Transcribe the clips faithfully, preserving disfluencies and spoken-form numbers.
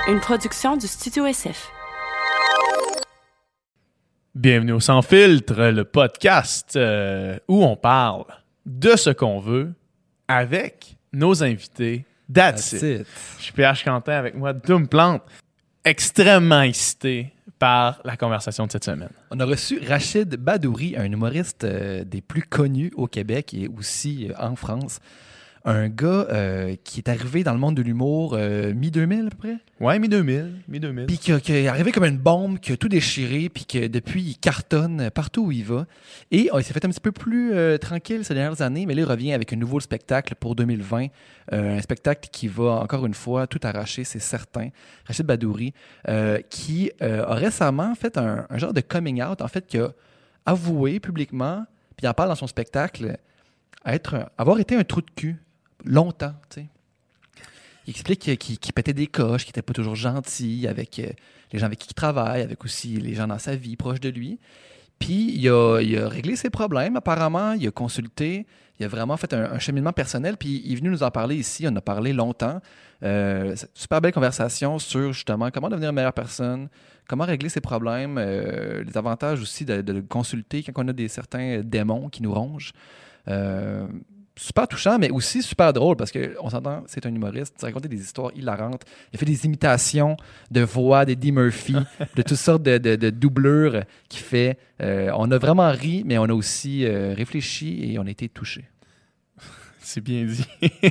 une production du Studio S F. Bienvenue au Sans Filtre, le podcast euh, où on parle de ce qu'on veut avec nos invités. That's, That's it. it. Je suis P H Quentin avec moi, Doom Plante, extrêmement excité par la conversation de cette semaine. On a reçu Rachid Badouri, un humoriste euh, des plus connus au Québec et aussi euh, en France. Un gars euh, qui est arrivé dans le monde de l'humour euh, mi-deux mille à peu près. Ouais, mi-deux mille. mi-deux mille. Puis qui, qui est arrivé comme une bombe, qui a tout déchiré, puis que depuis, il cartonne partout où il va. Et oh, il s'est fait un petit peu plus euh, tranquille ces dernières années, mais là, il revient avec un nouveau spectacle pour deux mille vingt. Euh, un spectacle qui va, encore une fois, tout arracher, c'est certain. Rachid Badouri, euh, qui euh, a récemment fait un, un genre de coming out, en fait, qui a avoué publiquement, puis il en parle dans son spectacle, être, avoir été un trou de cul. Longtemps, tu sais. Il explique qu'il, qu'il pétait des coches, qu'il n'était pas toujours gentil avec euh, les gens avec qui il travaille, avec aussi les gens dans sa vie, proches de lui. Puis, il a, il a réglé ses problèmes, apparemment. Il a consulté. Il a vraiment fait un, un cheminement personnel. Puis, il est venu nous en parler ici. On en a parlé longtemps. Euh, super belle conversation sur, justement, comment devenir une meilleure personne, comment régler ses problèmes, euh, les avantages aussi de, de le consulter quand on a des certains démons qui nous rongent. Euh, Super touchant, mais aussi super drôle parce qu'on s'entend, c'est un humoriste. Il racontait des histoires hilarantes. Il a fait des imitations de voix d'Eddie Murphy, de toutes sortes de, de, de doublures qu'il fait. Euh, on a vraiment ri, mais on a aussi euh, réfléchi et on a été touchés. C'est bien dit.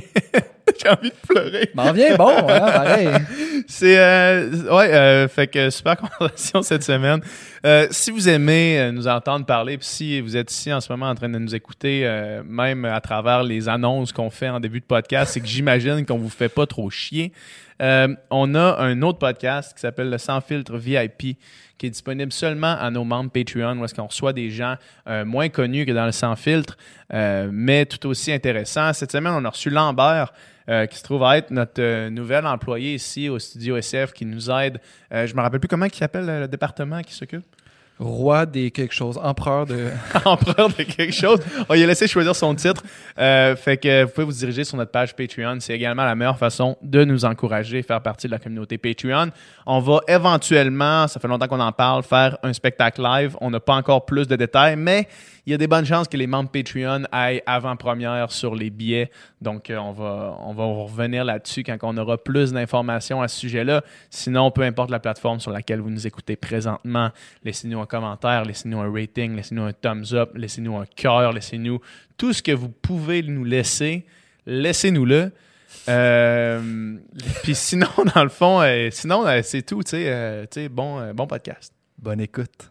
J'ai envie de pleurer. M'en viens bon, hein, pareil. C'est, euh, ouais, euh, fait que super conversation cette semaine. Euh, si vous aimez euh, nous entendre parler, puis si vous êtes ici en ce moment en train de nous écouter, euh, même à travers les annonces qu'on fait en début de podcast, c'est que j'imagine qu'on vous fait pas trop chier. Euh, on a un autre podcast qui s'appelle le Sans Filtre V I P, qui est disponible seulement à nos membres Patreon, où est-ce qu'on reçoit des gens euh, moins connus que dans le Sans Filtre, euh, mais tout aussi intéressants. Cette semaine, on a reçu Lambert, euh, qui se trouve à être notre euh, nouvel employé ici au Studio S F, qui nous aide. Euh, je ne me rappelle plus comment il s'appelle le département qui s'occupe. Roi des quelque chose, empereur de... empereur de quelque chose. On lui a laissé choisir son titre. Euh, fait que vous pouvez vous diriger sur notre page Patreon. C'est également la meilleure façon de nous encourager, faire partie de la communauté Patreon. On va éventuellement, ça fait longtemps qu'on en parle, faire un spectacle live. On n'a pas encore plus de détails, mais il y a des bonnes chances que les membres Patreon aillent avant-première sur les billets. Donc, euh, on va, on va revenir là-dessus quand on aura plus d'informations à ce sujet-là. Sinon, peu importe la plateforme sur laquelle vous nous écoutez présentement, laissez-nous un commentaire, laissez-nous un rating, laissez-nous un thumbs up, laissez-nous un cœur, laissez-nous tout ce que vous pouvez nous laisser. Laissez-nous-le. Euh, Puis sinon, dans le fond, euh, sinon, euh, c'est tout. Tu sais, euh, tu sais, bon, euh, bon podcast. Bonne écoute.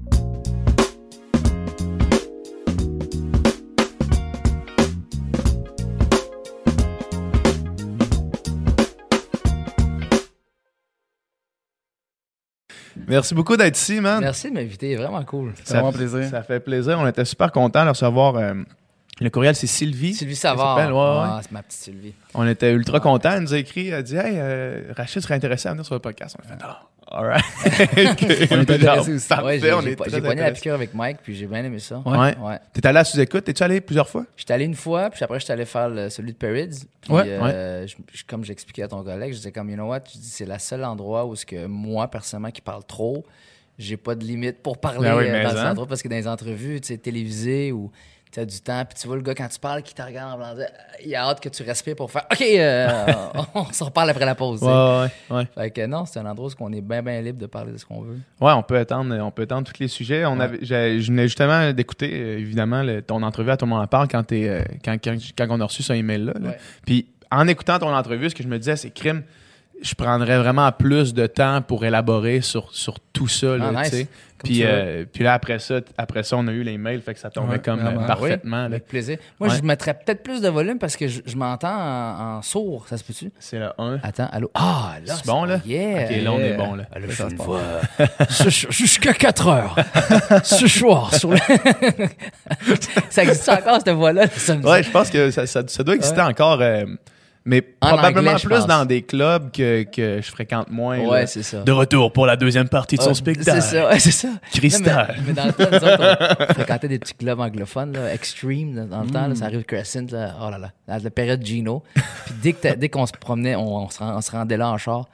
Merci beaucoup d'être ici, man. Merci de m'inviter, vraiment cool. C'est vraiment plaisir. Ça fait plaisir. On était super contents de recevoir. Euh, le courriel, c'est Sylvie. Sylvie Savard. Ouais, ouais. Ouais, c'est ma petite Sylvie. On était ultra ouais. contents. Elle nous a écrit, elle a dit « Hey, euh, Rachid serait intéressé à venir sur le podcast. » On a fait « Ah, all right. » On est intéressés aussi. Ouais, j'ai, on j'ai, est très j'ai pogné la intéressés. piqûre avec Mike, puis j'ai bien aimé ça. Ouais. ouais. T'es allé à sous-écoute? T'es-tu allé plusieurs fois? J'étais allé une fois, puis après, j'étais allé faire le, celui de Perids. Puis, Ouais, euh, je, je, comme j'expliquais à ton collègue, je disais comme, you know what, je dis, c'est le seul endroit où, que moi, personnellement, qui parle trop, j'ai pas de limite pour parler Ben oui, euh, mais dans hein? ces endroits, parce que dans les entrevues, tu sais, télévisées ou tu as du temps, puis tu vois le gars quand tu parles qui te regarde en blanc, il a hâte que tu respires pour faire OK, euh, on s'en reparle après la pause. Ouais, ouais, ouais. Fait que non, c'est un endroit où on est bien, bien libre de parler de ce qu'on veut. Ouais, on peut étendre, on peut étendre tous les sujets. On Ouais. avait, j'ai, je venais justement d'écouter, euh, évidemment, le, ton entrevue à Tout le monde en parle quand, t'es, euh, quand, quand, quand on a reçu ce email-là. Là. Ouais. Puis en écoutant ton entrevue, ce que je me disais, c'est crime. Je prendrais vraiment plus de temps pour élaborer sur, sur tout ça. Là, Ah, nice. tu sais. Comme Puis, tu veux. euh, puis là, après ça, après ça, on a eu les mails, fait que ça tombait Ouais, comme euh, vraiment. parfaitement. là. Avec plaisir. Moi, Ouais. je mettrais peut-être plus de volume parce que je, je m'entends en, en sourd. Ça se peut-tu? C'est le un. Attends, allô? Ah, là, C'est bon, là? Yeah! Ok, là, on est bon. Là. Ah, là, je fais une voix. Ce- Jusqu'à quatre heures. Ce soir. Sur le... ça existe encore, cette voix-là? Ça me- Ouais, je pense que ça, ça, ça doit exister Ouais. encore, euh, mais En probablement anglais, je plus pense. dans des clubs que, que je fréquente moins. Ouais, là. c'est ça. De retour pour la deuxième partie de son Ouais, spectacle. C'est ça, ouais, c'est ça. Cristal. Non, mais, mais dans le temps, nous autres, on fréquentait des petits clubs anglophones, là, Extreme, là, dans le temps, là, ça arrive Crescent, là, oh là là, dans la période Gino. Puis dès, que t'as- dès qu'on se promenait, on, on, se rend- on se rendait là en char.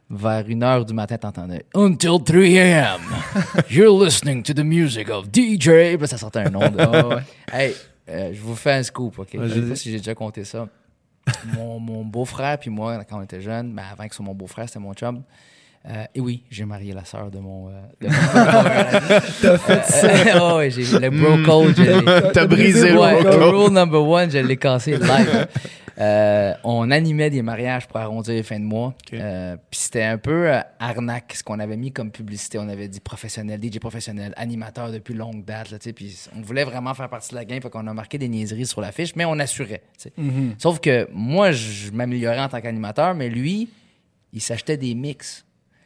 vers une heure du matin, t'entendais « Until three a.m. You're listening to the music of D J ». Puis là, ça sortait un nom de... Ah ouais. Hey, euh, je vous fais un scoop, OK? Vas-y. Je sais pas si j'ai déjà compté ça. Mon, mon beau-frère puis moi, quand on était jeunes, ben avant que ce soit mon beau-frère, c'était mon chum. Euh, et oui, j'ai marié la sœur de mon... Euh, de mon T'as fait ça. Euh, oh, ouais, j'ai le bro code. je l'ai- T'as brisé le Ouais, bro code. rule number one, je l'ai cassé live. Euh, on animait des mariages pour arrondir les fins de mois. Okay. Euh, Puis c'était un peu euh, arnaque ce qu'on avait mis comme publicité. On avait dit professionnel, D J professionnel, animateur depuis longue date. Là, tu sais, puis on voulait vraiment faire partie de la game. Fait qu'on a marqué des niaiseries sur l'affiche, mais on assurait. Tu sais. Mhm. Sauf que moi, je m'améliorais en tant qu'animateur, mais lui, il s'achetait des mix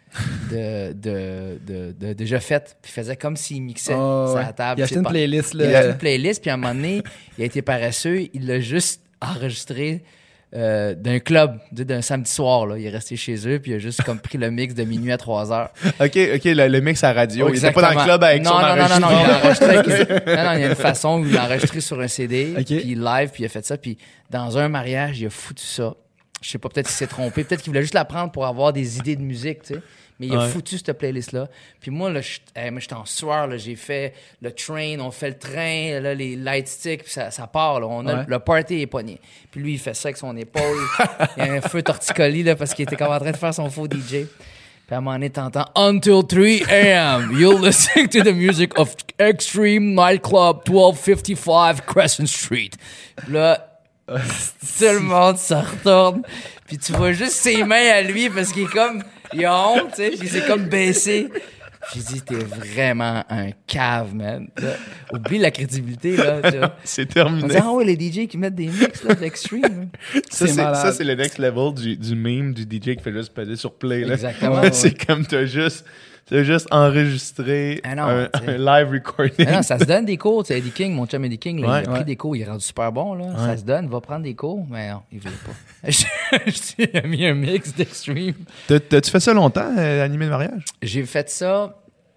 de, de, de, de déjà faites. Puis il faisait comme s'il mixait Ah, sur ouais. la table. Il a tu acheté sais, une pas- playlist. il a Là. acheté une playlist, puis à un moment donné, il a été paresseux, il l'a juste enregistré euh, d'un club, tu sais, d'un samedi soir. Là. Il est resté chez eux, puis il a juste comme pris le mix de minuit à trois heures. OK, OK, le, le mix à radio. Il était pas dans le Exactement. club avec non, son non, non, non, non, il enregistrement. a enregistré avec- non, non, il y a une façon où il l'a enregistré sur un C D, OK. puis live, puis il a fait ça, puis dans un mariage, il a foutu ça. Je sais pas, peut-être qu'il s'est trompé, peut-être qu'il voulait juste la prendre pour avoir des idées de musique, tu sais. Mais il a Ouais. foutu cette playlist-là. Puis moi, là, je- hey, moi, j'étais en sueur, là. J'ai fait le train, on fait le train, là, les light sticks, puis ça, ça part, là. On a Ouais. le, le party est pogné. Puis lui, il fait ça avec son épaule. Il y a un feu torticolis, là, parce qu'il était comme en train de faire son faux D J. Puis à un moment donné, t'entends « Until three a.m. You'll listen to the music of Extreme Nightclub twelve fifty-five Crescent Street. » Puis là, tout le monde se retourne. Puis tu vois juste ses mains à lui parce qu'il est comme... Il a honte, tu sais. Puis il s'est comme baissé. J'ai dit, t'es vraiment un cave, man. Là, oublie la crédibilité, là. Tu vois. C'est On terminé. dit, ah ouais, les D J qui mettent des mix, là, d'extreme. Ça, C'est c'est, malade. ça, c'est le next level du, du meme du D J qui fait juste peser sur play. Là. Exactement, Ouais, ouais. C'est comme t'as juste, t'as juste enregistré Ah non, un, tu sais. un live recording. Mais non, ça se donne des cours. Tu sais, Eddie King, mon chum Eddie King, là, Ouais. il a pris Ouais. des cours. Il est rendu super bon, là. Ça se donne, va prendre des cours. Mais non, il veut pas. Je je lui ai mis un mix d'extreme. T'as- T'as-tu fait ça longtemps, euh, animer le mariage? J'ai fait ça...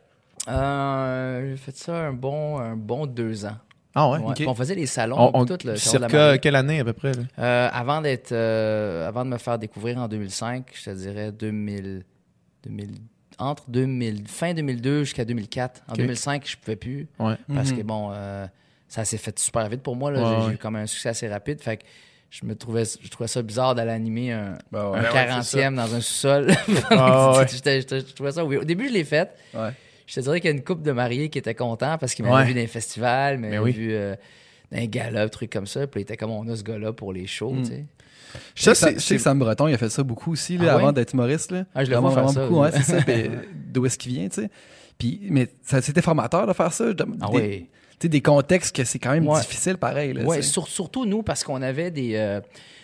Euh, j'ai fait ça un bon, un bon deux ans. Ah ouais? Ouais. ok. Puis on faisait les salons, On- on- puis tout le salon de la circa mariée. quelle année à peu près? Là? Euh, avant d'être, euh, avant de me faire découvrir en deux mille cinq, je te dirais deux mille, deux mille entre deux mille, fin deux mille deux jusqu'à deux mille quatre. En Ok. deux mille cinq, je pouvais plus Ouais. parce Mhm. que bon, euh, ça s'est fait super vite pour moi. Là. Ouais, j'ai, ouais. j'ai eu comme un succès assez rapide. Fait que je me trouvais, je trouvais ça bizarre d'aller animer un, Ben ouais. un Ouais, ouais, quarantième dans un sous-sol. Ah ouais. J'étais- j'étais- je trouvais ça weird. Au début, je l'ai fait. Ouais. Je te dirais qu'il y a une couple de mariés qui étaient contents parce qu'ils m'avaient Ouais. vu dans les festivals, Mais m'avaient oui. vu euh, dans les galas, trucs comme ça. Puis ils étaient comme, on a ce gars-là pour les shows, Mm. tu sais. Je sais, Ça, c'est- je sais que Sam Breton, il a fait ça beaucoup aussi, là, Ah ouais? avant d'être humoriste. Là. Ah, je le Vraiment, vois faire vraiment ça, beaucoup, lui. ouais, c'est ça. Puis, d'où est-ce qu'il vient, tu sais. Puis, mais ça, c'était formateur de faire ça. de- Ah des, oui. tu sais, des contextes que c'est quand même Ouais. difficile, pareil. Là, Ouais, tu sais. sur- surtout nous, parce qu'on avait des. euh,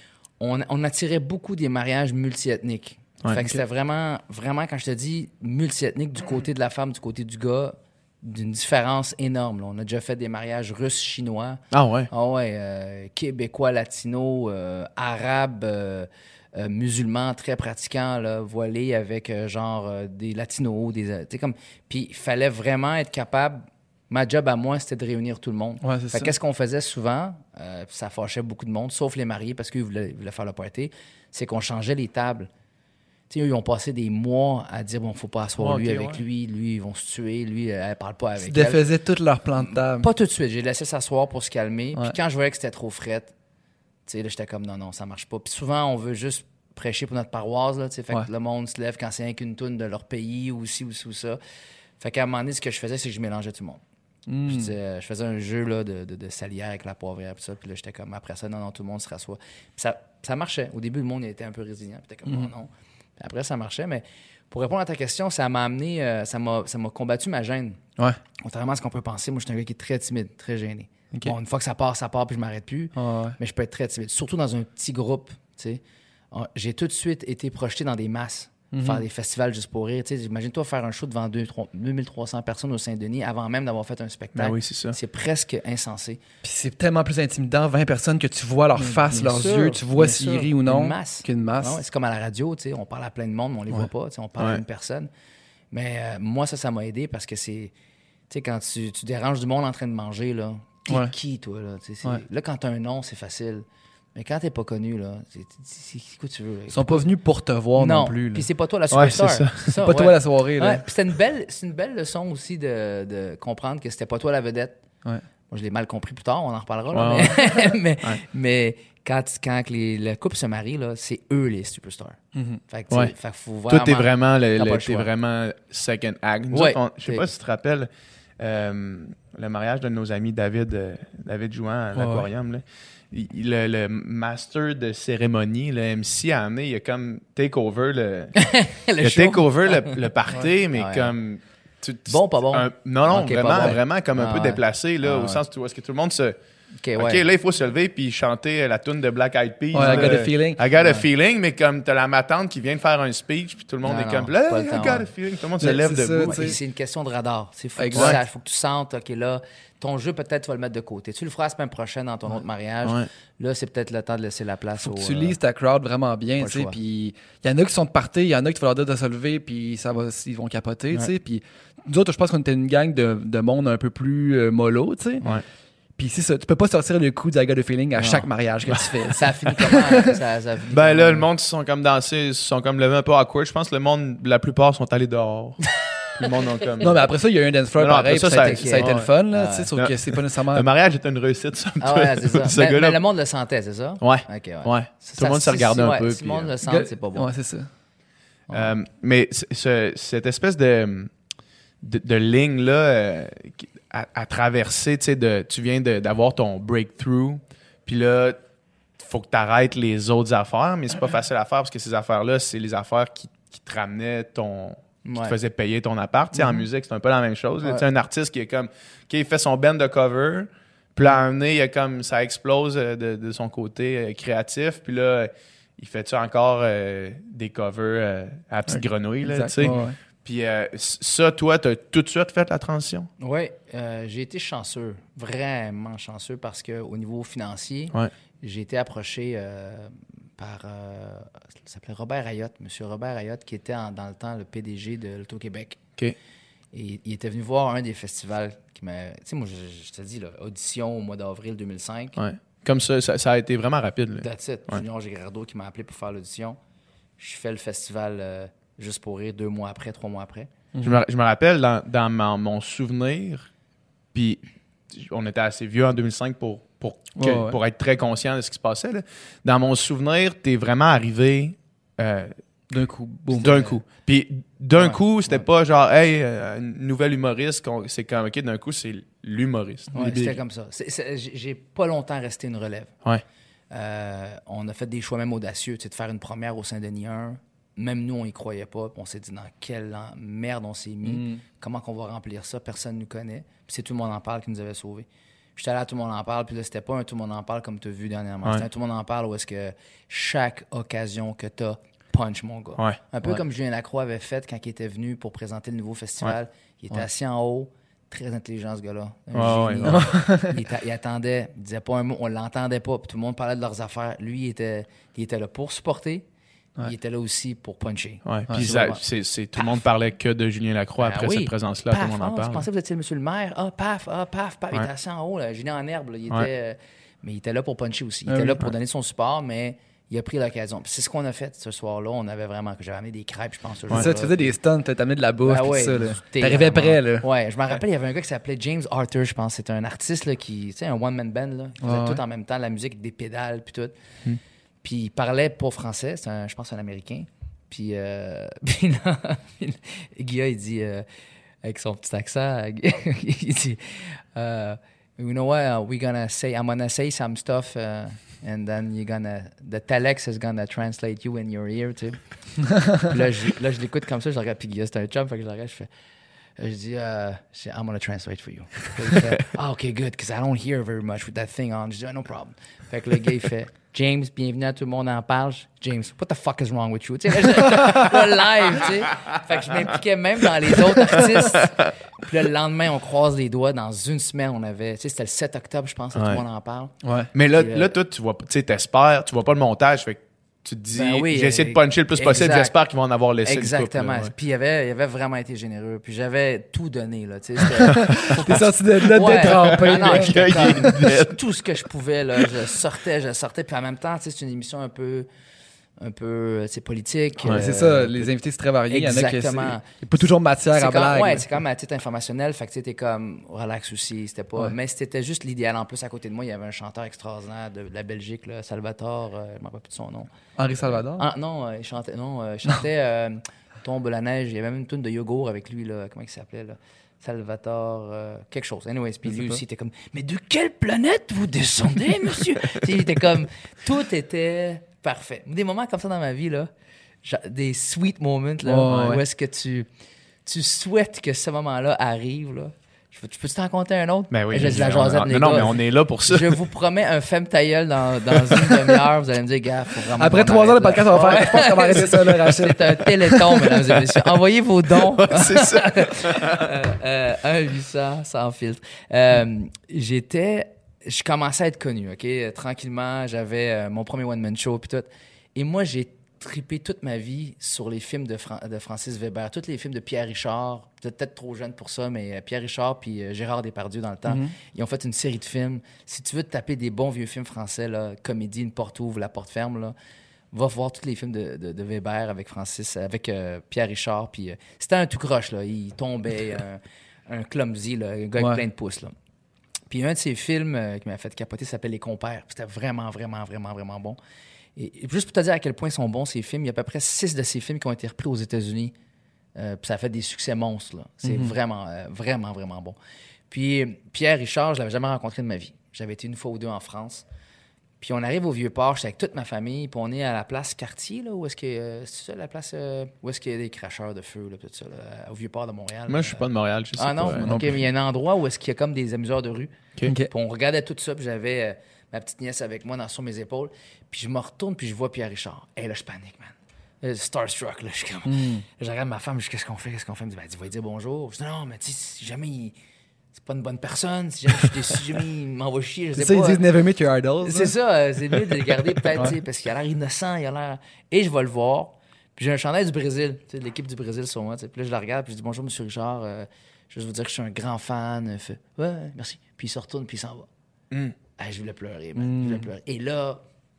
on, on attirait beaucoup des mariages multiethniques. Ouais. Fait que Ok. c'était vraiment, vraiment, quand je te dis multiethnique, du côté de la femme, du côté du gars, d'une différence énorme. Là. On a déjà fait des mariages russes, chinois. Ah ouais. Ah ouais, euh, québécois, latinos, euh, arabes, euh, euh, musulmans très pratiquants, là, voilés avec euh, genre euh, des latinos, des, euh, tu sais, comme. Puis il fallait vraiment être capable. Ma job à moi, c'était de réunir tout le monde. Ouais, c'est Fait ça. qu'est-ce qu'on faisait souvent, euh, puis ça fâchait beaucoup de monde, sauf les mariés parce qu'ils voulaient, ils voulaient faire le party, c'est qu'on changeait les tables. Tu sais, eux, ils ont passé des mois à dire bon, faut pas asseoir Ouais, lui ok, avec ouais. lui, lui, ils vont se tuer, lui, euh, elle parle pas Ils avec elle. défaisaient tous leurs plans de table. Pas tout de suite. J'ai laissé s'asseoir pour se calmer. Ouais. Puis quand je voyais que c'était trop fret, tu sais, là, j'étais comme non, non, ça marche pas. Puis souvent, on veut juste prêcher pour notre paroisse, là, tu sais. Fait Ouais. que le monde se lève quand c'est rien qu'une toune de leur pays ou ci ou ci ou ça. Fait qu'à un moment donné, ce que je faisais, c'est que je mélangeais tout le monde. Mm. Je, disais- je faisais un jeu là, de, de, de salière avec la poivrière, puis ça. Puis là, j'étais comme après ça, non, non, tout le monde se rassoit. Puis ça, ça marchait. Au début, le monde était un peu résilient. Puis t'es comme non, non. Puis après, ça marchait. Mais pour répondre à ta question, ça m'a amené, euh, ça m'a ça m'a combattu ma gêne. Ouais. Contrairement à ce qu'on peut penser, moi, je suis un gars qui est très timide, très gêné. Ok. Bon, une fois que ça part, ça part, puis je m'arrête plus. Ah ouais. Mais je peux être très timide. Surtout dans un petit groupe, tu sais. Ah, J'ai tout de suite été projeté dans des masses. Mhm. Faire des festivals juste pour rire. Tu sais, imagine-toi faire un show devant deux mille trois cents personnes au Saint-Denis avant même d'avoir fait un spectacle. Ben oui, c'est ça. C'est presque insensé. Puis c'est tellement plus intimidant, vingt personnes, que tu vois leur face, Bien leurs sûr, yeux, tu vois bien s'ils sûr. rient ou non. Une masse. Qu'une masse. Ah ouais, c'est comme à la radio, tu sais, on parle à plein de monde, mais on les Ouais. voit pas, tu sais, on parle à Ouais. une personne. Mais euh, moi, ça, ça m'a aidé parce que c'est, tu sais, quand tu, tu déranges du monde en train de manger, là, t'es Ouais. qui, toi, là? Tu sais, c'est- Ouais. Là, quand t'as un nom, c'est facile. Mais quand t'es pas connu, là, c'est, c'est, c'est quoi tu veux? Là? Ils sont pas venus pour te voir non, non plus. Puis c'est pas toi la Ouais, superstar. c'est ça. C'est, ça, pas ouais. toi la soirée. Là. Ouais, puis c'était une belle, c'est une belle leçon aussi de, de comprendre que c'était pas toi la vedette. Ouais. Moi, je l'ai mal compris plus tard, on en reparlera. Là, Ouais, mais mais, Ouais. mais quand, quand les, le couple se marie, là, c'est eux les superstars. Mm-hmm. Fait que, Ouais. fait que faut vraiment... Toi, t'es vraiment, le, t'as le, pas le t'es choix. vraiment second act. Nous Ouais, autres, on- je sais t'es- pas si tu te rappelles, euh, le mariage de nos amis David, euh, David Jouan à Ouais, l'aquarium. Là. Il- il- Le, le master de cérémonie, le M C a amené, il a comme take over le, le il a show. take over le, le party, mais Ouais. comme tu- tu- Bon, pas bon? un- non, non, Ok, pas vraiment, bon. vraiment comme un Ah peu ouais. déplacé là, Ah au ouais. sens où est-ce que tout le monde se OK, ouais. OK, là, il faut se lever puis chanter la tune de Black Eyed Peas. Ouais, I là. got a feeling. I got a Ouais. feeling, mais comme t'as la matante qui vient de faire un speech, puis tout le monde Non, est non, comme là, pas I le got temps, a ouais. feeling. Tout le monde se Mais lève c'est ça, debout. tu sais. Ouais, c'est une question de radar. Il faut, que tu Exact. saches, faut que tu sentes, OK, là, ton jeu, peut-être, tu vas le mettre de côté. Tu le feras la semaine prochaine dans ton autre mariage. Ouais. Là, c'est peut-être le temps de laisser la place Faut au... que tu euh, lises ta crowd vraiment bien, pas le tu sais, choix. puis il y en a qui sont de party, il y en a qui tu vas leur dire de se lever, puis ça va, ils vont capoter, tu sais, puis nous autres, je pense qu'on était une gang de, de monde un peu plus euh, mollo, tu sais, Ouais. puis c'est ça, tu peux pas sortir le coup d'I got a feeling à Non. chaque mariage que tu fais. Ça a fini comment? ça, ça a fini Ben comment? là, le monde, ils sont comme dansés, ils sont comme levés un peu awkward. Je pense que le monde, la plupart sont allés dehors. Puis le monde ont comme. Non, mais après ça, il y a eu un dance floor Non, non, après pareil, ça, puis ça, a ça- été, ça a été ouais. le fun, là, Ouais. tu sais, sauf Non. que c'est pas nécessairement... Le mariage était une réussite, ça. Ah ouais, c'est ça. Ce mais, gars-là. mais le monde le sentait, c'est ça? Ouais. OK, ouais. Ouais. Ça- Tout le monde si- s'est regardé si- un ouais, peu. Si puis, le monde euh, le sent, c'est pas bon. Ouais, c'est ça. Euh, mais c- ce- cette espèce de, de, de ligne-là euh, qui- à, à traverser, tu sais, de- tu viens de- d'avoir ton breakthrough, puis là, il faut que tu arrêtes les autres affaires, mais c'est pas facile à faire parce que ces affaires-là, c'est les affaires qui, qui te ramenaient ton. qui Ouais. te faisaient payer ton appart. Tu sais, en musique, c'est un peu la même chose. là. Ouais. Tu sais, un artiste qui est comme. OK, il fait son band de cover, puis là, à un moment donné, il y a comme, ça explose euh, de, de son côté euh, créatif, puis là, il fait-tu encore euh, des covers euh, à la petite grenouille, là, tu sais? Exactement, ouais. Puis euh, c- ça, toi, t'as tout de suite fait la transition? Oui, euh, j'ai été chanceux, vraiment chanceux, parce qu'au niveau financier, Ouais. j'ai été approché euh, par, euh, il s'appelait Robert Ayotte, M. Robert Ayotte, qui était en- dans le temps le P D G de l'Auto-Québec. OK. Et il était venu voir un des festivals qui m'a... Tu sais, moi, je, je te dis, là, audition au mois d'avril deux mille cinq. Ouais. Comme ça, ça, ça a été vraiment rapide. Là. That's it. Ouais. Junior Girardeau qui m'a appelé pour faire l'audition. Je fais le festival euh, juste pour rire deux mois après, trois mois après. Je, me, je me rappelle, dans, dans mon, mon souvenir, puis on était assez vieux en deux mille cinq pour, pour, que- Ouais, ouais. pour être très conscient de ce qui se passait. Là. Dans mon souvenir, t'es vraiment arrivé euh, D'un coup, boum. d'un coup. Puis d'un Ouais, coup, c'était ouais. pas genre, hey, euh, une nouvelle humoriste. qu'on- C'est comme, OK, d'un coup, c'est l'humoriste. Ouais, Libéry. c'était comme ça. C'est- c'est- j'ai j'ai pas longtemps resté une relève. Ouais. Euh, on a fait des choix même audacieux, tu sais, de faire une première au Saint-Denis un. Même nous, on y croyait pas. Puis on s'est dit, dans quelle en- merde on s'est mis? Mm. Comment qu'on va remplir ça? Personne ne nous connaît. Puis c'est Tout le monde en parle qui nous avait sauvés. J'étais allé à Tout le monde en parle, puis là, c'était pas un Tout le monde en parle comme tu as vu dernièrement. Ouais. C'était un Tout le monde en parle où est-ce que chaque occasion que tu as, punch, mon gars. Ouais. Un peu Ouais. comme Julien Lacroix avait fait quand il était venu pour présenter le nouveau festival. Il était Ouais. assis en haut, très intelligent ce gars-là. Un Ouais, génie. ouais, ouais. il, était- il attendait, il disait pas un mot, on l'entendait pas, puis tout le monde parlait de leurs affaires. Lui, il était, il était là pour supporter, Ouais. il était là aussi pour puncher. Ouais. Puis c'est ça- vraiment- c'est, c'est- tout le monde parlait que de Julien Lacroix Ben après oui. cette présence-là. Paf, Tout le monde en ah, parle. Tu pensais que vous étiez monsieur le maire? Ah, paf, ah, paf, paf. Il Ouais. était assis en haut, là, Julien en herbe. Là. Il était, Ouais. euh, mais il était là pour puncher aussi. Il Ah était oui. là pour Ouais. donner son support, mais il a pris l'occasion. Puis c'est ce qu'on a fait ce soir-là. On avait vraiment... J'avais amené des crêpes, je pense. ce C'est jour-là. ça, tu faisais des stunts, t'as amené de la bouffe, Ah pis ouais, tout ça, là. du thé, T'arrivais vraiment. prêt, là. Ouais, je me rappelle, il y avait un gars qui s'appelait James Arthur, je pense. C'était un artiste là, qui, tu sais, un one-man band, là. Il faisait Ouais, tout ouais. en même temps, la musique avec des pédales, puis tout. Hmm. Puis il parlait pas français, c'est un, je pense un Américain. Puis, euh, puis là, Guilla, il dit, euh, avec son petit accent, il dit, euh, you know what, uh, we're gonna say, I'm gonna say some stuff, uh, and then you're gonna, the telex is gonna translate you in your ear, tu sais. Puis là, je, là, je l'écoute comme ça, je le regarde, puis Guilla, c'est un chum, fait que je le regarde, je fais, je dis, uh, je dis, I'm gonna translate for you. Puis il fait, ah, OK, good, because I don't hear very much with that thing on. Je dis, ah, no problem. Fait que le gars, il fait, James, bienvenue à Tout le monde en parle. James, what the fuck is wrong with you? Tu sais, là, je- le live, tu sais. Fait que je m'impliquais même dans les autres artistes. Puis là, le lendemain, on croise les doigts. Dans une semaine, on avait, tu sais, c'était le sept octobre, je pense, à Tout Ouais. le monde en parle. Ouais. Mais là, Puis, euh, là, toi, tu vois, tu sais, t'espères, tu vois pas le montage. Fait que tu te dis, Ben oui, j'ai essayé de puncher le plus possible, exact. j'espère qu'ils vont en avoir laissé Exactement. une couple. Là, ouais. Puis il avait, il avait vraiment été généreux. Puis j'avais tout donné, là. Tu sais, c'était- T'es sorti de là Ouais. détrempé. Ah non, là. j'étais Il y a une comme- dette. tout ce que je pouvais, là, je sortais, je sortais. Puis en même temps, tu sais, c'est une émission un peu, un peu, c'est politique. Ouais, euh, c'est ça, les invités, c'est très varié. Il y en a qui. Exactement. Il n'y a pas toujours matière C'est à comme, blague. ouais, là. c'est comme à titre informationnel, fait que tu sais, t'es comme relax aussi, c'était pas, Ouais. mais c'était juste l'idéal. En plus, à côté de moi, il y avait un chanteur extraordinaire de, de la Belgique, là, Salvatore, euh, je m'en rappelle plus de son nom. Henri Salvador. Ah, non, euh, il chantait, non, euh, il chantait euh, Tombe la neige, il y avait même une tune de Yogourt avec lui, là, comment il s'appelait, là? Salvatore, euh, quelque chose. Anyways, puis Je sais lui pas. aussi était comme, mais de quelle planète vous descendez, monsieur? Tu sais, il était comme, tout était parfait. Des moments comme ça dans ma vie, là, genre, des sweet moments, là, Ouais, où ouais. est-ce que tu, tu souhaites que ce moment-là arrive, là. Je peux- Tu peux-tu t'en compter un autre? Ben oui. J'ai dit la on- jasette, on- les Non, non, gars. mais on est là pour ça. Je vous promets un femme tailleul dans, dans une demi-heure. Vous allez me dire, gars, faut vraiment. Après qu'on trois heures de arrête, podcast, là. on va faire. Je pense qu'on va arrêter ça, là, Rachel. C'est un téléthon, mesdames et messieurs. Envoyez vos dons. C'est ça. euh, euh, un huit cents sans filtre. Euh, j'étais, je commençais à être connu, ok, Euh, tranquillement, j'avais euh, mon premier one man show puis tout. Et moi, j'ai trippé toute ma vie sur les films de, Fran- de Francis Weber, tous les films de Pierre Richard. Vous êtes peut-être trop jeune pour ça, mais euh, Pierre Richard puis euh, Gérard Depardieu dans le temps, ils ont fait une série de films. Si tu veux te taper des bons vieux films français, là, comédie, une porte ouvre, la porte ferme, là, va voir tous les films de, de, de Weber avec Francis, avec euh, Pierre Richard. Puis euh, c'était un tout croche, là. Il tombait, un, un clumsy, là, un gars Ouais. avec plein de pouces, là. Puis un de ces films euh, qui m'a fait capoter s'appelle Les Compères. Puis c'était vraiment, vraiment, vraiment, vraiment bon. Et, et juste pour te dire à quel point ils sont bons, ces films, il y a à peu près six de ces films qui ont été repris aux États-Unis. Euh, puis ça a fait des succès monstres, là. C'est vraiment, euh, vraiment, vraiment bon. Puis Pierre Richard, je l'avais jamais rencontré de ma vie. J'avais été une fois ou deux en France. Puis on arrive au Vieux-Port, j'étais avec toute ma famille, puis on est à la place Cartier, là, où est-ce que... euh, c'est ça, la place... euh, où est-ce qu'il y a des cracheurs de feu, là, tout ça, là, au Vieux-Port de Montréal. Moi, je suis pas de Montréal, je sais Ah pas. non, euh, ok, plus. mais il y a un endroit où est-ce qu'il y a comme des amuseurs de rue. OK. Puis on regardait tout ça, puis j'avais euh, ma petite nièce avec moi dans, sur mes épaules. Puis je me retourne, puis je vois Pierre Richard. Et là, je panique, man. Euh, Starstruck, là, je suis comme... Hmm. Je regarde ma femme, je dis, qu'est-ce qu'on fait, qu'est-ce qu'on fait? Elle me dit, ben, dis, va lui dire bonjour. Je dis, non, mais tu sais, si jamais il... C'est pas une bonne personne, si jamais je suis déçu, si jamais il m'envoie chier, je sais C'est ça, pas. ils disent never meet your idols. C'est ça, euh, c'est mieux de le garder peut-être, tu sais, parce qu'il a l'air innocent, il a l'air... Et je vais le voir, puis j'ai un chandail du Brésil, tu sais, de l'équipe du Brésil sur moi, tu sais. Puis là, je la regarde, puis je dis, bonjour, monsieur Richard, euh, je veux juste vous dire que je suis un grand fan. Il fait, ouais, ouais, merci. Puis il se retourne, puis il s'en va. Mm. Ah, je voulais pleurer, man. Je voulais pleurer. Et là,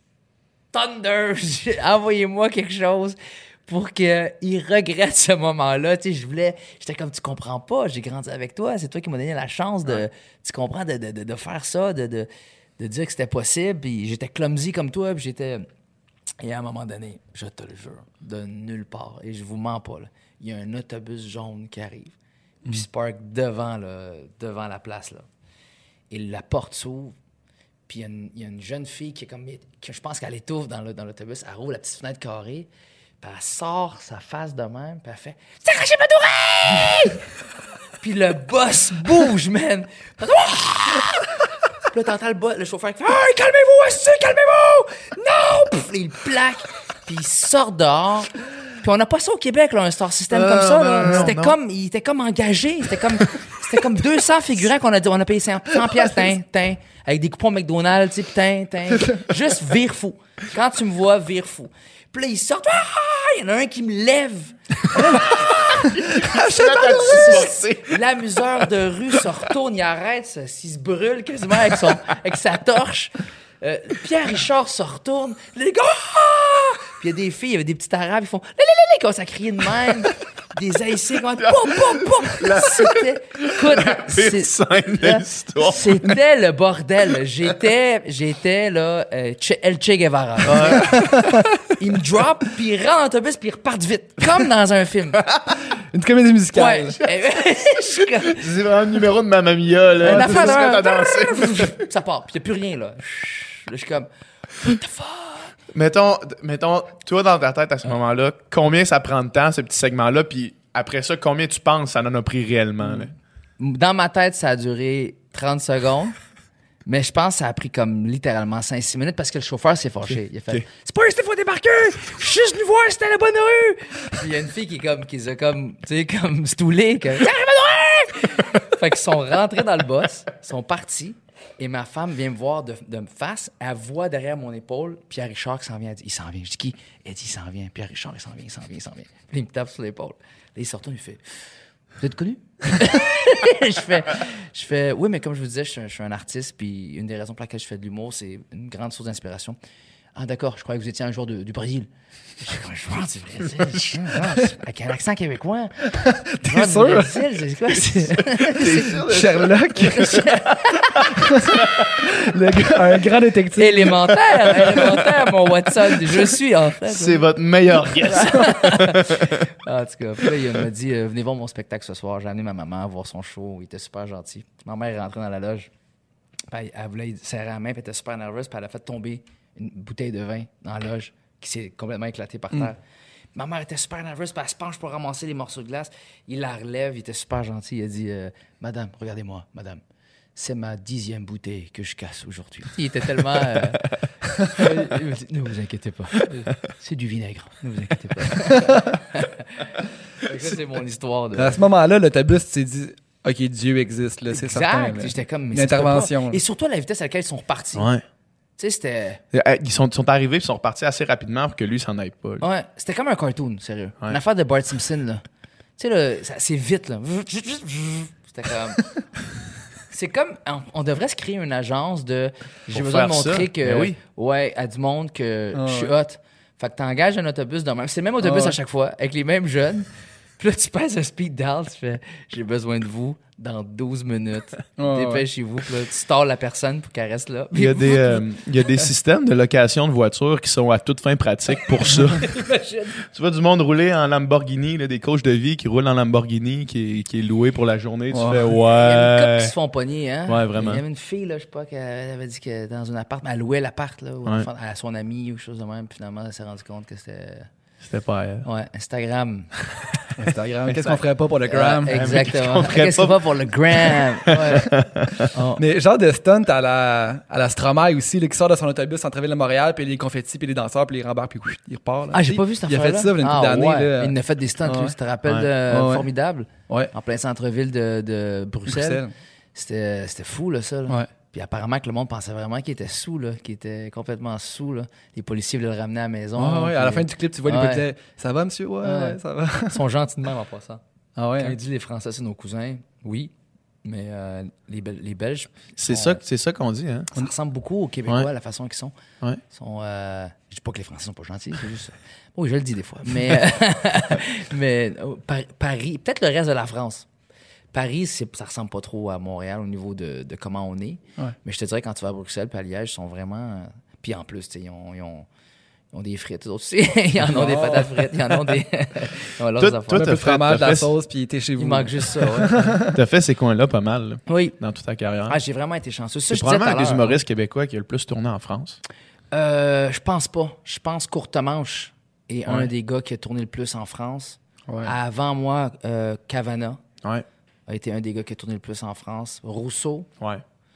Thunder, j'ai- envoyez-moi quelque chose pour qu'il regrette ce moment-là. Tu sais, je voulais... J'étais comme, tu comprends pas, j'ai grandi avec toi, c'est toi qui m'as donné la chance de... Tu comprends, de, de, de, de faire ça, de, de, de dire que c'était possible. Puis j'étais clumsy comme toi, puis j'étais... Et à un moment donné, je te le jure, de nulle part, et je vous mens pas, là, il y a un autobus jaune qui arrive, puis il se parque devant, là, devant la place, là. Et la porte s'ouvre, puis il y a une- il y, a une jeune fille qui est comme... Que je pense qu'elle étouffe dans, le, dans l'autobus, elle rouvre la petite fenêtre carrée, puis elle sort sa face de même, puis elle fait « C'est Rachel Badouri! » Puis le boss bouge, man! Puis là, t'entends le, bo- le chauffeur qui fait « Hey, calmez-vous, est-ce que calmez-vous! Non! » Pff, il plaque, puis il sort dehors. Puis on n'a pas ça au Québec, là, un star system Euh, comme ça. Là. non, non, C'était non. comme, il était comme engagé. C'était comme, c'était comme deux cents figurants qu'on a dit, on a payé cent piastres, tin, tin, avec des coupons McDonald's, tu sais, tin, tin. Juste vire fou. Quand tu me vois, vire fou. Puis là, ils sortent, ah! Il y en a un qui me lève. L'amuseur de rue se retourne, il arrête, ça, il se brûle quasiment avec, son, avec sa torche. Euh, Pierre Richard se retourne. Les gars! Ah! Puis il y a des filles, il y avait des petits arabes, ils font... Lé, lé, lé, lé, commencent à crier de même. Des haïtiens, comment... Poum, poum, poum! C'était... Écoute, c'est- scène de là, l'histoire. c'était le bordel. J'étais, j'étais là, euh, Che- El Che Guevara. Il me drop, puis il rentre dans l'autobus, puis il repart vite. Comme dans un film. Une comédie musicale. Ouais. Je suis comme... C'est vraiment le numéro de Mamma Mia, là. Une Tu affaire te mets à de... danser. Ça part, puis il n'y a plus rien, là. Là, je suis comme... What the fuck? Mettons, mettons, toi, dans ta tête, à ce moment-là, combien ça prend de temps, ce petit segment-là, puis après ça, combien tu penses ça en a pris réellement, là? Dans ma tête, ça a duré trente secondes. Mais je pense que ça a pris comme littéralement cinq six minutes parce que le chauffeur s'est fâché. Il a fait Ok. C'est pas juste, il faut débarquer! Je suis juste venu voir si c'était la bonne rue! Puis il y a une fille qui est comme, qui s'est comme, tu sais, comme stoulée. Que, fait qu'ils sont rentrés dans le boss, ils sont partis. Et ma femme vient me voir de, de face, elle voit derrière mon épaule Pierre Richard qui s'en vient. Elle dit, il s'en vient. Je dis, qui? Elle dit, il s'en vient. Pierre Richard, il s'en vient, il s'en vient, il s'en vient. Puis il me tape sur l'épaule. Là, il se retourne, il fait, vous êtes connu? je fais, je fais, oui, mais comme je vous disais, je suis un, je suis un artiste, puis une des raisons pour lesquelles je fais de l'humour, c'est une grande source d'inspiration. Ah, d'accord, je croyais que vous étiez un joueur de, du Brésil. Je suis comme, joueur du Brésil? Avec un accent québécois. T'es sûr? Du Brésil, c'est quoi? C'est... Sherlock. Le gars, un grand détective. Élémentaire, élémentaire, mon Watson. Je suis, en fait. C'est votre meilleur guess. En tout cas, puis là, il m'a dit, euh, venez voir mon spectacle ce soir. J'ai amené ma maman voir son show. Il était super gentil. Ma mère est rentrée dans la loge. Puis elle, elle voulait serrer la main, puis elle était super nerveuse, puis elle a fait tomber une bouteille de vin dans la loge qui s'est complètement éclatée par terre. Mm. Ma mère était super nerveuse, puis elle se penche pour ramasser les morceaux de glace. Il la relève, il était super gentil. Il a dit euh, « Madame, regardez-moi, madame. C'est ma dixième bouteille que je casse aujourd'hui. » Il était tellement... Euh, il m'a dit, ne vous inquiétez pas. C'est du vinaigre. Ne vous inquiétez pas. Ça, c'est mon histoire. De... À ce moment-là, l'autobus, tu t'es dit... OK, Dieu existe, là, c'est certain. Exact. J'étais comme... Mais une intervention. Et surtout à la vitesse à laquelle ils sont repartis. Ouais. Tu sais, c'était... Ils sont, sont arrivés et sont repartis assez rapidement pour que lui s'en aille pas. Là. Ouais, c'était comme un cartoon, sérieux. Ouais. Une affaire de Bart Simpson, là. Tu sais, là, ça- c'est vite, là. C'était comme... C'est comme... On, on devrait se créer une agence de... J'ai Pour besoin de faire ça. montrer que... Ben oui. Ouais, à du monde que Ah je suis ouais. hot. Fait que t'engages un autobus de même. C'est le même autobus Ah ouais. à chaque fois, avec les mêmes jeunes. Puis là, tu passes un speed dial, tu fais « J'ai besoin de vous dans douze minutes. Ah ouais. Dépêchez-vous. » Puis là, tu stalls la personne pour qu'elle reste là. Il y, a des, euh, il y a des systèmes de location de voitures qui sont à toute fin pratique pour ça. Tu vois du monde rouler en Lamborghini, là, des coachs de vie qui roulent en Lamborghini, qui est, qui est loué pour la journée. Tu Ouais. fais Il y a une couple ouais. qui se font pogner, hein? Ouais, vraiment. Il y avait une fille, là, je sais pas, qui avait dit que dans un appart, elle louait l'appart, là, ou Ouais. à son ami ou quelque chose de même, puis finalement, elle s'est rendue compte que c'était. C'était pas elle. Ouais, Instagram. Instagram. Qu'est-ce qu'on ferait pas pour le gram? Ouais, qu'est-ce exactement. qu'on ferait Qu'est-ce pas qu'on fait pour le gram? Ouais. Oh. Mais genre de stunt à la, à la Stromae aussi, là, qui sort de son autobus entre ville de Montréal, puis les confettis, puis les danseurs, puis les rembarques, puis ouf, il repart. Là. Ah, j'ai pas vu cette Il a affaire-là. fait ça il y a une ah, couple d'années. ouais. là. Il en a fait des stunts, Ouais. lui, tu te rappelles Ouais. de Ouais, ouais. Formidable? Ouais. En plein centre-ville de, de Bruxelles. Bruxelles. C'était, c'était fou, là, ça. Là. Ouais. Puis apparemment que le monde pensait vraiment qu'il était sous, là, qu'il était complètement sous. Là. Les policiers voulaient le ramener à la maison. Ouais, ouais, à la puis, fin du clip, tu vois Ouais. les policiers. Ça va, monsieur? Ouais, Ouais. ouais, ça va. Ils sont gentils de même en passant. Ah ouais. Quand hein. il dit les Français, c'est nos cousins, oui. Mais euh, les, Bel- les Belges, C'est sont- ça, c'est ça qu'on dit, hein? ça ressemble beaucoup aux Québécois, Ouais. la façon qu'ils sont. Ouais. Ils sont euh, je dis pas que les Français sont pas gentils, c'est juste... Oui, je le dis des fois. Mais, mais euh, Par- Paris, peut-être le reste de la France. Paris, c'est, ça ressemble pas trop à Montréal au niveau de, de comment on est. Ouais. Mais je te dirais, quand tu vas à Bruxelles puis à Liège, ils sont vraiment... euh, Puis en plus, tu sais, ils ont, ils, ont, ils ont des frites, eux autres aussi. Ils en ont des Oh. patates frites, ils en ont des... ils ont leurs Toi- affaires. toi, Un peu t'as de fait- fromage, de t'as la fait- sauce, puis t'es chez vous. Il manque juste ça, ouais. T'as fait ces coins-là pas mal là, Oui. dans toute ta carrière. Ah, j'ai vraiment été chanceux. Ça, c'est je disais tout probablement à un des l'heure. humoristes québécois qui a le plus tourné en France. Euh, je pense pas. Je pense Courte Manche est un Ouais. des gars qui a tourné le plus en France. Ouais. Avant moi, euh, Cavana Ouais. a été un des gars qui a tourné le plus en France. Rousseau, Ouais.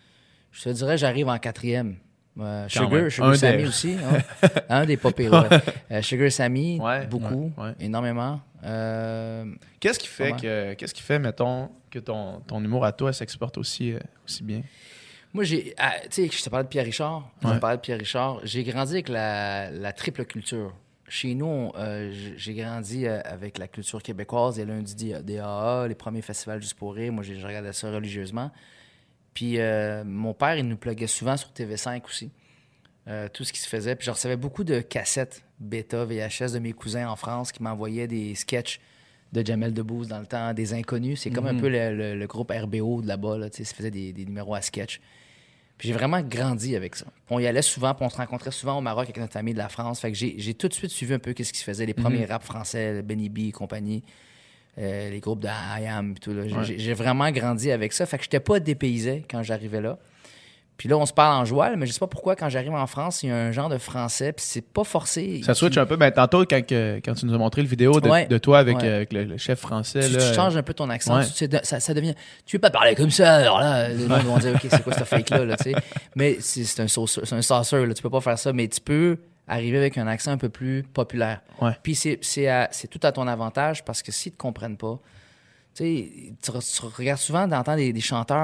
je te dirais, j'arrive en quatrième. Euh, Quand Sugar, même. Sugar Un Sammy des- aussi. hein. Un des pas pires, ouais. Euh, Sugar Sammy, Ouais, beaucoup, ouais, ouais. énormément. Euh, Qu'est-ce qui fait Comment? que qu'est-ce qui fait mettons que ton, ton humour à toi s'exporte aussi euh, aussi bien? Moi, j'ai. ah, tu sais, je te parlais de Pierre Richard. Je Ouais. te parlais de Pierre Richard. J'ai grandi avec la, la triple culture. Chez nous, on, euh, j- j'ai grandi euh, avec la culture québécoise, les lundis des des A A, les premiers festivals juste pour rire. Moi, j'ai- je regardais ça religieusement. Puis euh, mon père, il nous pluguait souvent sur T V cinq aussi. Euh, tout ce qui se faisait. Puis je recevais beaucoup de cassettes bêta, V H S de mes cousins en France qui m'envoyaient des sketchs de Jamel Debbouze dans le temps, des Inconnus. C'est comme un peu le, le- le groupe R B O de là-bas. Là, tu sais, ça faisait des, des numéros à sketch. Puis j'ai vraiment grandi avec ça. Puis on y allait souvent, puis on se rencontrait souvent au Maroc avec notre famille de la France. Fait que j'ai, j'ai tout de suite suivi un peu ce qui se faisait, les premiers rap français, le Benny B et compagnie, euh, les groupes de I A M et tout. Là. J'ai, Ouais. j'ai- j'ai vraiment grandi avec ça. Fait que j'étais pas dépaysé quand j'arrivais là. Puis là, on se parle en joual, mais je sais pas pourquoi, quand j'arrive en France, il y a un genre de français, puis c'est pas forcé. Ça switch un peu. Ben, tantôt, quand, que- quand tu nous as montré le vidéo de, Ouais. de toi avec, Ouais. euh, avec le, le chef français. Tu, là, tu changes un peu ton accent, Ouais. tu sais, de- ça, ça devient. Tu veux pas parler comme ça, alors là, les gens vont dire, OK, c'est quoi ce fake-là, là, tu sais. Mais c'est, c'est un sauceur, c'est un sauceur, là, tu peux pas faire ça, mais tu peux arriver avec un accent un peu plus populaire. Ouais. Puis c'est, c'est, à- c'est tout à ton avantage parce que s'ils te comprennent pas, tu sais, tu, re- tu regardes souvent, d'entendre des, des chanteurs, ils,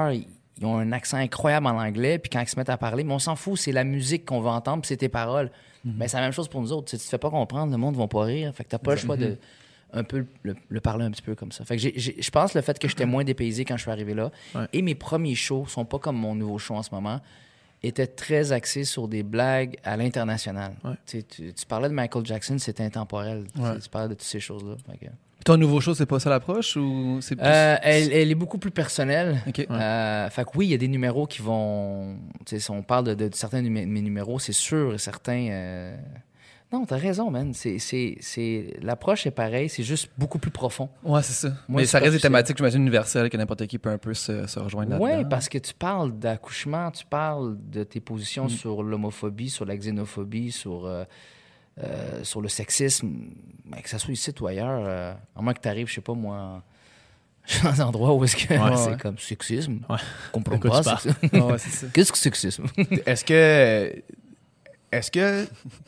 ils ont un accent incroyable en anglais, puis quand ils se mettent à parler, mais on s'en fout, c'est la musique qu'on va entendre, puis c'est tes paroles. Mm-hmm. Ben, c'est la même chose pour nous autres. Tu te fais pas comprendre, le monde ne va pas rire. Fait que t'as pas le choix de un peu le, le parler un petit peu comme ça. Fait que je pense le fait que j'étais moins dépaysé quand je suis arrivé là, ouais. et mes premiers shows sont pas comme mon nouveau show en ce moment, étaient très axés sur des blagues à l'international. Ouais. Tu, tu parlais de Michael Jackson, c'était intemporel. Ouais. Tu, tu parlais de toutes ces choses-là. Fait que... Ton nouveau show, c'est pas ça l'approche ou c'est plus... euh, elle, elle est beaucoup plus personnelle. Okay. Euh, fait que oui, il y a des numéros qui vont... Si on parle de, de, de certains de mes numéros, c'est sûr et certain... Euh... Non, t'as raison, man. C'est, c'est, c'est... L'approche est pareille, c'est juste beaucoup plus profond. Ouais, c'est ça. Moi, mais ça reste des thématiques, j'imagine, universelles, que n'importe qui peut un peu se, se rejoindre là-dedans. Oui, parce que tu parles d'accouchement, tu parles de tes positions mm. sur l'homophobie, sur la xénophobie, sur, euh, euh, sur le sexisme, ben, que ça soit ici ou ailleurs. Euh, à moins que tu arrives, je sais pas, moi, dans un endroit où est-ce que ouais, c'est ouais. comme sexisme. Ouais. Je comprends pas. Sexisme. Ouais, c'est ça. Qu'est-ce que sexisme? Est-ce que... Est-ce que...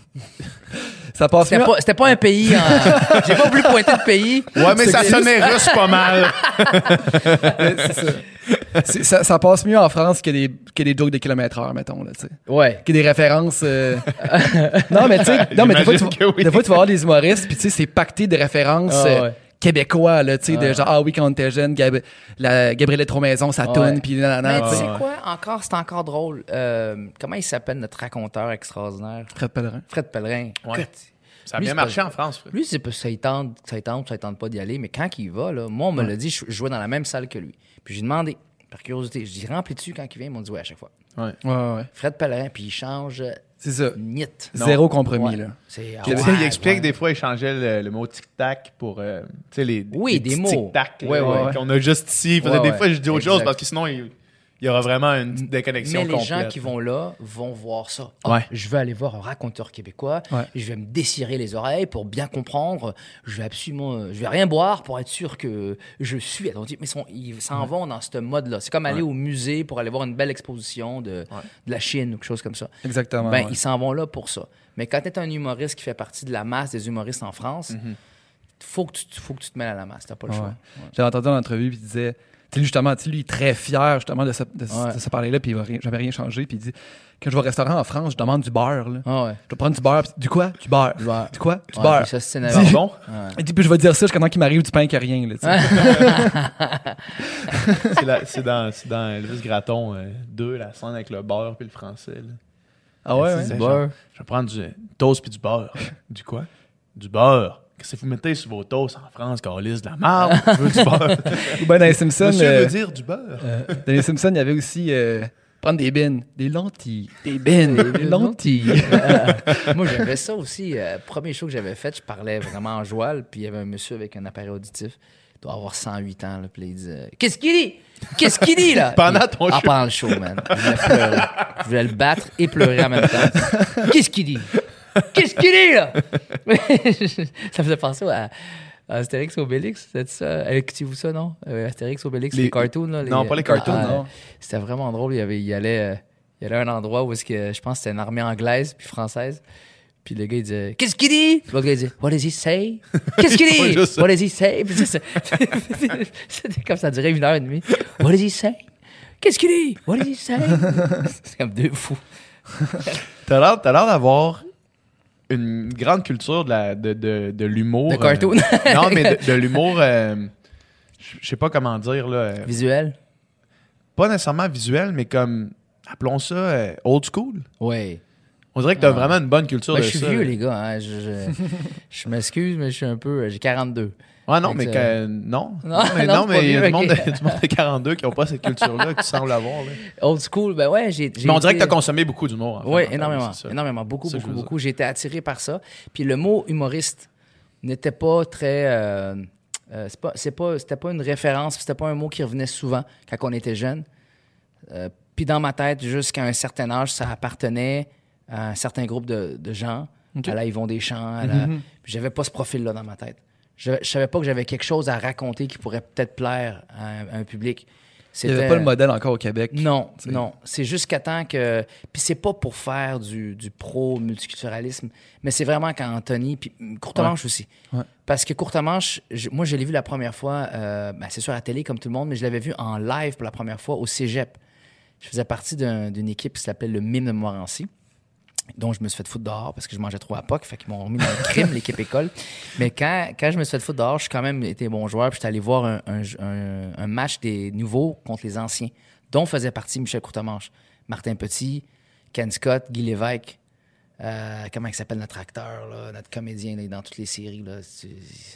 Ça passe c'était, pas, c'était pas un pays. En... J'ai pas voulu pointer de pays. Ouais, mais ça sonnait russe pas mal. c'est ça. C'est, ça. Ça passe mieux en France que des, que des jokes de kilomètre heure, mettons. Là, ouais. Que des références. Euh... non, mais tu sais, non, mais des fois, tu, oui. des fois, tu vas voir des humoristes, puis tu sais, c'est pacté de références. Oh, ouais. Québécois, là, tu sais, ouais. de genre, ah oui, quand on était jeune, Gab- la Gabrielle Trop-Maison, ça tourne, puis nanana. Mais tu sais quoi, encore, c'est encore drôle. Euh, comment il s'appelle, notre raconteur extraordinaire? Fred Pellerin. Fred Pellerin. Ouais. Écoute, ça a lui, bien marché pas... en France. Fred. Lui, c'est, ça, il tente, ça, il tente, ça il tente pas d'y aller, mais quand il va, là, moi, on me ouais. l'a dit, je jouais dans la même salle que lui. Puis j'ai demandé, par curiosité, je dis, remplis-tu quand il vient? Ils m'ont dit, ouais, à chaque fois. Ouais, ouais, ouais. Fred Pellerin, puis il change... C'est ça. Niet. Zéro compromis, ouais. là. C'est, ah, ouais, il explique ouais. des fois, il changeait le, le mot tic-tac pour, euh, tu sais, les, oui, les des mots. tic-tac ouais, là, ouais. qu'on a juste ici. Ouais, des ouais. fois, je dis autre exact. chose parce que sinon, il, il y aura vraiment une déconnexion complète. Mais les complète. gens qui vont là vont voir ça. Ah, ouais. Je vais aller voir un raconteur québécois. Ouais. Je vais me décirer les oreilles pour bien comprendre. Je vais absolument... Je vais rien boire pour être sûr que je suis attentif. Mais sont, ils s'en ouais. vont dans ce mode-là. C'est comme aller ouais. au musée pour aller voir une belle exposition de, ouais. de la Chine ou quelque chose comme ça. Exactement. Ben, ouais. Ils s'en vont là pour ça. Mais quand tu es un humoriste qui fait partie de la masse des humoristes en France, il mm-hmm. faut, faut que tu te mêles à la masse. Tu n'as pas le ouais. choix. Ouais. J'avais entendu une entrevue puis il disait... Tu sais, justement, lui, il est très fier justement de se, de, ouais. de se parler là, puis il va rien, jamais rien changer. Puis il dit, quand je vais au restaurant en France, je demande du beurre. Là. Ah ouais. Je vais prendre du beurre. Puis, du quoi? Du beurre. Du, beurre. du quoi? Du ouais, beurre. Ça, c'est dis, bon. Ouais. Dit, puis je vais dire ça jusqu'à temps qu'il m'arrive du pain qui a rien. Là, c'est, la, c'est, dans, c'est dans Elvis Gratton euh, deux, la scène avec le beurre puis le français. Là. Ah ouais? ouais. Du beurre. Je vais prendre du toast puis du beurre. Du quoi? Du beurre. Qu'est-ce que vous mettez sur vos toasts en France, câlisse de la marde? Je veux du beurre. Ou bien dans les Simpsons... Monsieur euh, veut dire du beurre. Euh, dans les Simpsons, il y avait aussi... Euh, prendre des bines. Des lentilles. Des bines. Des lentilles. Moi, j'avais ça aussi. Euh, premier show que j'avais fait, je parlais vraiment en joual, puis il y avait un monsieur avec un appareil auditif. Il doit avoir cent huit ans, là, puis il disait « Qu'est-ce qu'il dit? Qu'est-ce qu'il dit, là? » Pendant ton ah, show. Pendant le show, man. Je voulais pleurer. Je voulais le battre et pleurer en même temps. « Qu'est-ce qu'il dit? Qu'est-ce qu'il dit, là? » Ça me faisait penser à... Astérix Obélix, c'est ça? Écoutez-vous ça, non? Euh, Astérix Obélix, les, les cartoons, là? Les, non, pas les cartoons, ah, non. C'était vraiment drôle. Il y, avait, il, y allait, euh, il y allait à un endroit où est-ce que, je pense que c'était une armée anglaise puis française. Puis le gars, il disait « Qu'est-ce qu'il dit? » L'autre gars, il disait « What does he say? » « Qu'est-ce qu'il dit? What does he say? » Puis ça, c'était comme ça durait une heure et demie. « What does he say? Qu'est-ce qu'il dit? What does he say? » C'est comme deux fous. T'as l'air, t'as l'air d'avoir... une grande culture de, la, de, de, de l'humour. De cartoon. Euh, non, mais de, de l'humour, euh, je sais pas comment dire. Là, euh, visuel? Pas nécessairement visuel, mais comme, appelons ça euh, old school. Oui. On dirait que t'as ah. vraiment une bonne culture ben, de ça. Je suis ça, vieux, là. les gars. Hein. Je, je, je m'excuse, mais je suis un peu... J'ai quarante-deux. Ah non, mais, que, euh, non. non. Mais non, mais il y a du monde, de, du monde de quarante-deux qui n'ont pas cette culture-là, qui semble l'avoir. Là. Old school, ben ouais. J'ai, j'ai mais on dirait été... que tu as consommé beaucoup d'humour. En oui, fait, énormément. Énormément. Beaucoup, ça, beaucoup, beaucoup. J'ai été attiré par ça. Puis le mot humoriste n'était pas très... Euh, euh, c'est pas, c'est pas, c'était pas une référence, c'était pas un mot qui revenait souvent quand on était jeune. Euh, puis dans ma tête, jusqu'à un certain âge, ça appartenait à un certain groupe de, de gens. Okay. À la Yvon Deschamps. À la... mm-hmm. J'avais pas ce profil-là dans ma tête. Je, je savais pas que j'avais quelque chose à raconter qui pourrait peut-être plaire à un, à un public. C'était... Il n'y avait pas le modèle encore au Québec. Non, t'sais. non. C'est jusqu'à temps que... Puis c'est pas pour faire du, du pro-multiculturalisme, mais c'est vraiment quand Anthony... Puis Courtemanche ouais. aussi. Ouais. Parce que Courtemanche, je, moi, je l'ai vu la première fois, euh, ben, c'est sûr à la télé comme tout le monde, mais je l'avais vu en live pour la première fois au Cégep. je faisais partie d'un, d'une équipe qui s'appelait le Mime de Montmorency, dont je me suis fait foutre dehors parce que je mangeais trop à P O C, fait qu'ils m'ont remis dans le crime, l'équipe école. Mais quand, quand je me suis fait foutre dehors, j'ai quand même été bon joueur, puis j'étais allé voir un, un, un, un match des nouveaux contre les anciens, dont faisait partie Michel Courtemanche, Martin Petit, Ken Scott, Guy Lévesque, euh, comment il s'appelle notre acteur, là, notre comédien là, dans toutes les séries, là, c'est,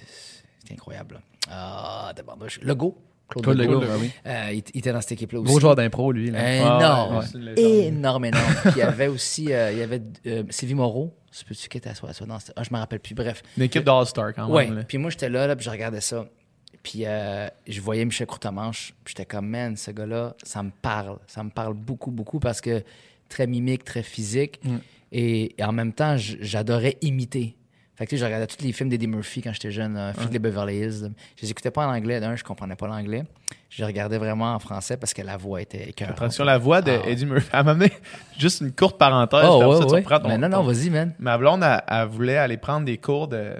c'est incroyable. Là. Ah, d'abord, Legault. Claude, Claude Legault. Legault, ben oui. Euh, il, il était dans cette équipe-là aussi. Gros joueur d'impro, lui. Là. Énorme. Ouais, ouais, c'est une légende. énorme, énorme. Puis il y avait aussi, euh, il y avait euh, Sylvie Moreau. Je peux-tu qui était à soi, à soi dans cette... Ah, je me rappelle plus. Bref. Une équipe d'All-Star quand même. Ouais. là. Puis moi, j'étais là, là, puis je regardais ça. Puis euh, je voyais Michel Courtemanche. Puis j'étais comme, man, ce gars-là, ça me parle. Ça me parle beaucoup, beaucoup parce que très mimique, très physique. Mm. Et, et en même temps, j'adorais imiter. Fait que tu sais, je regardais tous les films d'Eddie Murphy quand j'étais jeune, euh, Flics de Beverly Hills. Là. Je les écoutais pas en anglais. D'un, je comprenais pas l'anglais. Je les regardais vraiment en français parce que la voix était écœurante. Attention, la voix d'Eddie ah. Murphy. Elle m'a amené juste une courte parenthèse. Oh, ouais, ça, ouais. Tu ton, Mais non, non, ton... vas-y, man. Ma blonde, elle, elle voulait aller prendre des cours de,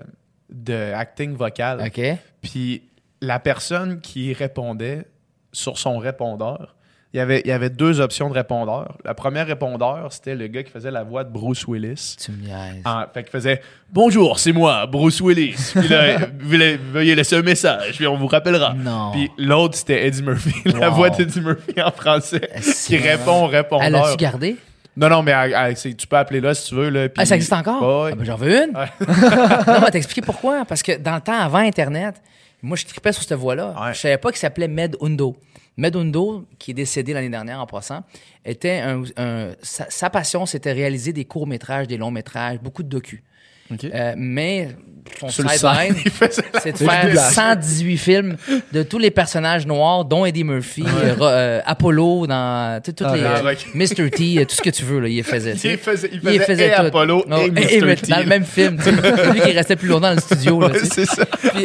de acting vocal. OK. Puis la personne qui répondait sur son répondeur, il y avait, il y avait deux options de répondeur. La première répondeur, c'était le gars qui faisait la voix de Bruce Willis. Tu me niaises. En, fait qu'il faisait « Bonjour, c'est moi, Bruce Willis. Puis là, veuillez, veuillez laisser un message, puis on vous rappellera. » Non. Puis l'autre, c'était Eddie Murphy, la wow. voix d'Eddie Murphy en français, c'est qui répond au répondeur. Elle l'a-tu gardé? Non, non, mais elle, elle, c'est, tu peux appeler là si tu veux. Là, puis... Ah, ça existe encore? Oh, oui. Ah, ben, j'en veux une. Ouais. Non, mais t'expliquer pourquoi. Parce que dans le temps, avant Internet, moi, je tripais sur cette voix-là. Ouais. Je savais pas qu'il s'appelait Med Undo. Med Undo, qui est décédé l'année dernière en passant, était un, un, sa, sa passion, c'était réaliser des courts-métrages, des longs-métrages, beaucoup de docus. Okay. Euh, mais son Sur le sideline, side, c'est de faire cent dix-huit films de tous les personnages noirs, dont Eddie Murphy, ouais. euh, euh, Apollo, dans toutes ah, les euh, mister T, tout ce que tu veux, là, il les faisait. Il faisait, il faisait, il faisait et tout. Apollo non, et mister et, T. Dans le même film. Lui qui restait plus longtemps dans le studio. Là, ouais, c'est ça. Puis,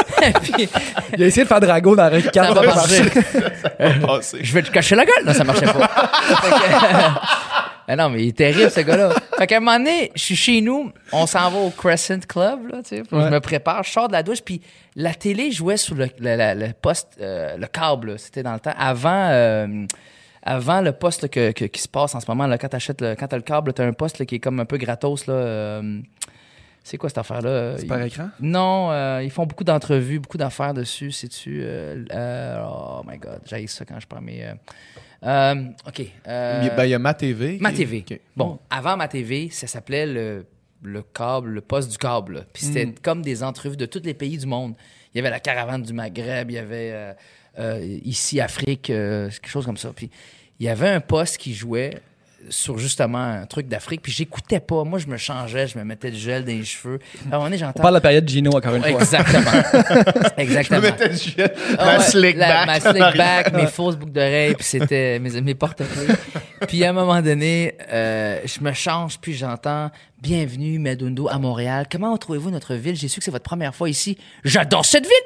puis, il a essayé de faire Drago dans Rocky quatre. Ça va marcher. passer. Je vais te cacher la gueule. Non, ça marchait pas. Mais non, mais il est terrible, ce gars-là. Fait qu'à un moment donné, je suis chez nous, on s'en va au Crescent Club, là, tu sais, ouais. Je me prépare, je sors de la douche, puis la télé jouait sur le, le, le, le poste, euh, le câble, là, c'était dans le temps, avant, euh, avant le poste là, que, que, qui se passe en ce moment, là, quand t'achètes le, quand t'as le câble, t'as un poste là, qui est comme un peu gratos, là, euh, c'est quoi cette affaire-là? C'est par écran? Non, euh, ils font beaucoup d'entrevues, beaucoup d'affaires dessus, sais-tu? Euh, euh, oh my God, j'haïs ça quand je prends mes... Euh, Euh, OK. Euh, il, ben, il y a Ma T V. Ma T V. Okay. Bon, avant Ma T V, ça s'appelait le, le câble, le poste du câble. Là. Puis c'était mm. comme des entrevues de tous les pays du monde. Il y avait la caravane du Maghreb, il y avait euh, euh, ici Afrique, euh, quelque chose comme ça. Puis il y avait un poste qui jouait sur justement un truc d'Afrique, puis j'écoutais pas. Moi, je me changeais, je me mettais du gel dans les cheveux. À un moment donné, j'entends... On parle de la période Gino, encore une fois. Exactement. Exactement. Je me mettais du gel, oh, ma ouais, slick la, back. Ma slick back, mes fausses boucles d'oreilles, puis c'était mes, mes porte-clés. Puis à un moment donné, euh, je me change, puis j'entends « Bienvenue, Med Undo, à Montréal. Comment trouvez-vous notre ville? J'ai su que c'est votre première fois ici. J'adore cette ville! »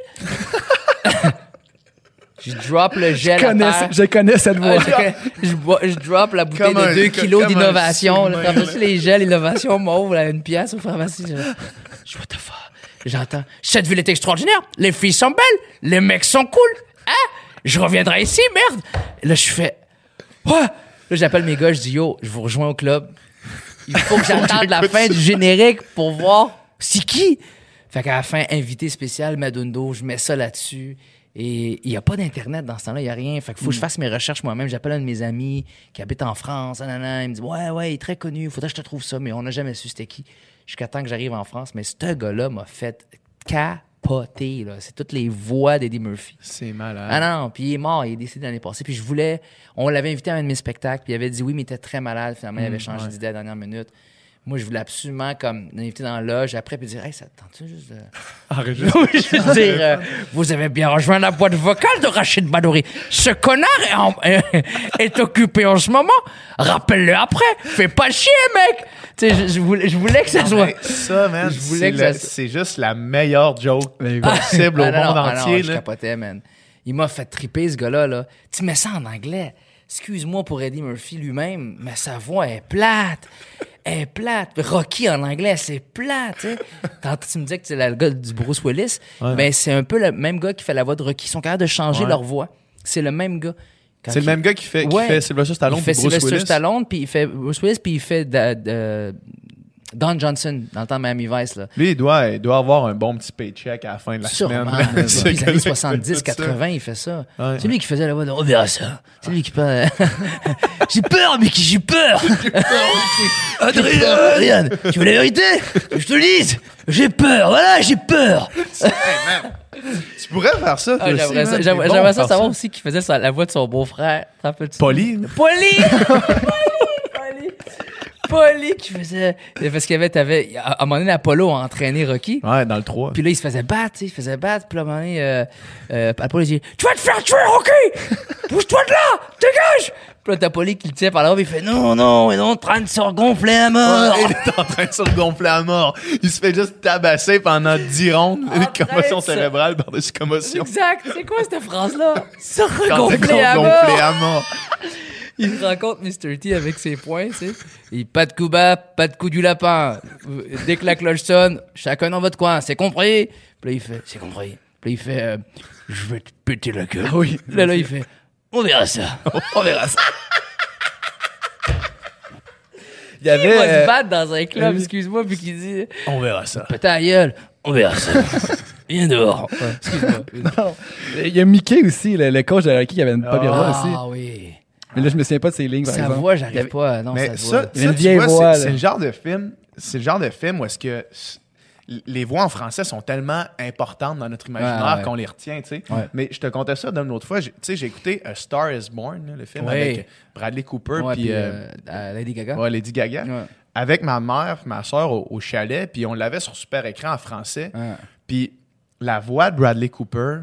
Je drop le gel je connais, à terre. Je connais cette voix. Euh, je, connais, je, bois, je drop la bouteille comme de deux kilos d'innovation. La pharmacie, les gels, innovation mauve, à une pièce au pharmacie. Je, je what the fuck? J'entends. Cette ville est extraordinaire. Les filles sont belles. Les mecs sont cool. Hein? Je reviendrai ici, merde. Et là, je fais. Ouais. Là, j'appelle mes gars, je dis yo, je vous rejoins au club. Il faut que j'attende la fin du générique pour voir c'est qui. Fait qu'à la fin, invité spécial, Med Undo, je mets ça là-dessus. Et il n'y a pas d'Internet dans ce temps-là, il n'y a rien. Fait qu'il faut que je fasse mes recherches moi-même. J'appelle un de mes amis qui habite en France. Nanana. Il me dit ouais, ouais, il est très connu, il faudrait que je te trouve ça, mais on n'a jamais su c'était qui. Jusqu'à temps que j'arrive en France. Mais ce gars-là m'a fait capoter. Là. C'est toutes les voix d'Eddie Murphy. C'est malade. Ah non, puis il est mort, il est décédé l'année passée. Puis je voulais. On l'avait invité à un de mes spectacles, puis il avait dit oui, mais il était très malade. Finalement, mmh, il avait changé ouais. d'idée à la dernière minute. Moi, je voulais absolument comme l'inviter dans la loge après puis dire hey, ça te tente-tu juste de. Enregistre. Oui, je veux dire, euh, vous avez bien rejoint la boîte vocale de Rachid Badouri. Ce connard est, en, est, est occupé en ce moment. Rappelle-le après. Fais pas chier, mec. Tu sais, je, je, voulais, je voulais que ça soit. Non, ça, man, je voulais c'est, que le, ça... c'est juste la meilleure joke possible ah, au non, monde non, entier. Ah, non, là. je capotais, man. Il m'a fait triper, ce gars-là. Là. Tu mets ça en anglais. Excuse-moi pour Eddie Murphy lui-même, mais sa voix est plate. Elle est plate. Rocky en anglais, c'est plate. Tu sais. Tantôt, tu me disais que c'est le gars du Bruce Willis, ouais. mais c'est un peu le même gars qui fait la voix de Rocky. Ils sont capables de changer ouais. leur voix. C'est le même gars. Quand C'est il- le même gars qui fait, qui Ouais. fait Sylvester Stallone Il fait puis Bruce Sylvester Willis. Stallone, puis il fait Bruce Willis, puis il fait de- de- Don Johnson dans le temps de Miami Vice. Là. Lui, il doit, il doit avoir un bon petit paycheck à la fin de la Sûrement. semaine. Depuis Ce les gars-là, années il fait soixante-dix tout ça. quatre-vingts, il fait ça. Ouais. C'est lui qui faisait la voix de on verra ça. C'est lui qui parle. J'ai peur, mais qui j'ai peur. Adrien, Adrien, tu veux la vérité? Je te le dise. J'ai peur. Voilà, j'ai peur. Hey, man, tu pourrais faire ça, toi Ah, aussi, j'aimerais ça, man. j'aimerais- T'es bon j'aimerais pour ça faire savoir aussi qu'il faisait sa- la voix de son beau-frère. Te rappelles-tu? Poli. Poli! Poli! Poli qui faisait. Parce qu'il y avait, t'avais, à un moment donné, Apollo a entraîné Rocky. Ouais, dans le trois. Puis là, il se faisait battre, tu sais, il se faisait battre. Puis là, à un moment donné, euh, euh, Apollo, il dit tu vas te faire tuer, Rocky! Pousse-toi de là! Dégage! Puis là, t'as Poli qui le tient par la robe, il fait non, non, il est en train de se regonfler à mort! Ouais, il est en train de se regonfler à mort. Il se fait juste tabasser pendant dix rondes. En Commotion train de se- cérébrale par-dessus commotion. Exact, c'est quoi cette phrase-là? Se Quand t'es regonfler à gonflé mort! à mort. Il rencontre mister T avec ses poings, tu sais. Il pas de coup bas, pas de coup du lapin. Dès que la cloche sonne, chacun dans votre coin, c'est compris? Puis là, il fait, c'est compris. Puis là, il fait, euh, je vais te péter la gueule. Oui. Là, là, il fait, on verra ça. On verra ça. Il y avait. Il va se euh, battre dans un club, oui. excuse-moi, puis qu'il dit, On verra ça. pète ta gueule, on verra ça. Viens dehors. Ouais, excuse-moi. non. Il y a Mickey aussi, le, le coach de hockey qui avait une pas bien voix aussi. Ah oui. Mais là, je me souviens pas de ses lignes, par Sa exemple. voix, Il y j'arrive avait- pas. Non, Mais ça se ça, voit. ça, Il y a une tu vieille vois, voix, c'est- là. c'est le genre de film, c'est le genre de film où est-ce que s- les voix en français sont tellement importantes dans notre imaginaire Ouais, ouais. qu'on les retient, tu sais. Ouais. Mais je te contais ça d'une autre fois. J'ai- Tu sais, j'ai écouté A Star Is Born, là, le film Ouais. avec Bradley Cooper Ouais, puis puis, euh, euh, à Lady Gaga. ouais, Lady Gaga. Ouais. Avec ma mère, ma soeur au, au chalet, puis on l'avait sur super écran en français. Ouais. Puis la voix de Bradley Cooper,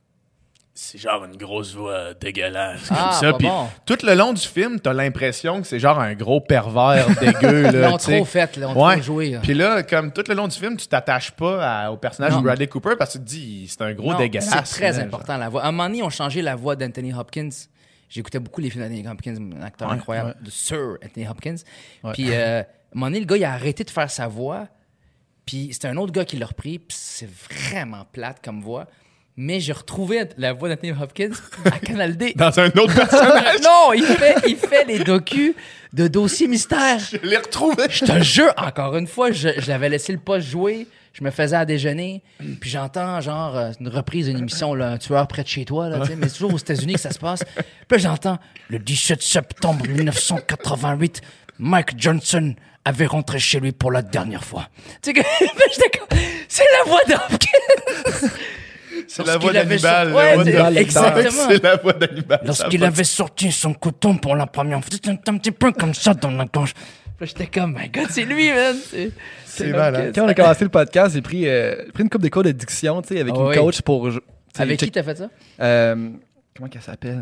c'est genre une grosse voix dégueulasse Ah, comme ça. pas Puis bon. tout le long du film, t'as l'impression que c'est genre un gros pervers dégueu. Ils Là, l'ont tu sais. trop fait, là, ils ont Ouais. trop joué. là. Puis là, comme tout le long du film, tu t'attaches pas à- au personnage Non. de Bradley Cooper parce que tu te dis, c'est un gros Non, dégueulasse. c'est très là, important, la voix. À un moment donné, ils ont changé la voix d'Anthony Hopkins. J'écoutais beaucoup les films d'Anthony Hopkins, un acteur Ouais, incroyable, de Sir Anthony Hopkins. Ouais. Puis, euh, à un moment donné, le gars, il a arrêté de faire sa voix. Puis, c'était un autre gars qui l'a repris. Puis, c'est vraiment plate comme voix. Mais j'ai retrouvé la voix d'Anthony Hopkins à Canal D. Dans un autre personnage. Non, il fait, il fait les docus de dossiers mystères. Je l'ai retrouvé. Je te jure, encore une fois, je, je l'avais laissé le poste jouer. Je me faisais à déjeuner, puis j'entends genre euh, une reprise d'une émission, là, un tueur près de chez toi, là, tu sais, mais c'est toujours aux États-Unis que ça se passe. Puis là, j'entends le dix-sept septembre mille neuf cent quatre-vingt-huit, Mike Johnson avait rentré chez lui pour la dernière fois. Tu sais que j'étais comme, c'est la voix d'Hopkins. C'est la voix Lorsqu'il avait d'Hannibal. sur- ouais, la voix c'est- d'Hannibal. exactement. C'est la voix d'Hannibal. Lorsqu'il Ça a avait sorti son coton pour la première fois, c'était un petit peu comme ça dans la gorge. Puis là, j'étais comme, my God, c'est lui, man. C'est, C'est malade. Quand on a commencé le podcast, j'ai pris, euh, pris une couple de cours de diction, tu sais, avec Ah une oui. coach pour. tu sais, Avec qui check- t'as fait ça? euh, Comment qu'elle s'appelle?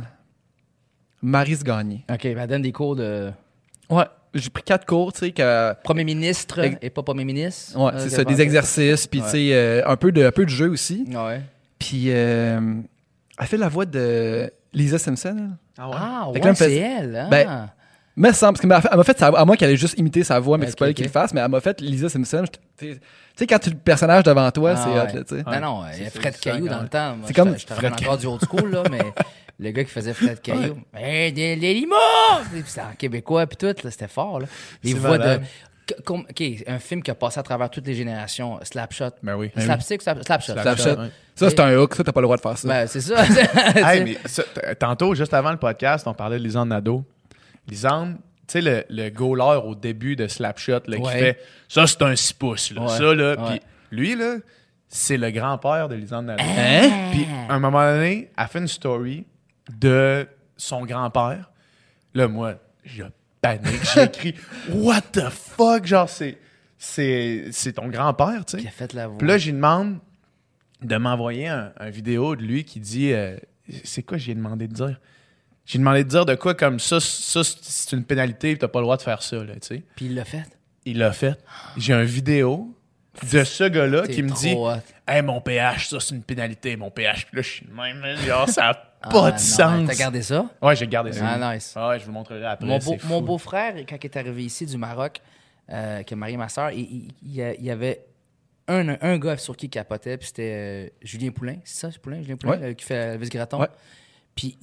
Maryse Gagné. OK, ben, elle donne des cours de Ouais. J'ai pris quatre cours, tu sais, que. premier ministre Ex- et pas premier ministre. Ouais, Euh, c'est que- ça, des exercices, puis Ouais. tu sais, euh, un, peu de, un peu de jeu aussi. Ouais. Puis, euh, elle fait la voix de Lisa Simpson. elle. Ah ouais? Ah, Fait ouais, que là, elle me c'est fait- elle. Ah. Ben, Mais ça, parce que elle m'a fait sa- à moi qu'elle allait juste imiter sa voix, mais Ok, c'est pas elle ok. qui le fasse, mais elle m'a fait Lisa Simpson. je- Tu sais- tu sais, quand tu le personnage devant toi, Ah, c'est ouais. hot, là, tu sais. Non, non, il y a C'est- Fred c'est Caillou ça, dans le temps. Moi, C'est je comme te- je te Fred ramène encore du old school, là, mais le gars qui faisait Fred Caillou. Hey, des, des limons! Puis c'était en québécois, puis tout, là, c'était fort, là. Les C'est voix malade. de. que- comme- OK, un film qui a passé à travers toutes les générations, Slapshot. Ben oui. Slapstick, Slap- Slapshot. Slapshot. ouais. Ça, c'est un hook, ça, t'as pas le droit de faire ça. Ben, c'est ça. Hey, mais ça, t- tantôt, juste avant le podcast, on parlait de Lisande Nadeau. Lisande, tu sais, le, le goaler au début de Slapshot, là, qui Ouais. fait ça, c'est un six pouces. Là, Ouais. ça, là. Ouais. Puis lui, là, c'est le grand-père de Lisande Nadeau. Hein? Puis à un moment donné, elle fait une story de son grand-père. Là, moi, je panique. J'ai écrit What the fuck? Genre, c'est, c'est, c'est ton grand-père, tu Qui sais. a fait la voix. Puis là, j'ai demandé de m'envoyer un, un vidéo de lui qui dit euh, c'est quoi j'ai demandé de dire? J'ai demandé de dire de quoi comme ça, ça c'est une pénalité et t'as pas le droit de faire ça, là, tu sais. Puis il l'a fait. Il l'a fait. J'ai un vidéo de ce gars-là C'est qui me trop dit hot. Hey, mon P H, ça c'est une pénalité, mon P H. Puis là, je suis de même, là, genre, ça n'a Ah, pas de non, sens. T'as gardé ça? Ouais, j'ai gardé ça. Ah, nice. Ah ouais, je vous le montrerai après. Mon, beau, c'est mon fou. beau-frère, quand il est arrivé ici du Maroc, euh, qui a marié ma soeur, il, il- il y a- il y avait un, un gars sur qui il capotait, puis c'était euh, Julien Poulain. C'est ça, c'est Poulain, Julien Poulain, Ouais. euh, qui fait Elvis Gratton. Ouais. Puis il-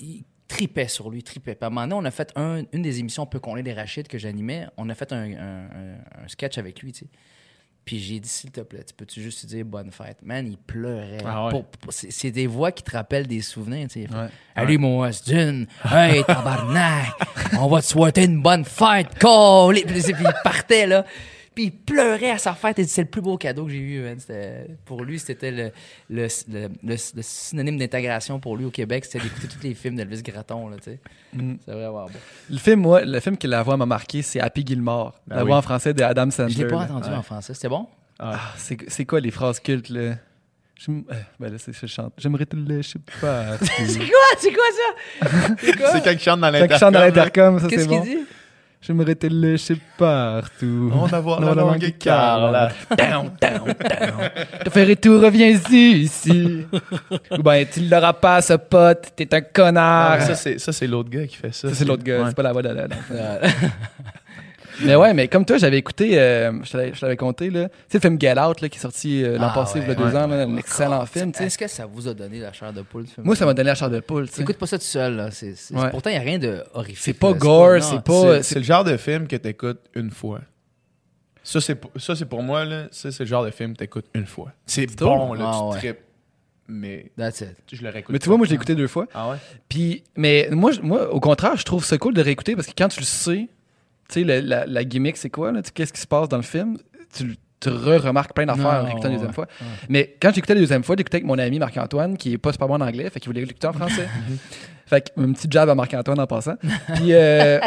tripait sur lui, tripait. Puis à un moment donné, on a fait un, une des émissions Peu qu'on ait des Rachides que j'animais. On a fait un, un, un, un sketch avec lui, tu sais. Puis j'ai dit, s'il te plaît, tu peux-tu juste lui dire bonne fête? Man, il pleurait. Ah ouais. Pour- pour- c'est, c'est des voix qui te rappellent des souvenirs, tu sais. Ouais. Allez, mon Austin, hey, tabarnak, on va te souhaiter une bonne fête, colle! Puis puis il partait, là. Puis il pleurait à sa fête. Et c'est le plus beau cadeau que j'ai eu, man. C'était- Pour lui, c'était le, le, le, le, le synonyme d'intégration pour lui au Québec. C'était d'écouter tous les films d'Elvis Gratton, là, tu sais. Mm. C'est vraiment bon. Le film, moi, le film que la voix m'a marqué, c'est Happy Gilmore. Ben la oui. voix en français de Adam Sandler. Je l'ai pas là. entendu ouais. en français. C'était bon? Ah, c'est, c'est quoi les phrases cultes, là? J'aime- euh, ben là, c'est je chante. J'aimerais te lâcher partout. C'est quoi? C'est quoi ça? C'est quoi? C'est quand il chante dans Quand il l'intercom. chante dans là. l'intercom, ça Qu'est-ce c'est qu'il bon. dit? J'aimerais te lâcher partout. On va voir On la va la longue manquer écart, là. Down, down, down. Te ferai tout, reviens-y ici. Ou ben, tu l'auras pas, ce pote, t'es un Non, connard. mais ça, c'est, ça, c'est l'autre gars qui fait ça. Ça, c'est l'autre gars, Ouais. c'est pas la voix de la. Euh, Mais ouais, mais comme toi, j'avais écouté, euh, je, te l'avais, je te l'avais compté, là. Tu sais, le film Get Out, là, qui est sorti euh, l'an Ah, passé, ouais, il y a deux ouais, ans, là, un ouais. excellent film, tu sais. Est-ce que ça vous a donné la chair de poule, ce film? Moi, ça m'a donné la chair de poule, tu sais. Écoute pas ça tout seul, là. C'est, c'est- Ouais. Pourtant, il n'y a rien de horrifique. C'est pas là. gore, non, c'est pas- C'est, c'est le genre de film que t'écoutes une fois. Ça, c'est, pour- ça, c'est pour moi, là. Ça, c'est le genre de film que t'écoutes une fois. C'est tout? bon, là. Ah, tu ouais. tripes. Mais That's it. je le réécoute. Mais tu vois, moi, je l'ai écouté deux fois. Ah ouais? Puis, mais moi, je- moi, au contraire, je trouve ça cool de réécouter parce que quand tu le sais, tu sais, le- la, la gimmick, c'est quoi, là? Tu sais, qu'est-ce qui se passe dans le film? Tu, tu re-remarques plein d'affaires en Non, l'écoutant la deuxième ouais, fois. ouais. Mais quand j'écoutais la deuxième fois, j'écoutais avec mon ami Marc-Antoine, qui est pas super bon en anglais, fait qu'il voulait l'écouter en français. Fait que, un petit jab à Marc-Antoine en passant. Puis, euh...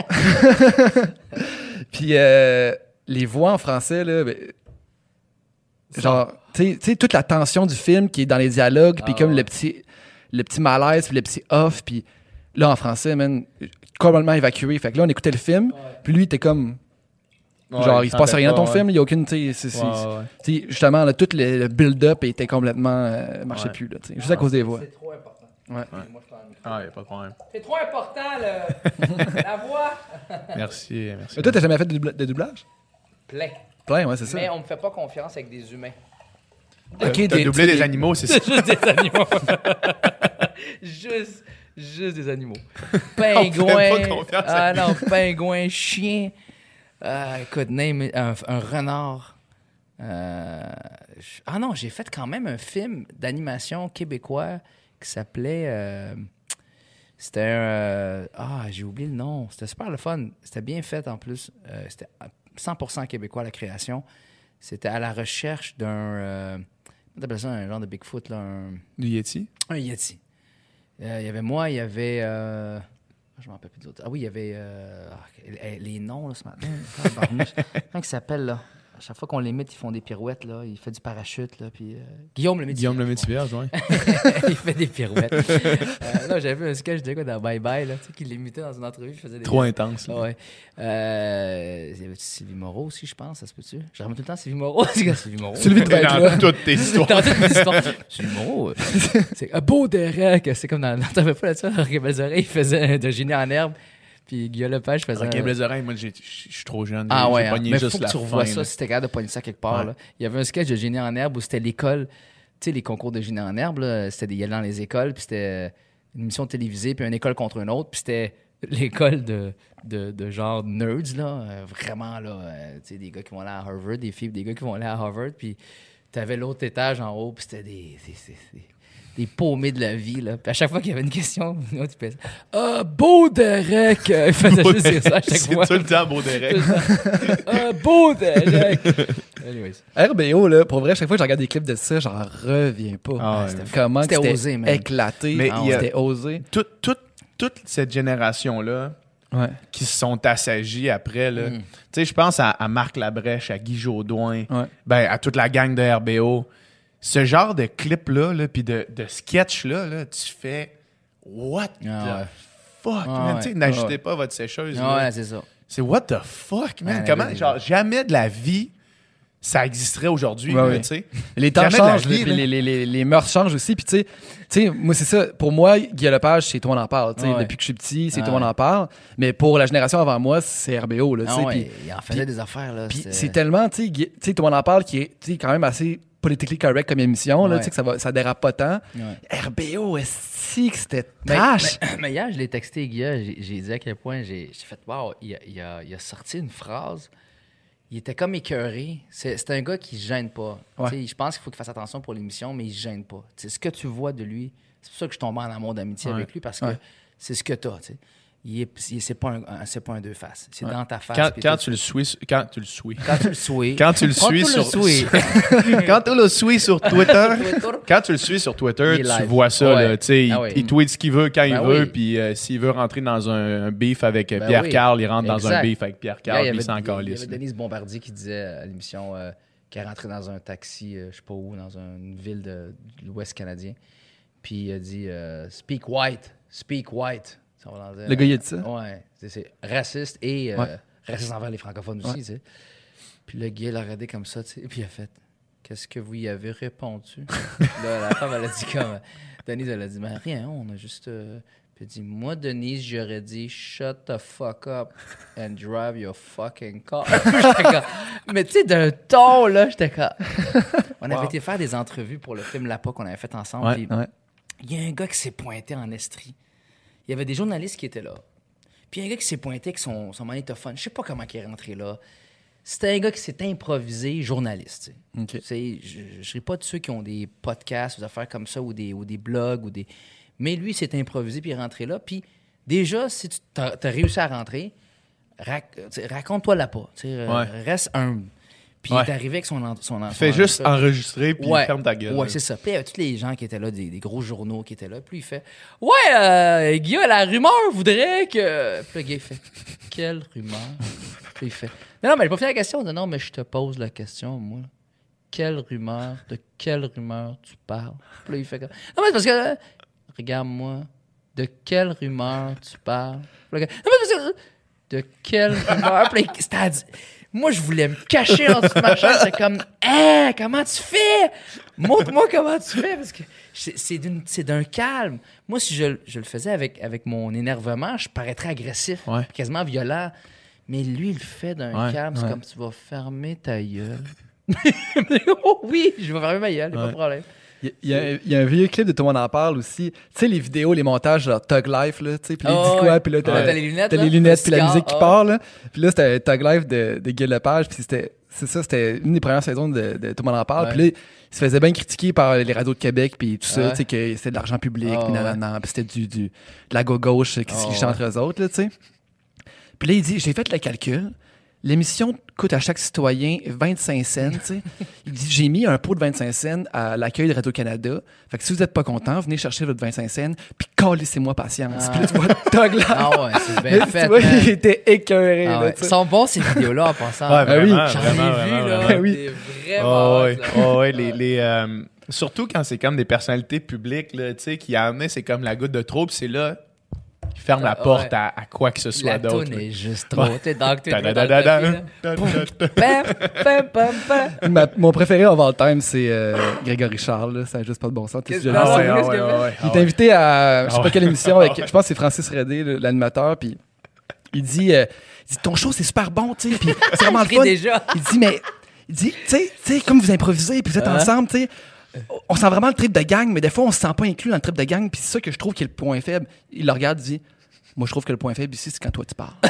Puis euh, les voix en français, là, ben, genre, tu sais- tu sais, toute la tension du film qui est dans les dialogues, puis Ah, comme ouais. le petit, le petit malaise, puis le petit off, puis là, en français, man, complètement évacué. Fait que là, on écoutait le film, puis lui, il était comme... genre, Ouais, il se passe rien dans ton ouais. film, il n'y a aucune... tu sais, c'est- c'est- Ouais, ouais. tu sais, justement, là, tout le, le build-up était complètement... euh, marchait Ouais. plus, là, tu sais, juste à cause des voix. C'est trop important. Ouais. Moi, je parle. Ah, y a pas de problème. C'est trop important, le... la voix. Merci, merci. Mais toi, t'as jamais fait de, doubla- de doublage? Plein. Plein, ouais, c'est ça. Mais on me fait pas confiance avec des humains. T'as- Ok, t'as des- doublé des- des animaux, c'est ça. Juste des animaux. juste, juste des animaux. On fait Pingouin. pas confiance Ah à non, pingouin, chien. Ah, écoute, name it, un, un renard. Euh, je- ah non, j'ai fait quand même un film d'animation québécois qui s'appelait. euh, c'était un. euh, ah, j'ai oublié le nom. C'était super le fun. C'était bien fait en plus. Euh, c'était cent pour cent québécois la création. C'était à la recherche d'un. Euh, comment t'appelles ça, un genre de Bigfoot, là, un, Du Yeti? un Yeti. Euh, Il y avait moi, il y avait. Euh, je m'en rappelle plus d'autres. Ah oui, il y avait. euh, ah, les noms, là, ce matin. Tabarnouche. Comment il s'appelle, là? À chaque fois qu'on les met, ils font des pirouettes, là. Il fait du parachute, là. Puis, euh, Guillaume le Métis. Guillaume le Métivierge, ouais. Il fait des pirouettes. euh, là, j'avais vu un sketch de quoi dans Bye Bye, là. Tu sais, qu'il l'imitait dans une entrevue. Il faisait des Trop intense. Ah là. ouais. Euh, il y avait Sylvie Moreau aussi, je pense, ça se peut-tu? Je ramène tout le temps Sylvie Moreau. C'est quoi, Sylvie Moreau? Sylvie devait être là. Dans toutes tes histoires. Dans toutes mes histoires. Sylvie Moreau, euh, c'est un beau Derek. C'est comme dans. T'avais pas là-dessus, Henri Belles-Oreilles, il faisait de génie en herbe. Puis Guillaume Lepage faisait. Ok, un- les oreilles, moi, j'ai- je suis trop jeune. Ah j'ai- ouais, j'ai hein. pogné mais juste faut que la tu revois fin, ça là. si t'es capable de pogner ça quelque part. Ouais. Là. Il y avait un sketch de génie en herbe où c'était l'école. Tu sais, les concours de génie en herbe, là, c'était des, il y allait dans les écoles, puis c'était une émission télévisée, puis une école contre une autre, puis c'était l'école de, de, de genre nerds, là, euh, vraiment, là, euh, tu sais, des gars qui vont aller à Harvard, des filles, des gars qui vont aller à Harvard, puis t'avais l'autre étage en haut, puis c'était des, des, des, des, des paumés de la vie, là. Puis à chaque fois qu'il y avait une question, l'autre, il faisait « Ah, beau Derek! » Il faisait juste dire ça à chaque C'est fois. tout le temps beau Derek. Ah, beau Derek! Anyways. R B O, là, pour vrai, chaque fois que je regarde des clips de ça, j'en reviens pas. Ah ouais. C'était comment C'était que c'était osé, man. éclaté. Mais Ah il y a- C'était osé. Toute, toute, toute cette génération-là Ouais. qui se sont assagis après, là. Mm. Tu sais, je pense à, à Marc Labrèche, à Guy Jodoin, Ouais. ben, à toute la gang de R B O. Ce genre de clip-là, là, puis de, de sketch-là, là, tu fais « What Ah the ouais. fuck, Ah man? ouais. Tu sais, n'ajoutez Ah ouais. pas votre sécheuse. Ah là. ouais, c'est ça. C'est what the fuck, man? Ouais, Comment, ouais, genre, ouais. jamais de la vie, ça existerait aujourd'hui, Ouais, là, ouais. tu sais. Les temps Jamais de la changent, vie, les, là. les, les, les, les mœurs changent aussi. Puis, tu sais, tu sais, moi, c'est ça. Pour moi, Guy Lepage, c'est toi, on en parle. Tu sais, Ah ouais. depuis que je suis petit, c'est Ah toi, on ouais. en parle. Mais pour la génération avant moi, c'est R B O. Là, tu Ah sais, ouais, puis- il en faisait des affaires, là. Puis c'était- c'est tellement, tu sais, Guy- tu sais, toi, on en parle qui est tu sais, quand même assez politically correct comme émission, là, Ouais. tu sais, que ça, va, ça dérape pas tant. Ouais. R B O, est-ce que c'était Mais, trash? mais, mais hier, je l'ai texté, Guilla, j'ai, j'ai dit à quel point j'ai, j'ai fait « Wow, il a, il, a, il a sorti une phrase. » Il était comme écœuré. C'est, c'est un gars qui se gêne pas. Ouais. Tu sais, je pense qu'il faut qu'il fasse attention pour l'émission, mais il se gêne pas. Tu sais, ce que tu vois de lui, c'est pour ça que je tombe en amour d'amitié Ouais. avec lui, parce que Ouais. c'est ce que tu as. Il est, il- c'est, pas un, un- c'est pas un deux faces. C'est Ouais. dans ta face. Quand, puis quand tout. tu le suis, quand tu le suis, Quand tu le suis. quand tu le Quand suis tu le sur, suis. quand tu le suis sur Twitter, quand tu le suis sur Twitter, Il est tu live. vois ça, Ouais. là, tu sais, il, Ah oui. il tweet ce qu'il veut quand il Ben veut, oui. puis euh, s'il veut rentrer dans un, un beef avec euh, Ben Pierre oui. Carl, il rentre dans un Exact. beef avec Pierre Là, Carl, il y puis il avait, s'en il y avait calisse. là. Denise Bombardier qui disait à l'émission euh, qu'elle rentrait dans un taxi, euh, je sais pas où, dans une ville de, de l'Ouest canadien. Puis il a dit euh, Speak white, speak white. Ça va dans dire, Le gars, il a dit ça? Ouais. C'est, c'est raciste et euh, Ouais. raciste envers les francophones aussi, Ouais. tu sais. Puis le gars, il a regardé comme ça, tu sais. Puis il a fait Qu'est-ce que vous y avez répondu? Là, la femme, elle a dit comme. Denise, elle a dit Ben rien, on a juste. euh, Puis elle dit Moi, Denise, j'aurais dit Shut the fuck up and drive your fucking car. J'étais comme- Mais tu sais, d'un ton, là, j'étais comme. On avait Wow. été faire des entrevues pour le film La P A qu'on avait fait ensemble. Ouais, puis ouais. il y a un gars qui s'est pointé en estrie. Il y avait des journalistes qui étaient là. Puis il y a un gars qui s'est pointé avec son, son magnétophone. Je sais pas comment il est rentré là. C'était un gars qui s'est improvisé journaliste. tu sais. OK. Tu sais, je ne serais pas de ceux qui ont des podcasts ou des affaires comme ça ou des, ou des blogs. ou des. Mais lui, il s'est improvisé puis il est rentré là. Puis déjà, si tu as, réussi à rentrer, rac- tu sais, raconte-toi là pas. Tu sais, euh, Ouais. Reste humble. Puis Ouais. il est arrivé avec son, en- son enfant. Fais juste enregistrer, puis Ouais. ferme ta gueule. Ouais, là. c'est ça. Puis il y avait tous les gens qui étaient là, des, des gros journaux qui étaient là. Puis il fait Ouais, euh, Guillaume, la rumeur voudrait que. Puis le gars, il fait Quelle rumeur? Puis il fait Non, non, mais j'ai pas fini la question. Non, non, mais je te pose la question, moi. Quelle rumeur? De quelle rumeur tu parles? Puis là, il fait comme Non, mais c'est parce que. euh, Regarde-moi. De quelle rumeur tu parles? Puis le gars, Non, mais c'est parce que. De quelle rumeur? Puis là, il- c'était à dire- Moi, je voulais me cacher en dessous de ma chaise. C'est comme, hein, comment tu fais? Montre-moi comment tu fais. Parce que c'est, c'est, d'une- c'est d'un calme. Moi, si je, je le faisais avec, avec mon énervement, je paraîtrais agressif, Ouais. quasiment violent. Mais lui, il le fait d'un Ouais, calme. C'est ouais. comme, tu vas fermer ta gueule. Oh oui, je vais fermer ma gueule, pas de problème. Il y, a, il y a un vieux clip de Tout le monde en parle aussi. Tu sais, les vidéos, les montages, genre Tug Life, là, tu sais, puis il Oh, dit quoi, ouais. puis là, t'as, Ouais. T'as les lunettes, t'as là, les lunettes, le puis la cigare, musique qui ah. part, là. Puis là, c'était Tug Life de, de Guy Lepage, puis c'était, c'est ça, c'était une des premières saisons de, de Tout le monde en parle. Ouais. Puis là, il se faisait bien critiquer par les radios de Québec, puis tout ça, Ouais. tu sais, que c'était de l'argent public, Ah, puis ouais. nanana, puis c'était du, du, de la go-gauche qui se Ah, lichait ouais. entre eux autres, là, tu sais. Puis là, il dit, j'ai fait le calcul. L'émission coûte à chaque citoyen vingt-cinq cents. tu sais. Il dit j'ai mis un pot de vingt-cinq cents à l'accueil de Radio-Canada. Fait que si vous n'êtes pas content, venez chercher votre vingt-cinq cents, puis calissez-moi patience. Ah. Puis là, tu vois Tug Life. Ah ouais, c'est bien Là, fait. tu vois, man. il était écœuré. Ah là, ouais. tu sais. Ils sont bons, ces vidéos-là, en passant. Ouais, Ah oui. vraiment, J'en vraiment, ai vu, vraiment, là. vraiment. Ben oui. Des vraiment Oh, hot, ouais. là. Oh, ouais, les, les, euh, surtout quand c'est comme des personnalités publiques, là, tu sais, qui a amené, c'est comme la goutte de trop, puis c'est là, ils ferment la Ah, porte ouais. à, à quoi que ce soit La d'autre. toune là. est juste trop. Tu sais, dans que t'es dans le Ta-da-da-da-da. tapis, là. Pam, pam, pam, pam. Ma- mon préféré of all time, c'est euh, Grégory Charles. Là. Ça n'a juste pas de bon sens. T'as Qu'est-ce déjà que- vu Ah ça? ouais, ah Qu'est-ce ouais, qu'il a ah fait? ouais, Il est ah ouais. invité à, je sais Ah pas ouais. quelle émission, avec, je pense que c'est Francis Redé, le- l'animateur, puis il dit, euh, il dit ton show c'est super bon, tu sais, puis c'est vraiment le Écrit fun. déjà. Il dit mais, il dit, tu sais, tu sais, comme vous improvisez, puis vous êtes Hein? ensemble, tu sais, on sent vraiment le trip de gang, mais des fois on se sent pas inclus dans le trip de gang, puis c'est ça que je trouve qui est le point faible. Il le regarde, il dit, moi je trouve que le point faible ici c'est quand toi tu parles.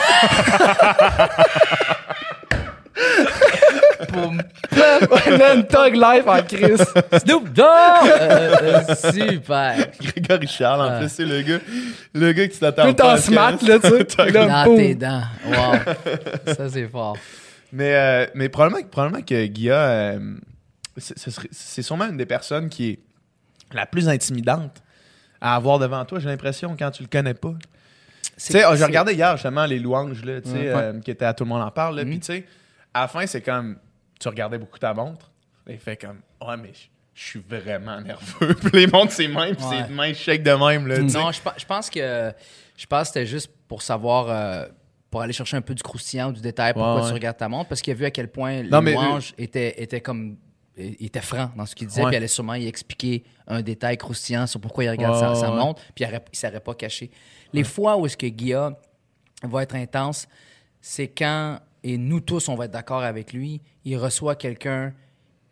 Boum. Man, Tug Life en crise. Snoop Dogg! Euh, euh, super. Grégory Charles, en Ah. plus, c'est le gars, le gars que tu t'attends Tout en smart, là, tu sais. Tug Là, Dans boum. tes dents. Wow. Ça, c'est fort. Mais, euh, mais probablement, probablement que Guilla, euh, c'est, ce serait- c'est sûrement une des personnes qui est la plus intimidante à avoir devant toi, j'ai l'impression, quand tu le connais pas. Tu sais, oh, j'ai regardé hier justement les louanges là, tu sais, Ouais. euh, qui étaient à Tout le monde en parle. Là, Mhm. Puis tu sais, à la fin, c'est comme, tu regardais beaucoup ta montre. Et il fait comme, ouais, mais je- je suis vraiment nerveux. Puis les montres, c'est même, puis Ouais. c'est de même, shake de même. Là, tu sais. Non, je, pe- je pense que je pense que c'était juste pour savoir, euh, pour aller chercher un peu du croustillant ou du détail, pourquoi Ouais, tu ouais. regardes ta montre, parce qu'il a vu à quel point Non, mais- louange était, était comme. Il était franc dans ce qu'il disait, Ouais. puis il allait sûrement y expliquer un détail croustillant sur pourquoi il regarde Ouais, sa, ouais, sa ouais. montre, puis il ne s'aurait pas caché. Les fois où est-ce que Guilla va être intense, c'est quand, et nous tous, on va être d'accord avec lui, il reçoit quelqu'un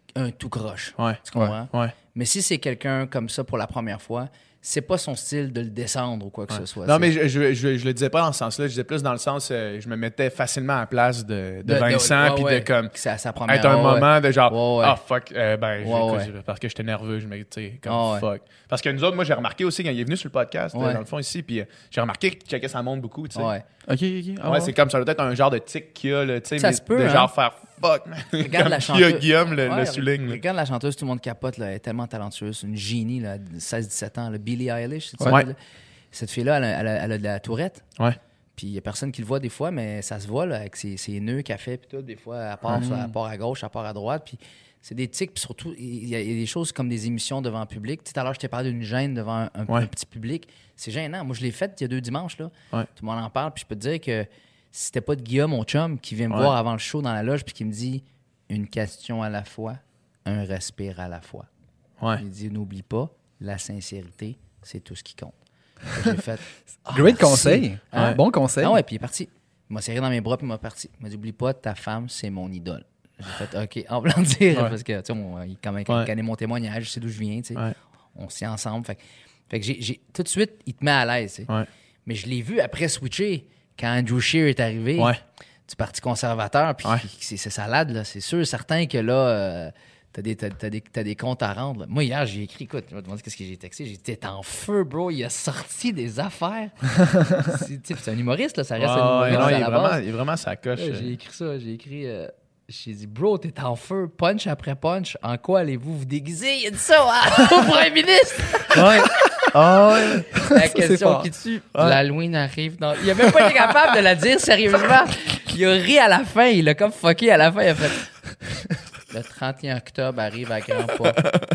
un tout croche. Ouais. Tu comprends? Ouais. Mais si c'est quelqu'un comme ça pour la première fois, c'est pas son style de le descendre ou quoi que Ouais. ce soit. Non, c'est... mais je, je, je, je le disais pas dans ce sens-là. Je disais plus dans le sens, euh, je me mettais facilement à la place de, de, De- de- Vincent, ouais, puis ouais. de comme C'est à sa première être un ouais, moment ouais. de genre, Ouais, ouais. ah fuck, euh, ben, j'ai- Ouais, écoute, ouais. j'ai- parce que j'étais nerveux, je me, tu sais, comme Ah, ouais. fuck. Parce que nous autres, moi, j'ai remarqué aussi quand il est venu sur le podcast, Ouais. euh, dans le fond ici, puis euh, j'ai remarqué qu'il checkait sa montre beaucoup, tu sais. Ouais. OK, OK. Ah, Ouais, c'est comme ça doit être un genre de tic qu'il y a, là, tu sais, Ça mais se peut, de hein. genre faire fuck, man. Regarde Comme la qu'il y a chanteuse. Guillaume le, Ouais, le souligne. là. Regarde la chanteuse, tout le monde capote, là, elle est tellement talentueuse. C'est une génie, là, seize dix-sept ans, là, Billie Eilish. c'est ça, Ouais. là? Cette fille-là, elle a, elle a- elle a de la tourette. Ouais. Puis il n'y a personne qui le voit des fois, mais ça se voit là, avec ses, ses nœuds qu'elle fait. Puis tout, des fois, elle part, soit, elle part à gauche, elle part à droite. Puis c'est des tics. Puis surtout, il y, a, il y a des choses comme des émissions devant le public. Tu sais, tout à l'heure, je t'ai parlé d'une gêne devant un, un- Ouais. un petit public. C'est gênant. Moi, je l'ai fait il y a deux dimanches. Là. Ouais. Tout le monde en parle. Puis je peux te dire que si c'était pas de Guillaume, mon chum, qui vient me Ouais. voir avant le show dans la loge, puis qui me dit une question à la fois, un respire à la fois. Ouais. Il dit n'oublie pas, la sincérité, c'est tout ce qui compte. J'ai fait. Ah, Great merci. conseil. Hein? Bon conseil. Ah ouais, puis il est parti. Il m'a serré dans mes bras, puis il m'a parti. Il m'a dit oublie pas, ta femme, c'est mon idole. J'ai fait OK, en voulant dire, Ouais. parce que, tu sais, on- il quand même Ouais. connaît mon témoignage, je sais d'où je viens, tu sais. Ouais. On s'y est ensemble. Fait, que- fait que j'ai, j'ai- tout de suite, il te met à l'aise, tu sais. Ouais. Mais je l'ai vu après switcher, quand Andrew Scheer est arrivé, Ouais. du Parti conservateur, puis Ouais. c'est, c'est salade, là. C'est sûr, certain que là, euh, t'as, des, t'as, t'as des, t'as des comptes à rendre. là. Moi, hier, j'ai écrit, écoute, je vais te demander qu'est-ce que j'ai texté. J'étais en feu, bro. Il a sorti des affaires. c'est, tu sais, c'est un humoriste, là. Ça reste Ouais, un ouais, humoriste non, à il, est la vraiment, base. il est vraiment sa coche. Là, euh. j'ai écrit ça, j'ai écrit. euh, j'ai dit, bro, t'es en feu, punch après punch. En quoi allez-vous vous déguiser? Il a dit ça hein, au premier ministre. Ouais. Ah ouais. La c'est question fort. qui tue. L'Halloween arrive. Non, il a même pas été capable de la dire sérieusement. Il a ri à la fin. Il a comme fucké à la fin. Il a fait. Le trente et un octobre arrive à grands pas.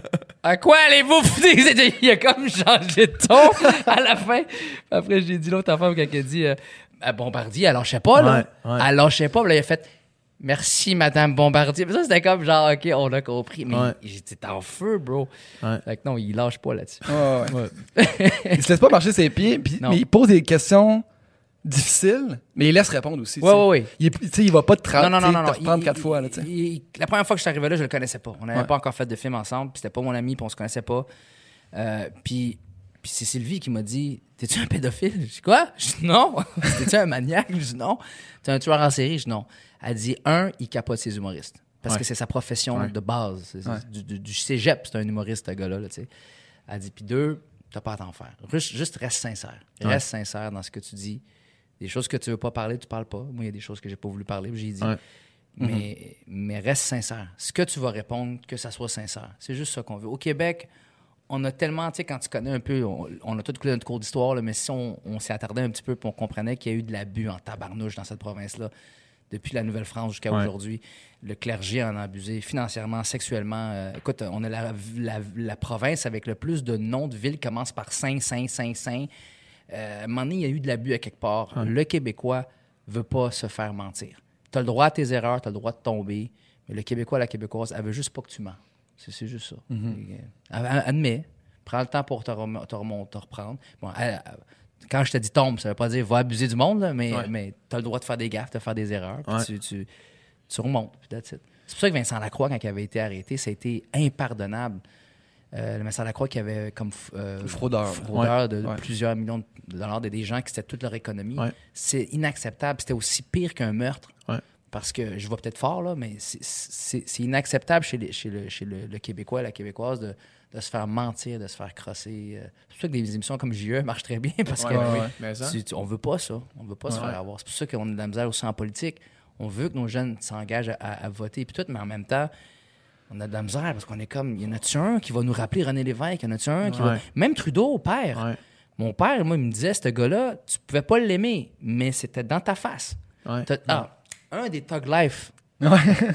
À quoi allez-vous vous déguiser? Il a comme changé de ton à la fin. Après, j'ai dit l'autre affaire quand il a dit euh, à Bombardier, elle lâchait pas, là. Ouais, ouais. Elle lâchait pas. Puis là, il a fait. Merci, Madame Bombardier. Puis ça, c'était comme genre, OK, on a compris. Mais Ouais. j'étais en feu, bro. Ouais. Fait que non, il lâche pas là-dessus. Ouais, ouais. il se laisse pas marcher ses pieds, puis- Non. mais il pose des questions difficiles, mais il laisse répondre aussi. Ouais, tu sais. ouais, ouais. Il, est- tu sais, il va pas te, tra- Non, non, non, tu sais, non. te non. reprendre Il- quatre il- fois. Là, tu sais. il- la première fois que je suis arrivé là, je le connaissais pas. On n'avait Ouais. pas encore fait de film ensemble, puis c'était pas mon ami, puis on se connaissait pas. Euh, puis, puis c'est Sylvie qui m'a dit T'es-tu un pédophile? Je dis Quoi? Je dis Non. T'es-tu un maniaque? Je dis Non. T'es un tueur en série? Je dis Non. Elle dit Un, il capote ses humoristes. Parce Ouais. que c'est sa profession Ouais. de base. C'est- Ouais. du, du- du cégep, c'est un humoriste, ce gars-là. Là, tu sais. Elle dit Puis deux, t'as pas à t'en faire. Juste, juste reste sincère. Reste sincère dans ce que tu dis. Des choses que tu veux pas parler, tu parles pas. Moi, il y a des choses que j'ai pas voulu parler, puis j'ai dit. Ouais. Mais, mais reste sincère. Ce que tu vas répondre, que ça soit sincère. C'est juste ça qu'on veut. Au Québec, on a tellement, tu sais, quand tu connais un peu, on, on a tout coulé notre cours d'histoire, là, mais si on, on s'y attardait un petit peu, puis on comprenait qu'il y a eu de l'abus en tabarnouche dans cette province-là, depuis la Nouvelle-France jusqu'à Ouais. aujourd'hui. Le clergé en a abusé financièrement, sexuellement. Euh, écoute, on a la, la, la province avec le plus de noms de villes qui commencent par Saint, Saint, Saint, Saint. Euh, à un moment donné, il y a eu de l'abus à quelque part. Le Québécois veut pas se faire mentir. Tu as le droit à tes erreurs, tu as le droit de tomber, mais le Québécois, la Québécoise, elle veut juste pas que tu mens. C'est, c'est juste ça. Et, euh, admets, prends le temps pour te, rem- te, remon- te reprendre. Bon, elle- elle- quand je te dis tombe, ça veut pas dire va abuser du monde, là, mais, Ouais. mais tu as le droit de faire des gaffes, de faire des erreurs, puis Ouais. tu, tu, tu remontes, puis that's it. C'est pour ça que Vincent Lacroix, quand il avait été arrêté, ça a été impardonnable. Euh, le Vincent Lacroix qui avait comme euh, Fraudeur. fraudeur de Ouais. plusieurs millions de dollars de des gens qui c'était toute leur économie. Ouais. C'est inacceptable. C'était aussi pire qu'un meurtre. Ouais. Parce que je vais peut-être fort, là, mais c'est- c'est c'est inacceptable chez, les- chez, le, chez le, le Québécois, la Québécoise, de, de se faire mentir, de se faire crosser. Euh, C'est pour ça que des émissions comme J E marchent très bien, parce Ouais, que ouais, ouais. Mais ça. tu- tu- on veut pas ça. On veut pas se Ouais. faire avoir. C'est pour ça qu'on a de la misère aussi en politique. On veut que nos jeunes s'engagent à, à- à voter, puis tout, mais en même temps, on a de la misère parce qu'on est comme. Il y en a-tu un qui va nous rappeler René Lévesque? Il y en a-tu un qui va. Ouais. Même Trudeau, père. Ouais. Mon père, moi, il me disait, ce gars-là, tu pouvais pas l'aimer, mais c'était dans ta face. Ouais. T'as- ah, un des Tug Life, Ouais.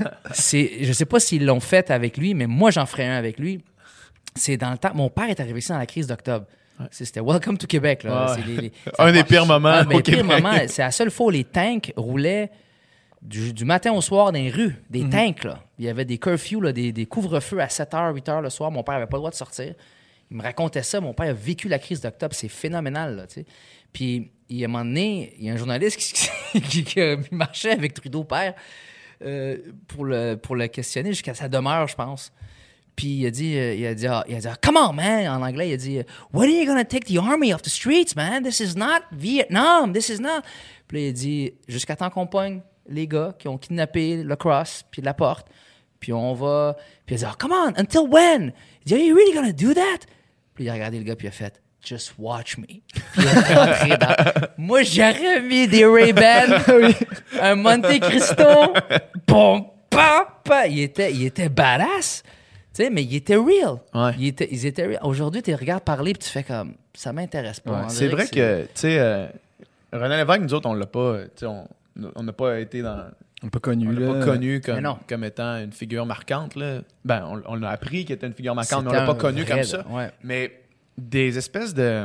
c'est, je sais pas s'ils l'ont fait avec lui, mais moi, j'en ferais un avec lui. C'est dans le temps. Mon père est arrivé ici dans la crise d'octobre. C'est- C'était Welcome to Québec. Là. Ouais. C'est les- les- Un ça des marche. pires moments Ah, mais au les pires Québec. moments, c'est la seule fois où les tanks roulaient du, du matin au soir dans les rues. Des Mhm. tanks, là. Il y avait des curfews, là, des, des couvre-feux à sept heures, huit heures le soir. Mon père n'avait pas le droit de sortir. Il me racontait ça. Mon père a vécu la crise d'octobre. C'est phénoménal, là, tu sais. Puis, il, à un moment donné, il y a un journaliste qui, qui, qui, qui marchait avec Trudeau père euh, pour, le, pour le questionner jusqu'à sa demeure, je pense. Puis il a dit, euh, il a dit, ah, il a dit ah, come on, man, en anglais, il a dit, when are you gonna take the army off the streets, man? This is not Vietnam, this is not. Puis là, il a dit, jusqu'à temps qu'on pogne les gars qui ont kidnappé le cross puis la porte, puis on va. Puis il a dit, oh, come on, until when? Il dit, are you really gonna do that? Puis il a regardé le gars, puis il a fait, just watch me. Puis il est rentré dans. Moi, j'aurais mis des Ray-Ban, un Monte Cristo, bon, pa, pa. Il était, il était badass. Tu sais, mais il était real. Ouais. Il était, ils étaient real. Aujourd'hui, tu les regardes parler, puis tu fais comme, ça m'intéresse pas. Ouais, On c'est dirait vrai que, tu sais, euh, René Lévesque, nous autres, on l'a pas, tu sais, on on n'a pas été dans. On n'a pas connu. On l'a là. pas connu Mais comme, non. comme étant une figure marquante. Là. Ben, on, on a appris qu'il était une figure marquante, mais on C'était l'a pas un connu vrai, comme ça. ouais. Mais des espèces de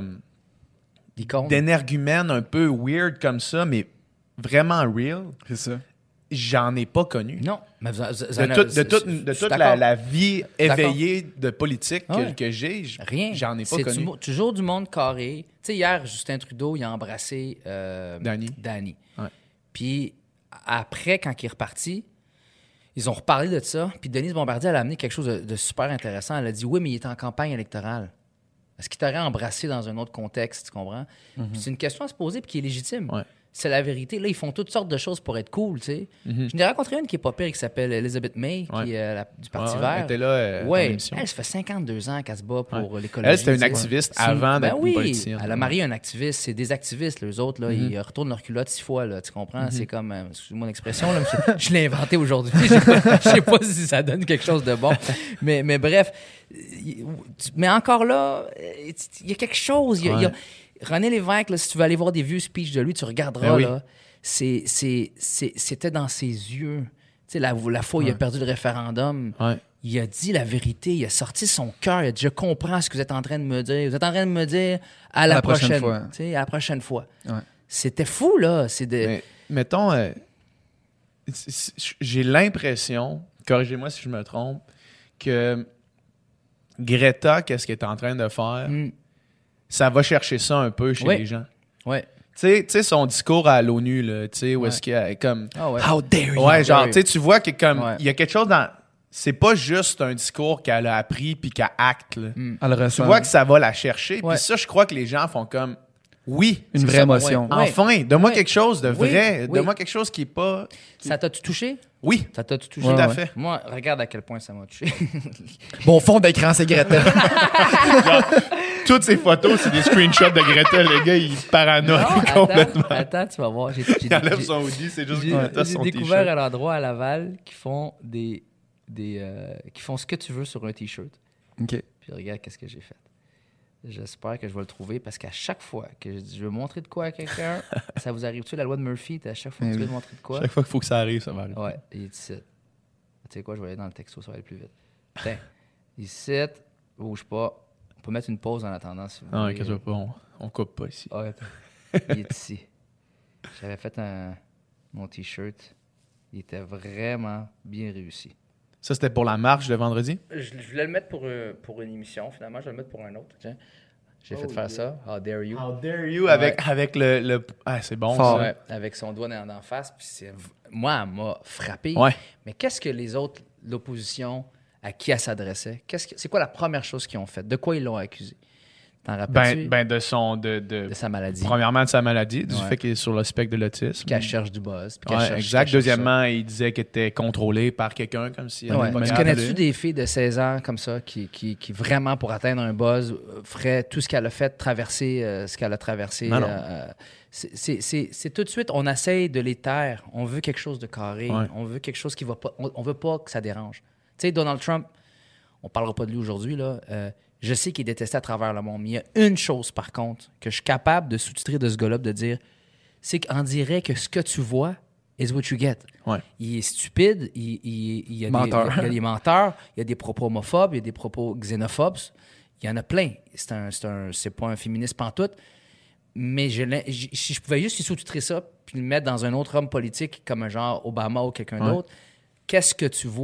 L'icône. d'énergumènes un peu weird comme ça, mais vraiment real, C'est ça. j'en ai pas connu. Non. Mais vous, vous, vous De, en- tout- de, c'est- toute- je de suis toute d'accord. la, la vie D'accord. éveillée de politique que, Ouais. que j'ai, j- Rien. j'en ai pas C'est connu. du- toujours du monde carré. Tu sais, hier, Justin Trudeau, il a embrassé euh, Danny. Danny. Ouais. Puis après, quand il est reparti, ils ont reparlé de ça. Puis Denise Bombardier, elle a amené quelque chose de, de super intéressant. Elle a dit, oui, mais il est en campagne électorale. Est-ce qu'il t'aurait embrassé dans un autre contexte, tu comprends? Puis c'est une question à se poser puis qui est légitime. Ouais. C'est la vérité. Là, ils font toutes sortes de choses pour être cool, tu sais. Mhm. Je n'ai rencontré une qui est pas pire, qui s'appelle Elizabeth May, Ouais. qui est euh, la- du Parti Ouais, vert. elle était là euh, dans Ouais, l'émission. elle, ça fait cinquante-deux ans qu'elle se bat pour l'écologie. Elle, c'était une tu sais. activiste C'est une- avant d'être ben une oui, politicienne. Elle a marié un activiste. C'est des activistes, les autres. Là, Mm-hmm. Ils retournent leur culotte six fois, là, tu comprends? C'est comme, euh, excuse-moi l'expression, là, mais je, je l'ai inventé aujourd'hui. Je sais pas- je sais pas si ça donne quelque chose de bon. Mais, mais bref, il- mais encore là, il y a quelque chose. il y a- il y a- René Lévesque, là, si tu veux aller voir des vieux speeches de lui, tu regarderas, Ben oui. là. C'est, c'est, c'est- c'était dans ses yeux. Tu sais, la, la fois où il a perdu le référendum, Ouais. il a dit la vérité, il a sorti son cœur, il a dit « Je comprends ce que vous êtes en train de me dire. Vous êtes en train de me dire à la, la prochaine prochaine, fois. Tu sais, à la prochaine fois. Ouais. C'était fou, là. C'est de... Mais, mettons, euh, c'est- c'est- j'ai l'impression, corrigez-moi si je me trompe, que Greta, qu'est-ce qu'elle est en train de faire, Mm. ça va chercher ça un peu chez Ouais. les gens. Ouais. Tu sais- tu sais, son discours à l'ONU, là, tu sais, où Ouais. est-ce qu'il y a comme... Ah ouais. How dare you? Ouais, genre, dare tu sais, tu vois que comme Ouais. il y a quelque chose dans... C'est pas juste un discours qu'elle a appris puis qu'elle acte, là. Elle le Tu ressent. vois que ça va la chercher. Ouais. Puis ça, je crois que les gens font comme... Oui, Une c'est vraie ça. émotion. Ouais. Enfin, donne-moi Ouais. quelque chose de Oui, vrai. oui. Donne-moi quelque chose qui est pas... Ça t'a-tu touché? Oui, Ça t'a-tu touché? tout Ouais, à ouais. fait. Moi, regarde à quel point ça m'a touché. Bon fond d'écran, c'est Greta. Toutes ces photos, c'est des screenshots de Greta. Le gars, il paranoïe Non, complètement. attends, attends, tu vas voir. J'ai, j'ai- Il enlève j'ai- son hoodie, c'est juste J'ai, Greta, j'ai son découvert t-shirt. un endroit à Laval qui font des, des euh, qui font ce que tu veux sur un t-shirt. OK. Puis regarde qu'est-ce que j'ai fait. J'espère que je vais le trouver parce qu'à chaque fois que je, dis, je veux montrer de quoi à quelqu'un, ça vous arrive-tu la loi de Murphy? À chaque fois que Eh tu veux oui. montrer de quoi? Chaque fois qu'il faut que ça arrive, ça va arriver. Ouais, il est ici. Tu sais quoi, je vais aller dans le texto, ça va aller plus vite. Tiens, ici, bouge pas. On peut mettre une pause en attendant si vous Non, voulez. inquiète pas, on, on coupe pas ici. Ouais, il est ici. J'avais fait un, mon t-shirt. Il était vraiment bien réussi. Ça, c'était pour la marche de vendredi? Je, je voulais le mettre pour, euh, pour une émission, finalement. Je vais le mettre pour un autre. Tiens. J'ai Oh, fait faire yeah. ça. How dare you? How dare you avec, avec le, le... Ah, c'est bon, Fort. ça. Ouais, avec son doigt d'en d'en face. Puis c'est, v- moi, elle m'a frappé. Ouais. Mais qu'est-ce que les autres, l'opposition, à qui elle s'adressait? Qu'est-ce que, c'est quoi la première chose qu'ils ont faite? De quoi ils l'ont accusé? T'en rappelles-tu? Ben, ben de son... De, de, de sa maladie. Premièrement, de sa maladie, du Ouais. fait qu'il est sur le spectre de l'autisme. Qu'elle cherche du buzz. puis qu'elle Ouais, cherche- exact. qu'elle cherche Deuxièmement, il disait qu'il était contrôlé par quelqu'un, comme si... ça. Ouais. Tu connais-tu des filles de seize ans comme ça qui, qui, qui vraiment, pour atteindre un buzz, euh, ferait tout ce qu'elle a fait, traverser euh, ce qu'elle a traversé? Non, non. euh, c'est, c'est, c'est, c'est tout de suite, on essaye de les taire. On veut quelque chose de carré. Ouais. On veut quelque chose qui va pas... On, on veut pas que ça dérange. Tu sais, Donald Trump, on parlera pas de lui aujourd'hui, là. euh, je sais qu'il est détesté à travers le monde. Mais il y a une chose, par contre, que je suis capable de sous-titrer de ce gars-là, de dire, c'est qu'on dirait que ce que tu vois is what you get. Ouais. Il est stupide, il, il, il y a Menteur. Des, il y a des menteurs, il y a des propos homophobes, il y a des propos xénophobes. Il y en a plein. C'est un, c'est un, c'est pas un féministe pantoute. Mais je, l'ai- j- si je pouvais juste lui sous-titrer ça puis le mettre dans un autre homme politique comme un genre Obama ou quelqu'un Ouais. d'autre, qu'est-ce que tu vois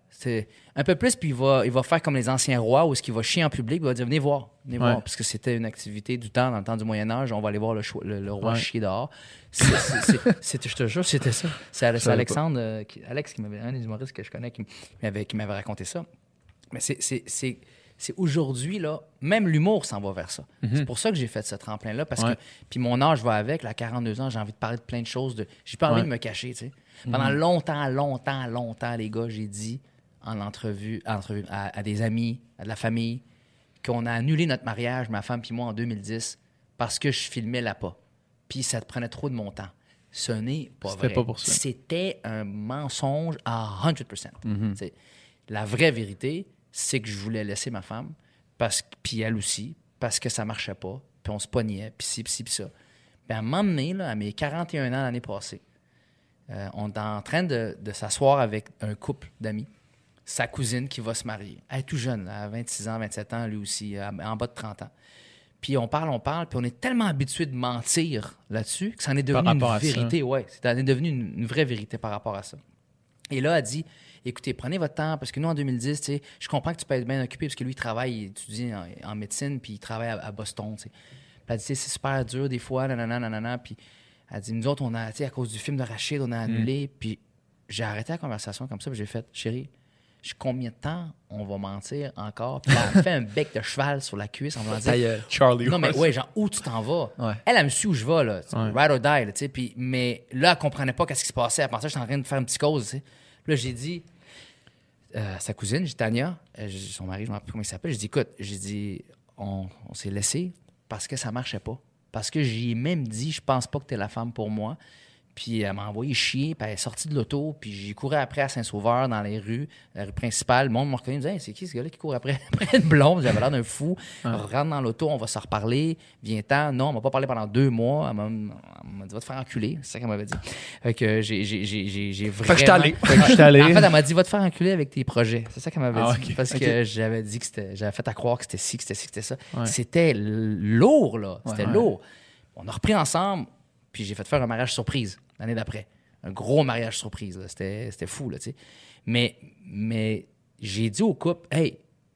C'est un peu plus, puis il va, il va faire comme les anciens rois, où ce qu'il va chier en public, il va dire venez voir, venez Ouais. voir, parce que c'était une activité du temps, dans le temps du Moyen-Âge, on va aller voir le, cho- le, le roi Ouais. chier dehors. C'est, c'est, c'est, c'est- je te jure, c'était ça. C'est, Ale- c'est savais Alexandre, euh, qui, Alex, qui m'avait, un des humoristes que je connais, qui m'avait, qui m'avait raconté ça. Mais c'est, c'est, c'est, c'est aujourd'hui, là, même l'humour s'en va vers ça. C'est pour ça que j'ai fait ce tremplin-là, parce Ouais. que, puis mon âge va avec, là, quarante-deux ans, j'ai envie de parler de plein de choses, de, j'ai pas envie Ouais. de me cacher, tu sais. Pendant longtemps, longtemps, longtemps, les gars, j'ai dit en entrevue, en entrevue à, à des amis, à de la famille, qu'on a annulé notre mariage, ma femme puis moi, en deux mille dix, parce que je filmais là-pas. Puis ça te prenait trop de mon temps. Ce n'est pas C'était vrai. pas pour ça. C'était un mensonge à cent pour cent. C'est- La vraie vérité, c'est que je voulais laisser ma femme, parce que- puis elle aussi, parce que ça marchait pas, puis on se pognait, puis ci, puis ci, puis ça. Puis à un moment donné, là, à mes quarante et un ans l'année passée, euh, on est en train de, de s'asseoir avec un couple d'amis, sa cousine qui va se marier. Elle est tout jeune, là, à vingt-six ans, vingt-sept ans, lui aussi, à- en bas de trente ans. Puis on parle, on parle, puis on est tellement habitué de mentir là-dessus que ça en est devenu une rapport à ça. vérité. Ouais, c'est en est devenu une, une vraie vérité par rapport à ça. Et là, elle dit, écoutez, prenez votre temps, parce que nous, en deux mille dix, tu sais, je comprends que tu peux être bien occupé, parce que lui, il travaille, il étudie en, en médecine, puis il travaille à, à Boston, tu sais. Puis elle dit, c'est super dur des fois, nanana, nanana, puis elle dit, nous autres, on a, tu sais, à cause du film de Rachid, on a annulé, puis j'ai arrêté la conversation comme ça, puis j'ai fait, chérie, je- combien de temps on va mentir encore? Puis elle a fait un bec de cheval sur la cuisse en voulant dire, Ta gueule. Charlie non, mais Ross. ouais, genre, où tu t'en vas? Ouais. Elle, elle me suit où je vais, là. Ouais. Ride or die, là, tu sais. Puis, mais là, elle comprenait pas qu'est-ce qui se passait. Elle pensait que j'étais en train de faire une petite cause, tu sais. Puis là, j'ai dit, euh, sa cousine, j'ai dit, Tania, euh, j'ai- son mari, je ne me rappelle plus comment il s'appelle. J'ai dit, écoute, j'ai dit, on, on s'est laissé parce que ça marchait pas. Parce que j'y ai même dit, je pense pas que tu es la femme pour moi. Puis elle m'a envoyé chier, puis elle est sortie de l'auto, puis j'ai couru après à Saint-Sauveur, dans les rues, la rue principale. Le monde m'a reconnu, il me disait, hey, c'est qui ce gars-là qui court après, après une blonde? J'avais l'air d'un fou. Rentre dans l'auto, on va se reparler. Viens-t'en. Non, on m'a pas parlé pendant deux mois. Elle m'a, elle m'a dit, va te faire enculer. C'est ça qu'elle m'avait dit. Fait que j'ai, j'ai, j'ai, j'ai, j'ai vraiment... Fait que je suis allé. Fait que je suis allé. En fait, elle m'a dit, va te faire enculer avec tes projets. C'est ça qu'elle m'avait Ah, dit. ok. Parce Ok. que j'avais dit que c'était... J'avais fait à croire que c'était ci, que c'était ci, que c'était ça. Ouais. C'était l- lourd, là. C'était Ouais. lourd. On a repris ensemble, puis j'ai fait faire un mariage surprise l'année d'après. Un gros mariage surprise, là. C'était, c'était fou, là, tu sais. Mais, mais j'ai dit au couple, hey,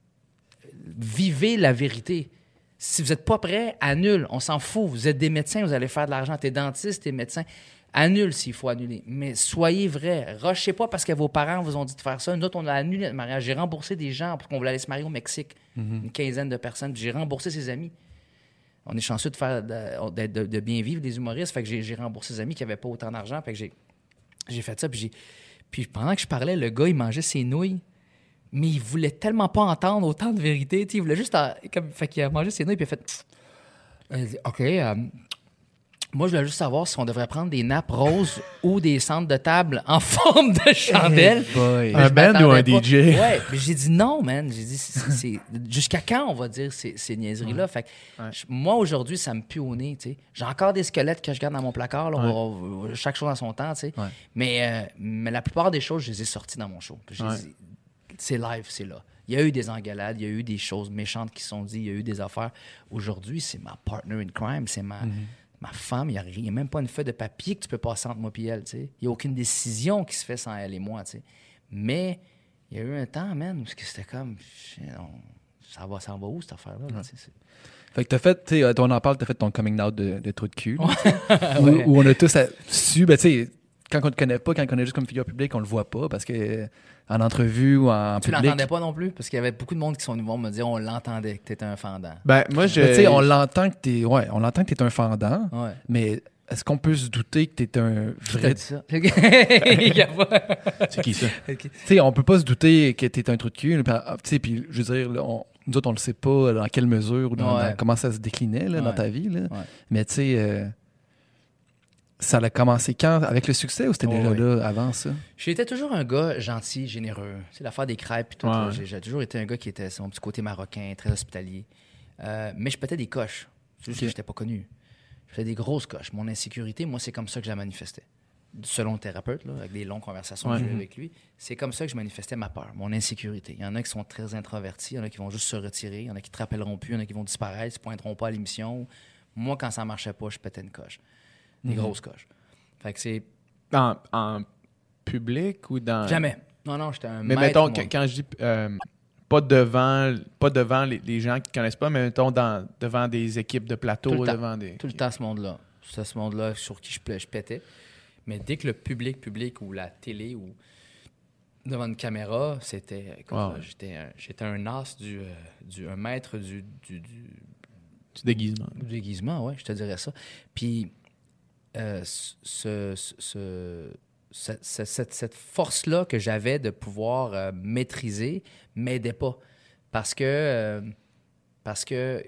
vivez la vérité. Si vous n'êtes pas prêts, annule. On s'en fout. Vous êtes des médecins, vous allez faire de l'argent. T'es dentiste, t'es médecin. Annule s'il faut annuler. Mais soyez vrais. Rushez pas parce que vos parents vous ont dit de faire ça. Nous autres, on a annulé notre mariage. J'ai remboursé des gens pour qu'on voulait aller se marier au Mexique. Une quinzaine de personnes. Puis j'ai remboursé ses amis. On est chanceux de, faire, de, de, de- de bien vivre, les humoristes. Fait que j'ai, j'ai remboursé ses amis qui n'avaient pas autant d'argent. Fait que j'ai, j'ai fait ça. Puis, j'ai, puis pendant que je parlais, le gars, il mangeait ses nouilles. Mais il voulait tellement pas entendre autant de vérité. Tu sais, il voulait juste... en- comme, fait qu'il a mangé ses nouilles, puis il a fait... Elle dit, OK, euh, moi, je voulais juste savoir si on devrait prendre des nappes roses ou des centres de table en forme de chandelle. boy. Mais Un je band ou un m'attendais pas. D J? Ouais, mais j'ai dit non, man. J'ai dit, c'est, c'est- jusqu'à quand on va dire ces, ces niaiseries-là? Fait que Ouais. je- moi, aujourd'hui, ça me pue au nez, tu sais. J'ai encore des squelettes que je garde dans mon placard, là. On va- chaque chose en son temps, tu sais. Ouais. Mais, euh, mais la plupart des choses, je les ai sorties dans mon show. Puis je les Ouais. ai- C'est live, c'est là. Il y a eu des engueulades, il y a eu des choses méchantes qui sont dites, il y a eu des affaires. Aujourd'hui, c'est ma partner in crime, c'est ma, ma femme. Il n'y a, a même pas une feuille de papier que tu peux passer entre moi et elle, tu sais. Il n'y a aucune décision qui se fait sans elle et moi, tu sais. Mais il y a eu un temps, man, où c'était comme... shit, on- ça, va, ça va où, cette affaire-là? là, tu sais, c'est- Fait que t'as fait, tu sais, on en parle, t'as fait ton coming out de, de trou de cul. là, tu sais, où, Ouais. où on a tous à- su, ben tu sais, quand on te connaît pas, quand on est juste comme figure publique, on le voit pas parce que euh, en entrevue ou en Tu public. l'entendais pas non plus? Parce qu'il y avait beaucoup de monde qui sont venus voir me dire on l'entendait, que t'étais un fendant. Ben, moi, je. Ben, tu sais, on l'entend que t'es, ouais, on l'entend que t'es un fendant, Ouais. mais est-ce qu'on peut se douter que t'es un Qui t'a vrai... dit ça? Il y a pas- C'est qui ça? Ok. Tu sais, on peut pas se douter que t'es un trou de cul. là, puis, ah, tu sais, puis je veux dire, là, on- nous autres, on le sait pas dans quelle mesure ou dans, Ouais. dans comment ça se déclinait là, dans Ouais. ta vie. Là. Ouais. Mais tu sais, euh, ça a commencé quand? Avec le succès ou c'était Ouais, déjà ouais. là avant ça? J'étais toujours un gars gentil, généreux. C'est l'affaire des crêpes et tout. Ouais. là, J'ai, j'ai toujours été un gars qui était son petit côté marocain, très hospitalier. Euh, mais je pétais des coches. C'est juste Ok. que j'étais pas connu. Je faisais des grosses coches. Mon insécurité, moi, c'est comme ça que je la manifestais. Selon le thérapeute, là, avec des longues conversations Ouais. que j'ai eues avec lui, c'est comme ça que je manifestais ma peur, mon insécurité. Il y en a qui sont très introvertis, il y en a qui vont juste se retirer, il y en a qui te rappelleront plus, il y en a qui vont disparaître, ils ne pointeront pas à l'émission. Moi, quand ça marchait pas, je pétais une coche. Des grosses coches. Fait que c'est En, en public ou dans. jamais. Non, non, j'étais un Mais maître, mettons, moi. quand, quand je dis euh, pas devant, pas devant les, les gens qui ne connaissent pas, mais mettons dans, devant des équipes de plateau, Tout le temps. devant des... Tout le temps, ce monde-là. C'est ce monde-là sur qui je, pla- je pétais. Mais dès que le public, public ou la télé ou devant une caméra, c'était... écoute, Wow. là, j'étais, un, j'étais un as, du, euh, du, un maître du, du, du, Du déguisement. du déguisement, ouais, je te dirais ça. Puis, euh, ce, ce, ce- cette, cette- cette- cette force-là que j'avais de pouvoir euh, maîtriser m'aidait pas. Parce que, euh, parce que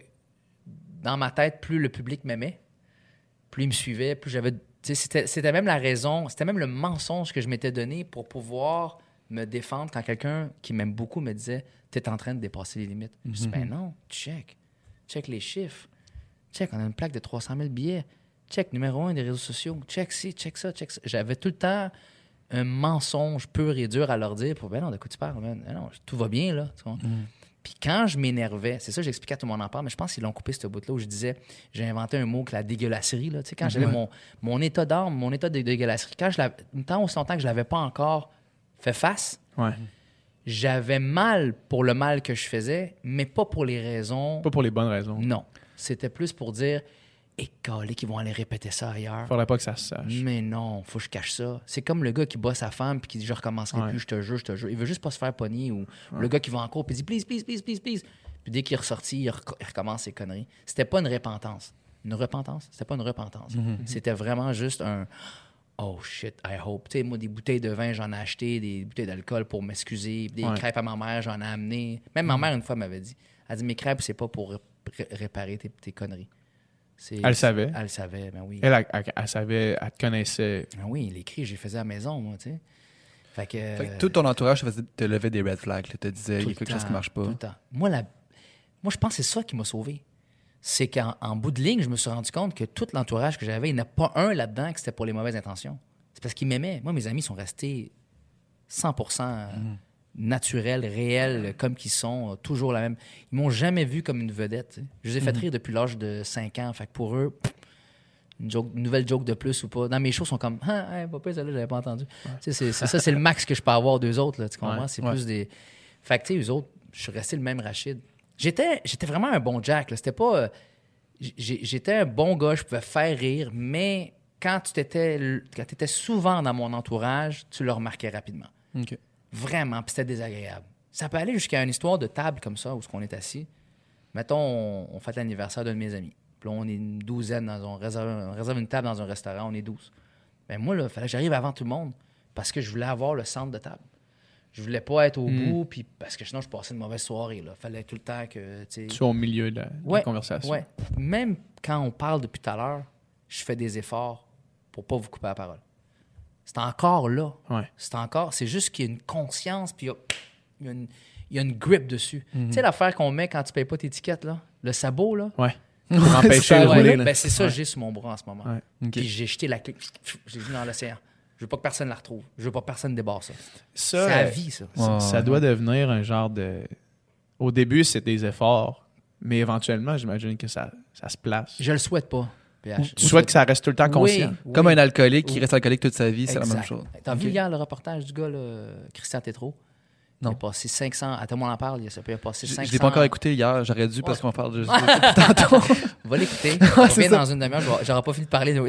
dans ma tête, plus le public m'aimait, plus il me suivait, plus j'avais... tu sais, C'était, c'était même la raison, c'était même le mensonge que je m'étais donné pour pouvoir me défendre quand quelqu'un qui m'aime beaucoup me disait « T'es en train de dépasser les limites. Je dis « Ben non, check. Check les chiffres. Check, on a une plaque de trois cent mille billets. Check, numéro un des réseaux sociaux. Check ci, check ça, check ça. » J'avais tout le temps un mensonge pur et dur à leur dire pour « Ben non, de quoi tu parles, man? Ben non, tout va bien, là. » Tu vois? Puis quand je m'énervais, c'est ça, j'expliquais à tout le monde en parle, mais je pense qu'ils l'ont coupé, ce bout-là, où je disais, j'ai inventé un mot que la dégueulasserie, là. Tu sais, quand j'avais Ouais. mon, mon état d'âme, mon état de dégueulasserie, quand je l'avais, tant aussi longtemps que je l'avais pas encore fait face, Ouais. j'avais mal pour le mal que je faisais, mais pas pour les raisons... Pas pour les bonnes raisons. Non. C'était plus pour dire, et calé qu'ils vont aller répéter ça ailleurs. Faudrait pas que ça se sache. Mais non, faut que je cache ça. C'est comme le gars qui bat sa femme puis qui dit je recommencerai Ouais. plus, je te jure, je te jure. Il veut juste pas se faire pogner ou le gars qui va en cours puis dit please, please, please, please, please. Puis dès qu'il est ressorti, il, rec- il recommence ses conneries. C'était pas une repentance. Une repentance? C'était pas une repentance. C'était vraiment juste un oh shit, I hope. Tu sais, moi, des bouteilles de vin, j'en ai acheté, des bouteilles d'alcool pour m'excuser, des Ouais. crêpes à ma mère, j'en ai amené. Même ma mère, une fois, m'avait dit elle dit mes crêpes, c'est pas pour ré- ré- réparer tes, tes conneries. C'est- Elle savait. Elle savait, ben oui. Elle, elle, elle- elle savait, elle te connaissait. Ben oui, les cris, j'ai faisais à la maison, moi, tu sais. Fait que. Fait que tout ton entourage te, faisait, te levait des red flags. Là, te disait, il tout y a le quelque chose temps, qui marche pas. Tout le temps. Moi, la... moi, je pense que c'est ça qui m'a sauvé. C'est qu'en en bout de ligne, je me suis rendu compte que tout l'entourage que j'avais, il n'y en a pas un là-dedans que c'était pour les mauvaises intentions. C'est parce qu'ils m'aimaient. Moi, mes amis sont restés cent pour cent naturels, réels, comme qu'ils sont, euh, toujours la même. Ils m'ont jamais vu comme une vedette. Tu sais. Je les ai fait rire depuis l'âge de cinq ans. Fait que pour eux, pff, une, joke, une nouvelle joke de plus ou pas. Dans mes shows, ils sont comme « Ah, hey, papa, celle-là, j'avais pas entendu. Tu sais, c'est, c'est ça, c'est le max que je peux avoir d'eux autres. Là, tu comprends? Ouais, c'est ouais. plus des... Fait que, tu sais, eux autres, je suis resté le même Rachid. J'étais, j'étais vraiment un bon Jack. Là. C'était pas... euh, j'ai- j'étais un bon gars, je pouvais faire rire, mais quand tu étais, quand étais souvent dans mon entourage, tu le remarquais rapidement. OK. Vraiment, puis c'était désagréable. Ça peut aller jusqu'à une histoire de table comme ça, où on est assis. Mettons, on, on fête l'anniversaire d'un de mes amis. Puis là, on est une douzaine, dans, on, réserve, on réserve une table dans un restaurant, on est douze. Ben moi, là, il fallait que j'arrive avant tout le monde, parce que je voulais avoir le centre de table. Je voulais pas être au Mm. bout, puis parce que sinon, je passais une mauvaise soirée. Il fallait tout le temps que... tu sais, Tu sois au milieu de la, de la Ouais, conversation. ouais. Même quand on parle depuis tout à l'heure, je fais des efforts pour pas vous couper la parole. C'est encore là. Ouais. C'est encore... C'est juste qu'il y a une conscience, puis il y a, il y a une, il y a une grip dessus. Tu sais l'affaire qu'on met quand tu payes pas tes tickets, là? Le sabot, là? Ouais. Pour empêcher ça, de ouais. rouler. Là. Ben, c'est ça Ouais. que j'ai sur mon bras en ce moment. Ouais. OK. Puis j'ai jeté la clé. J'ai mis dans l'océan. Je veux pas que personne la retrouve. Je veux pas que personne débarre ça. Ça, C'est la euh, vie, ça. ça, Ouais, ça ouais. doit devenir un genre de... Au début, c'est des efforts, mais éventuellement, j'imagine que ça, ça se place. Je le souhaite pas, P H. Tu souhaites que ça reste tout le temps conscient. Oui, Comme oui. un alcoolique qui Oui. reste alcoolique toute sa vie, c'est la Exact. même chose. T'as vu OK. hier le reportage du gars, là, Christian Tétrault? Non. Il a passé cinq cents... À tout le monde en parle, il a, il a passé Je cinq cents... je l'ai pas encore écouté hier, j'aurais dû parce Ouais. qu'on parle de, de- tantôt. Va l'écouter. c'est Reviens ça. dans une demi-heure, j'aurai- j'aurai pas fini de parler. de-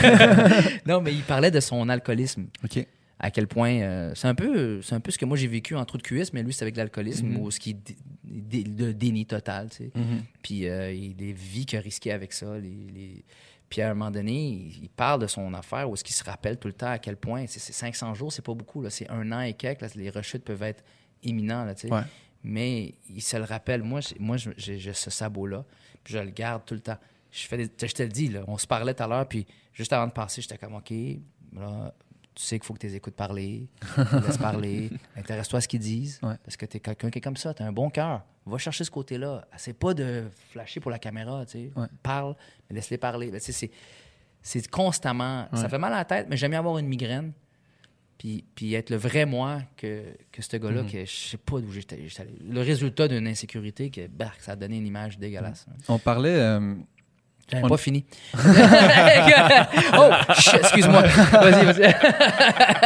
non, mais il parlait de son alcoolisme. OK. À quel point... euh, c'est, un peu, c'est un peu ce que moi j'ai vécu en trou de cuisse, mais lui, c'est avec l'alcoolisme, Mhm. ou ce qui est dé- dé- de déni total, tu sais. Mhm. Puis euh, il- les vies qu'il a risquées avec ça. Les, les- Puis à un moment donné, il, il parle de son affaire, où est-ce qu'il se rappelle tout le temps à quel point... C'est, c'est cinq cents jours, c'est pas beaucoup, là. C'est un an et quelques. Là, les rechutes peuvent être imminentes, là, tu sais. Ouais. Mais il se le rappelle. Moi, j'ai- moi j'ai, j'ai ce sabot-là, puis je le garde tout le temps. Je, fais des- je te le dis, là, on se parlait tout à l'heure, puis juste avant de passer, j'étais comme, OK, là, tu sais qu'il faut que tu les écoutes parler, laisse parler, intéresse-toi à ce qu'ils disent, Ouais. parce que tu es quelqu'un qui est comme ça, tu as un bon cœur. Va chercher ce côté-là. Essaie pas de flasher pour la caméra, tu sais. Ouais. Parle, mais laisse-les parler. Ben, tu sais, c'est, c'est constamment... Ça Ouais. fait mal à la tête, mais j'aime mieux avoir une migraine, puis, puis être le vrai moi que, que ce gars-là, Mhm. que je sais pas d'où j'étais, j'étais allé. Le résultat d'une insécurité, que bah, ça a donné une image dégueulasse. On parlait... euh, J'avais On- pas fini. oh, ch- excuse-moi. Vas-y, vas-y.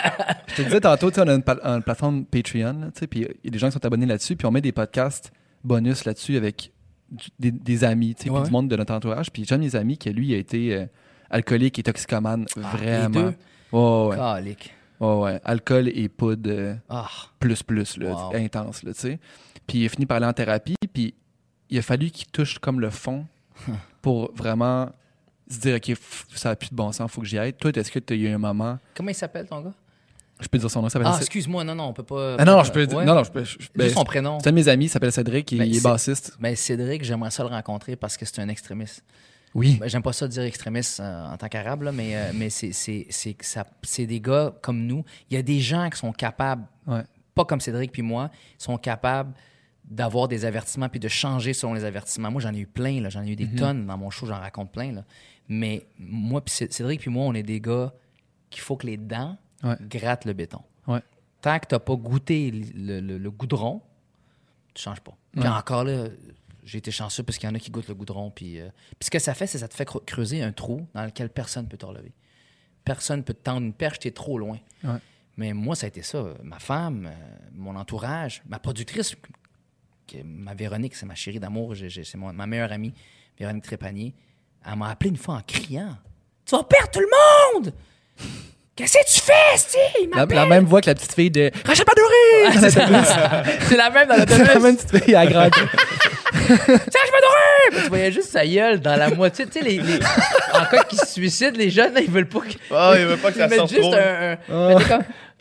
Je te disais tantôt, tu sais, on a une, pa- une plateforme Patreon, là, tu sais, puis il y a des gens qui sont abonnés là-dessus, puis on met des podcasts bonus là-dessus avec du- des, des amis, tu sais, Ouais. puis du monde de notre entourage. Puis j'ai un de mes amis qui, lui, a été euh, alcoolique et toxicomane, vraiment. les deux? Ouais, ouais, Calique. ouais, ouais. Alcool et poudre euh, Ah, plus, plus, là, Wow. intense, là, tu sais. Puis il a fini par aller en thérapie, puis il a fallu qu'il touche comme le fond pour vraiment se dire, OK, f- ça n'a plus de bon sens, il faut que j'y aille. Toi, est-ce que tu as eu un moment... comment il s'appelle, ton gars? Je peux dire son nom, ça s'appelle Ah, Cédric. excuse-moi, non, non, on peut pas... Ah non, je peux dire... Ouais. Non, non, je peux... je- ben, Juste son prénom. c'est un de mes amis, il s'appelle Cédric, il, Ben, il est c'est- bassiste. Ben, Cédric, j'aimerais ça le rencontrer parce que c'est un extrémiste. Oui. Ben, j'aime pas ça dire extrémiste euh, en tant qu'arabe, là, mais, euh, mais c'est, c'est, c'est, que ça- c'est des gars comme nous. Il y a des gens qui sont capables, Ouais. pas comme Cédric puis moi, sont capables d'avoir des avertissements puis de changer selon les avertissements. Moi, j'en ai eu plein, là, j'en ai eu des tonnes dans mon show, j'en raconte plein. Là. Mais moi, puis Cé- Cédric puis moi, on est des gars qu'il faut que les dents Ouais. grattent le béton. Ouais. Tant que t'as pas goûté le, le- le goudron, tu changes pas. Puis Ouais. encore là, j'ai été chanceux parce qu'il y en a qui goûtent le goudron. Puis, euh, puis ce que ça fait, c'est que ça te fait cre- creuser un trou dans lequel personne ne peut te relever. Personne ne peut te tendre une perche, t'es trop loin. Ouais. Mais moi, ça a été ça. Ma femme, euh, mon entourage, ma productrice, que- ma Véronique, c'est ma chérie d'amour, j'ai- j'ai- c'est mon- ma meilleure amie, Véronique Trépanier, elle m'a appelé une fois en criant. « Tu vas perdre tout le monde! Qu'est-ce que tu fais, Steve? » La, la même voix que la petite fille de Rachel Badouri! c'est, ça. C'est la même dans C'est l'autobus. la même petite fille à la grande. Tiens, je me dormais! Tu voyais juste sa gueule dans la moitié. Tu sais, les, les- en cas qu'ils se suicident, les jeunes, là, ils veulent pas que. Ah, il veut pas que ça ils mettent sorte juste trop. un. un mais t'es comme. Tu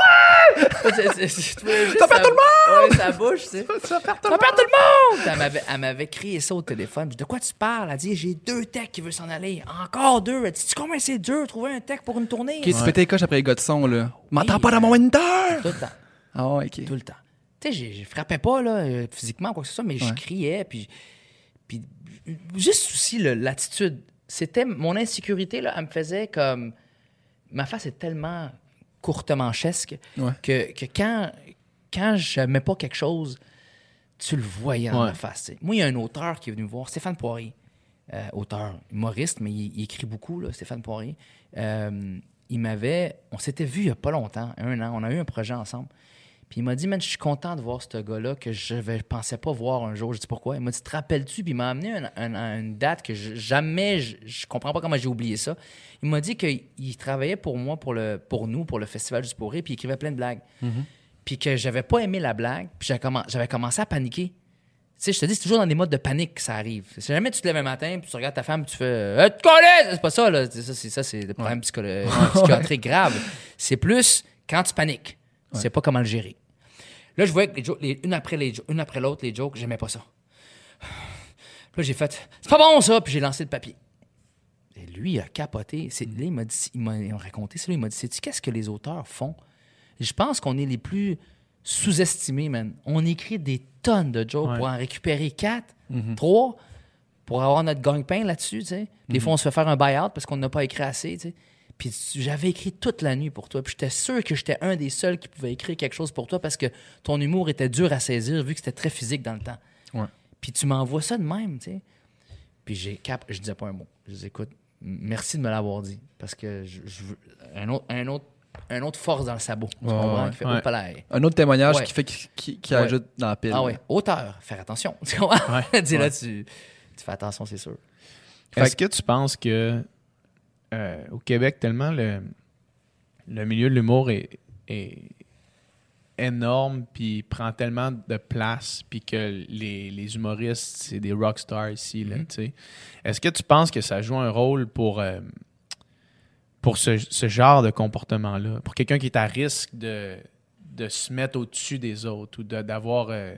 vas perdre tout le monde! Ouais, sa bouche, tu sais. Tu vas perdre tout le monde! Elle m'avait, elle m'avait crié ça au téléphone. Je dis, de quoi tu parles? Elle dit, j'ai deux techs qui veulent s'en aller. Encore deux. Elle dit, tu combien c'est dur de trouver un tech pour une tournée? OK, tu pétais les coches après les gars de son, là. M'entends pas dans mon winter! Tout le temps. Ah ouais, OK. Tout le temps. Tu sais, j'ai- je frappais pas là, euh, physiquement ou quoi que ce soit, mais je Ouais. criais. Puis, puis juste aussi le- l'attitude. C'était mon insécurité, là, elle me faisait comme. Ma face est tellement courte-manchesque Ouais. que, que quand, quand j'aimais pas quelque chose, tu le voyais dans Ouais. ma face. tu sais. Moi, il y a un auteur qui est venu me voir, Stéphane Poirier, euh, auteur, humoriste, mais il, il écrit beaucoup, là, Stéphane Poirier. Euh, il m'avait. On s'était vu il y a pas longtemps, un an. On a eu un projet ensemble. Puis il m'a dit, man, je suis content de voir ce gars-là que je ne pensais pas voir un jour. Je dis pourquoi. Il m'a dit, te rappelles-tu? Puis il m'a amené un- un- un- une date que je- jamais, je, je comprends pas comment j'ai oublié ça. Il m'a dit qu'il il travaillait pour moi, pour, le, pour nous, pour le Festival du Sporé, puis il écrivait plein de blagues. Puis que j'avais pas aimé la blague, puis j'avais, commen- j'avais commencé à paniquer. Tu sais, je te dis, c'est toujours dans des modes de panique que ça arrive. Si jamais tu te lèves un matin, puis tu regardes ta femme, puis tu fais euh, tu connais! C'est pas ça, là. C'est ça, c'est, ça, c'est le problème psycholo- psychiatrique grave. C'est plus quand tu paniques. Tu sais pas comment le gérer. Là, je voyais que les jokes, les- une, après les, jo- une après l'autre, les jokes, j'aimais pas ça. Puis là, j'ai fait, c'est pas bon ça, puis j'ai lancé le papier. Et lui, il a capoté. C'est, là, il m'a dit, il m'a, il m'a raconté ça, là, il m'a dit, sais-tu qu'est-ce que les auteurs font? Et je pense qu'on est les plus sous-estimés, man. On écrit des tonnes de jokes Ouais. pour en récupérer quatre, trois, pour avoir notre gagne-pain là-dessus, tu sais. Des fois, on se fait faire un buy-out parce qu'on n'a pas écrit assez, tu sais. Puis j'avais écrit toute la nuit pour toi. Puis j'étais sûr que j'étais un des seuls qui pouvait écrire quelque chose pour toi parce que ton humour était dur à saisir vu que c'était très physique dans le temps. Ouais. Puis tu m'envoies ça de même, tu sais. Puis j'ai cap, je disais pas un mot. Je disais, écoute, m- merci de me l'avoir dit parce que je, je veux un autre, un autre, un autre force dans le sabot. Tu Ouais, comprends? ouais. Qui fait Ouais. oh, palais. Un autre témoignage Ouais. qui fait qui, qui- qui Ouais. ajoute dans la pile. Ah oui, auteur, faire attention. Tu comprends? Ouais. Dis là, Ouais. tu, tu fais attention, c'est sûr. Est-ce que tu penses que euh, au Québec, tellement le, le milieu de l'humour est, est énorme, puis prend tellement de place, puis que les, les humoristes, c'est des rockstars ici, là, Mhm. tu sais. Est-ce que tu penses que ça joue un rôle pour, euh, pour ce, ce genre de comportement-là? Pour quelqu'un qui est à risque de, de se mettre au-dessus des autres ou de- d'avoir... euh,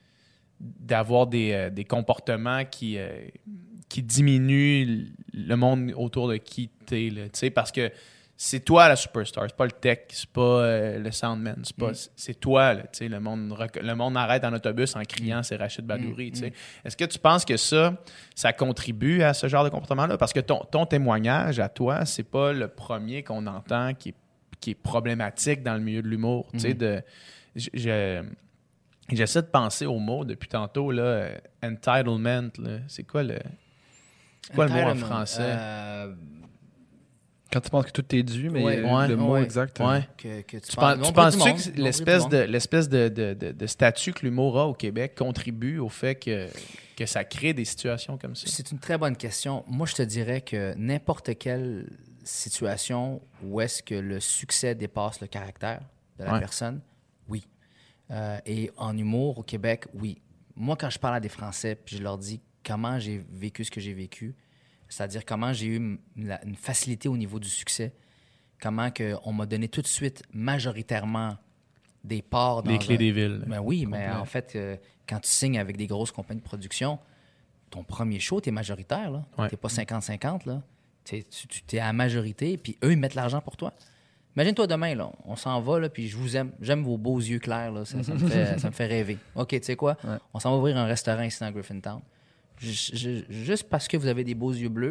d'avoir des, euh, des comportements qui, euh, qui diminuent le monde autour de qui t'es, là, tu sais, parce que c'est toi la superstar, c'est pas le tech, c'est pas euh, le soundman, c'est pas, Mm. c'est toi, là, tu sais, le monde, rec- le monde arrête en autobus en criant c'est Rachid Badouri, Mm, tu sais. Est-ce que tu penses que ça, ça contribue à ce genre de comportement-là? Parce que ton, ton témoignage à toi, c'est pas le premier qu'on entend qui est, qui est problématique dans le milieu de l'humour, tu sais, Mm. de... je- je- J'essaie de penser au mot depuis tantôt, là, euh, entitlement, là. C'est quoi le... C'est quoi le mot en Entitlement, français? euh, Quand tu penses que tout est dû, mais Ouais, euh, ouais, le mot ouais, exact. ouais. Que, que tu, Tu, parles- penses- tu nombreux du penses-tu monde, que nombreux l'espèce du de, monde. l'espèce de, de, de, de statut que l'humour a au Québec contribue au fait que, que ça crée des situations comme ça? C'est une très bonne question. Moi, je te dirais que n'importe quelle situation où est-ce que le succès dépasse le caractère de la Ouais. personne, oui. Euh, et en humour, au Québec, oui. Moi, quand je parle à des Français, puis je leur dis comment j'ai vécu ce que j'ai vécu, c'est-à-dire comment j'ai eu m- la- une facilité au niveau du succès, comment que on m'a donné tout de suite majoritairement des parts dans Les clés un- des villes. Ben oui, mais Complet. en fait, euh, quand tu signes avec des grosses compagnies de production, ton premier show, tu es majoritaire. Là. Ouais. Tu pas cinquante cinquante. Là. T'es- tu tu es à majorité, puis eux, ils mettent l'argent pour toi. Imagine-toi demain, là, on s'en va, là, puis je vous aime. J'aime vos beaux yeux clairs. Là, ça, ça me fait, ça me fait rêver. OK, tu sais quoi? Ouais. On s'en va ouvrir un restaurant ici dans Griffintown. J- j- Juste parce que vous avez des beaux yeux bleus,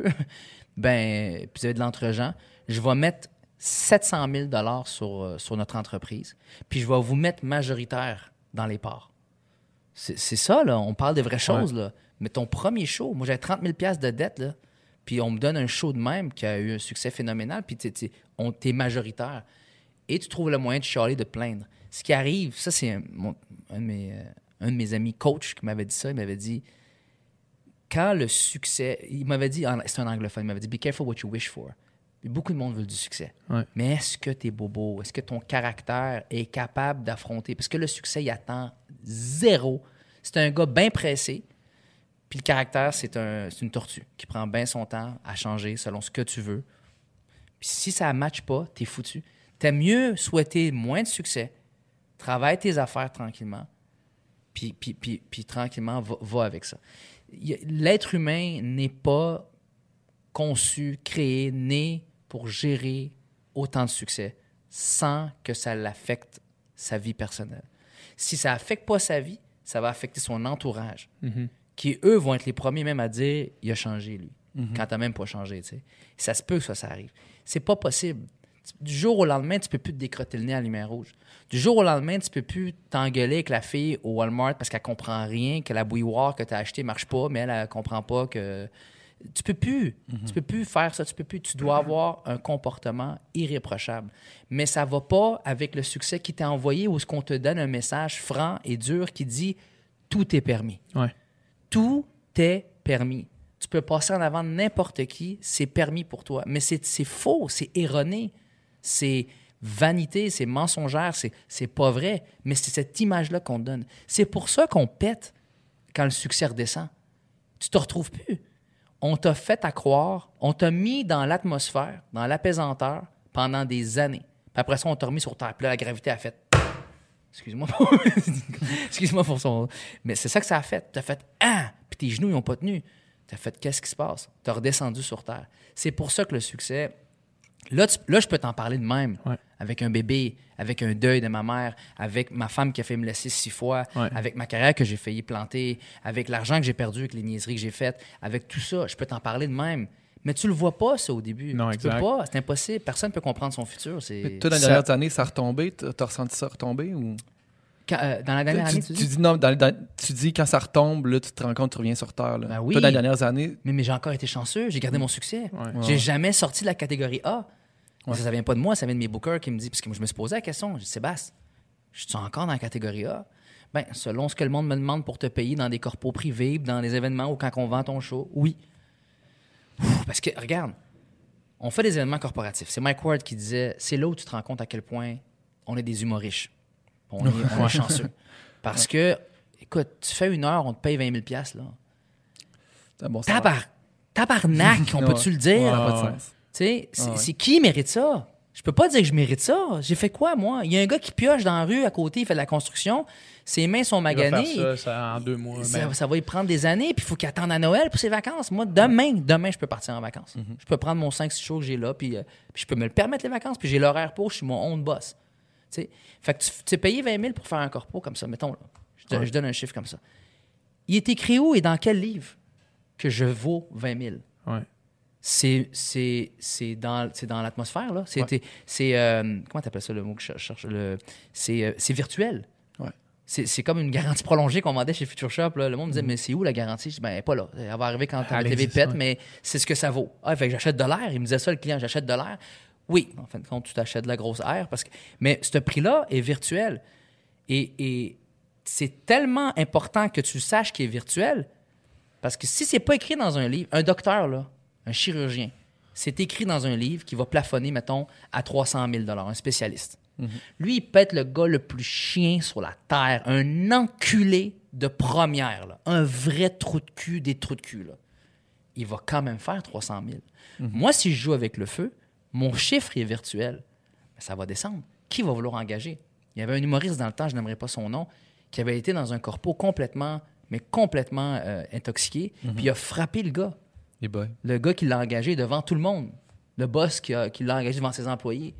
ben, puis vous avez de l'entre-gens, je vais mettre sept cent mille dollars sur, euh, sur notre entreprise, puis je vais vous mettre majoritaire dans les parts. C'est c'est ça, là. On parle de vraies choses, là. Mais ton premier show, moi, j'avais trente mille dollars de dette, là. Puis on me donne un show de même qui a eu un succès phénoménal, puis t'es- t'es- on t'es majoritaire. Et tu trouves le moyen de chialer, de te plaindre. Ce qui arrive, ça, c'est un, mon- un de mes, euh, un de mes amis coach qui m'avait dit ça. Il m'avait dit, quand le succès... Il m'avait dit, en- c'est un anglophone, il m'avait dit « Be careful what you wish for ». Beaucoup de monde veut du succès. Ouais. Mais est-ce que tu es bobo? Est-ce que ton caractère est capable d'affronter? Parce que le succès, il attend zéro. C'est un gars bien pressé. Puis le caractère, c'est un, c'est une tortue qui prend bien son temps à changer selon ce que tu veux. Puis si ça ne matche pas, t'es foutu. T'aimes mieux souhaiter moins de succès, travaille tes affaires tranquillement, puis, puis, puis, puis tranquillement, va, va avec ça. Il y a- L'être humain n'est pas conçu, créé, né pour gérer autant de succès sans que ça l'affecte sa vie personnelle. Si ça affecte pas sa vie, ça va affecter son entourage, Mhm. qui, eux, vont être les premiers même à dire « il a changé, lui quand t'as même pas changé, tu sais. Ça se peut que ça, ça arrive. C'est pas possible. Du jour au lendemain, tu peux plus te décrotter le nez à la lumière rouge. Du jour au lendemain, tu peux plus t'engueuler avec la fille au Walmart parce qu'elle comprend rien, que la bouilloire que tu as achetée marche pas, mais elle, elle comprend pas que... Tu peux plus. Tu peux plus faire ça. Tu peux plus. Tu dois avoir un comportement irréprochable. Mais ça va pas avec le succès qui t'a envoyé ou ce qu'on te donne un message franc et dur qui dit « tout est permis ». Ouais. Tout est permis. Tu peux passer en avant de n'importe qui, c'est permis pour toi. Mais c'est c'est faux, c'est erroné, c'est vanité, c'est mensongère, c'est c'est pas vrai. Mais c'est cette image-là qu'on te donne. C'est pour ça qu'on pète quand le succès redescend. Tu te retrouves plus. On t'a fait à croire, on t'a mis dans l'atmosphère, dans l'apaisanteur pendant des années. Puis après ça, on t'a remis sur terre. Puis là, la gravité a fait... Excuse-moi pour... Excuse-moi pour son... Mais c'est ça que ça a fait. T'as fait « Ah! » Puis tes genoux, ils n'ont pas tenu. T'as fait « Qu'est-ce qui se passe? » T'as redescendu sur terre. C'est pour ça que le succès... Là, tu- là je peux t'en parler de même. Ouais. Avec un bébé, avec un deuil de ma mère, avec ma femme qui a fait me laisser six fois, Ouais. avec ma carrière que j'ai failli planter, avec l'argent que j'ai perdu avec les niaiseries que j'ai faites, avec tout ça. Je peux t'en parler de même. Mais tu le vois pas, ça, au début. Non, tu exact. peux pas. C'est impossible. Personne ne peut comprendre son futur. C'est... Mais toi, dans les Ça- dernières années, ça a retombé? T'as t'as ressenti ça retomber? Ou... Quand- euh, dans la dernière tu, année, tu tu dis? dis non, dans- dans- tu dis quand ça retombe, là, tu te rends compte, tu reviens sur Terre. Là. Ben oui. Toi, dans les dernières années, Mais, mais j'ai encore été chanceux. J'ai gardé mon succès. Ouais. Ouais. J'ai jamais sorti de la catégorie A. Mais Ouais. Ça, ça vient pas de moi, ça vient de mes bookers qui me disent... Parce que moi, je me suis posé la question. J'ai dit, Sébastien, je suis encore dans la catégorie A? Ben, selon ce que le monde me demande pour te payer dans des corpos privés, dans les événements ou quand on vend ton show, oui. Ouf, parce que, regarde, on fait des événements corporatifs. C'est Mike Ward qui disait, c'est là où tu te rends compte à quel point on est des humains riches. On est, on est chanceux. Parce que, écoute, tu fais une heure, on te paye vingt mille dollars, là. c'est un bon salaire. Tabar, tabarnak, on Ouais. peut-tu le dire? Ça n'a pas de Ouais. sens. Tu sais, c'est Ah ouais. c'est qui mérite ça? Je peux pas dire que je mérite ça. J'ai fait quoi, moi? Il y a un gars qui pioche dans la rue à côté, il fait de la construction. Ses mains sont Il va maganées. faire ça, ça en deux mois. Ça, ben. ça va y prendre des années, puis il faut qu'il attende à Noël pour ses vacances. Moi, demain, demain, je peux partir en vacances. Mhm. Je peux prendre mon cinq six shows que j'ai là, puis, euh, puis je peux me le permettre, les vacances, puis j'ai l'horaire pour, je suis mon own boss. Tu sais, fait que tu tu sais, payer vingt mille pour faire un corpo comme ça, mettons, là, je, te- Ouais. je donne un chiffre comme ça. Il est écrit où et dans quel livre que je vaux vingt mille? Ouais. C'est, c'est, c'est dans, c'est dans l'atmosphère, là. C'est, Ouais. c'est euh, comment tu appelles ça, le mot que je cherche? Le, c'est, euh, c'est virtuel. Ouais. C'est, c'est comme une garantie prolongée qu'on vendait chez Future Shop. Là. Le monde me disait, mais c'est où la garantie? Je dis, ben, elle est pas là. Elle va arriver quand ta Elle T V existe, pète, ouais. mais c'est ce que ça vaut. Ah, fait que j'achète de l'air. Il me disait ça, le client, j'achète de l'air. Oui, en fin de compte, tu t'achètes de la grosse air. Parce que... Mais ce prix-là est virtuel. Et, et c'est tellement important que tu saches qu'il est virtuel. Parce que si c'est pas écrit dans un livre, un docteur, là, un chirurgien, c'est écrit dans un livre qui va plafonner, mettons, à trois cent mille dollars, un spécialiste. Mm-hmm. Lui, il peut être le gars le plus chien sur la terre, un enculé de première, là, un vrai trou de cul des trous de cul. Là. Il va quand même faire trois cent mille. Mm-hmm. Moi, si je joue avec le feu, mon chiffre est virtuel. Mais ça va descendre. Qui va vouloir engager? Il y avait un humoriste dans le temps, je n'aimerais pas son nom, qui avait été dans un corpo complètement, mais complètement euh, intoxiqué, mm-hmm. puis il a frappé le gars. Hey boy. Le gars qui l'a engagé devant tout le monde. Le boss qui, a, qui l'a engagé devant ses employés.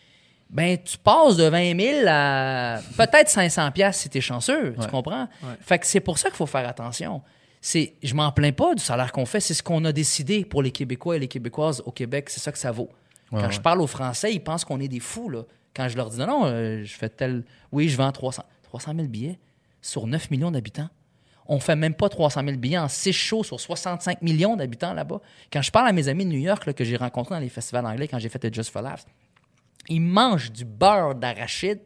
Ben, tu passes de vingt mille à peut-être cinq cents piastres si t'es chanceux, ouais. tu comprends? Ouais. Fait que c'est pour ça qu'il faut faire attention. C'est, je m'en plains pas du salaire qu'on fait, c'est ce qu'on a décidé pour les Québécois et les Québécoises au Québec, c'est ça que ça vaut. Ouais, Quand ouais. je parle aux Français, ils pensent qu'on est des fous, là. Quand je leur dis non, non, euh, je fais tel... Oui, je vends trois cent mille billets sur neuf millions d'habitants. On fait même pas trois cent mille billets en six shows sur soixante-cinq millions d'habitants là-bas. Quand je parle à mes amis de New York là, que j'ai rencontrés dans les festivals anglais quand j'ai fait le Just for Laughs, ils mangent du beurre d'arachide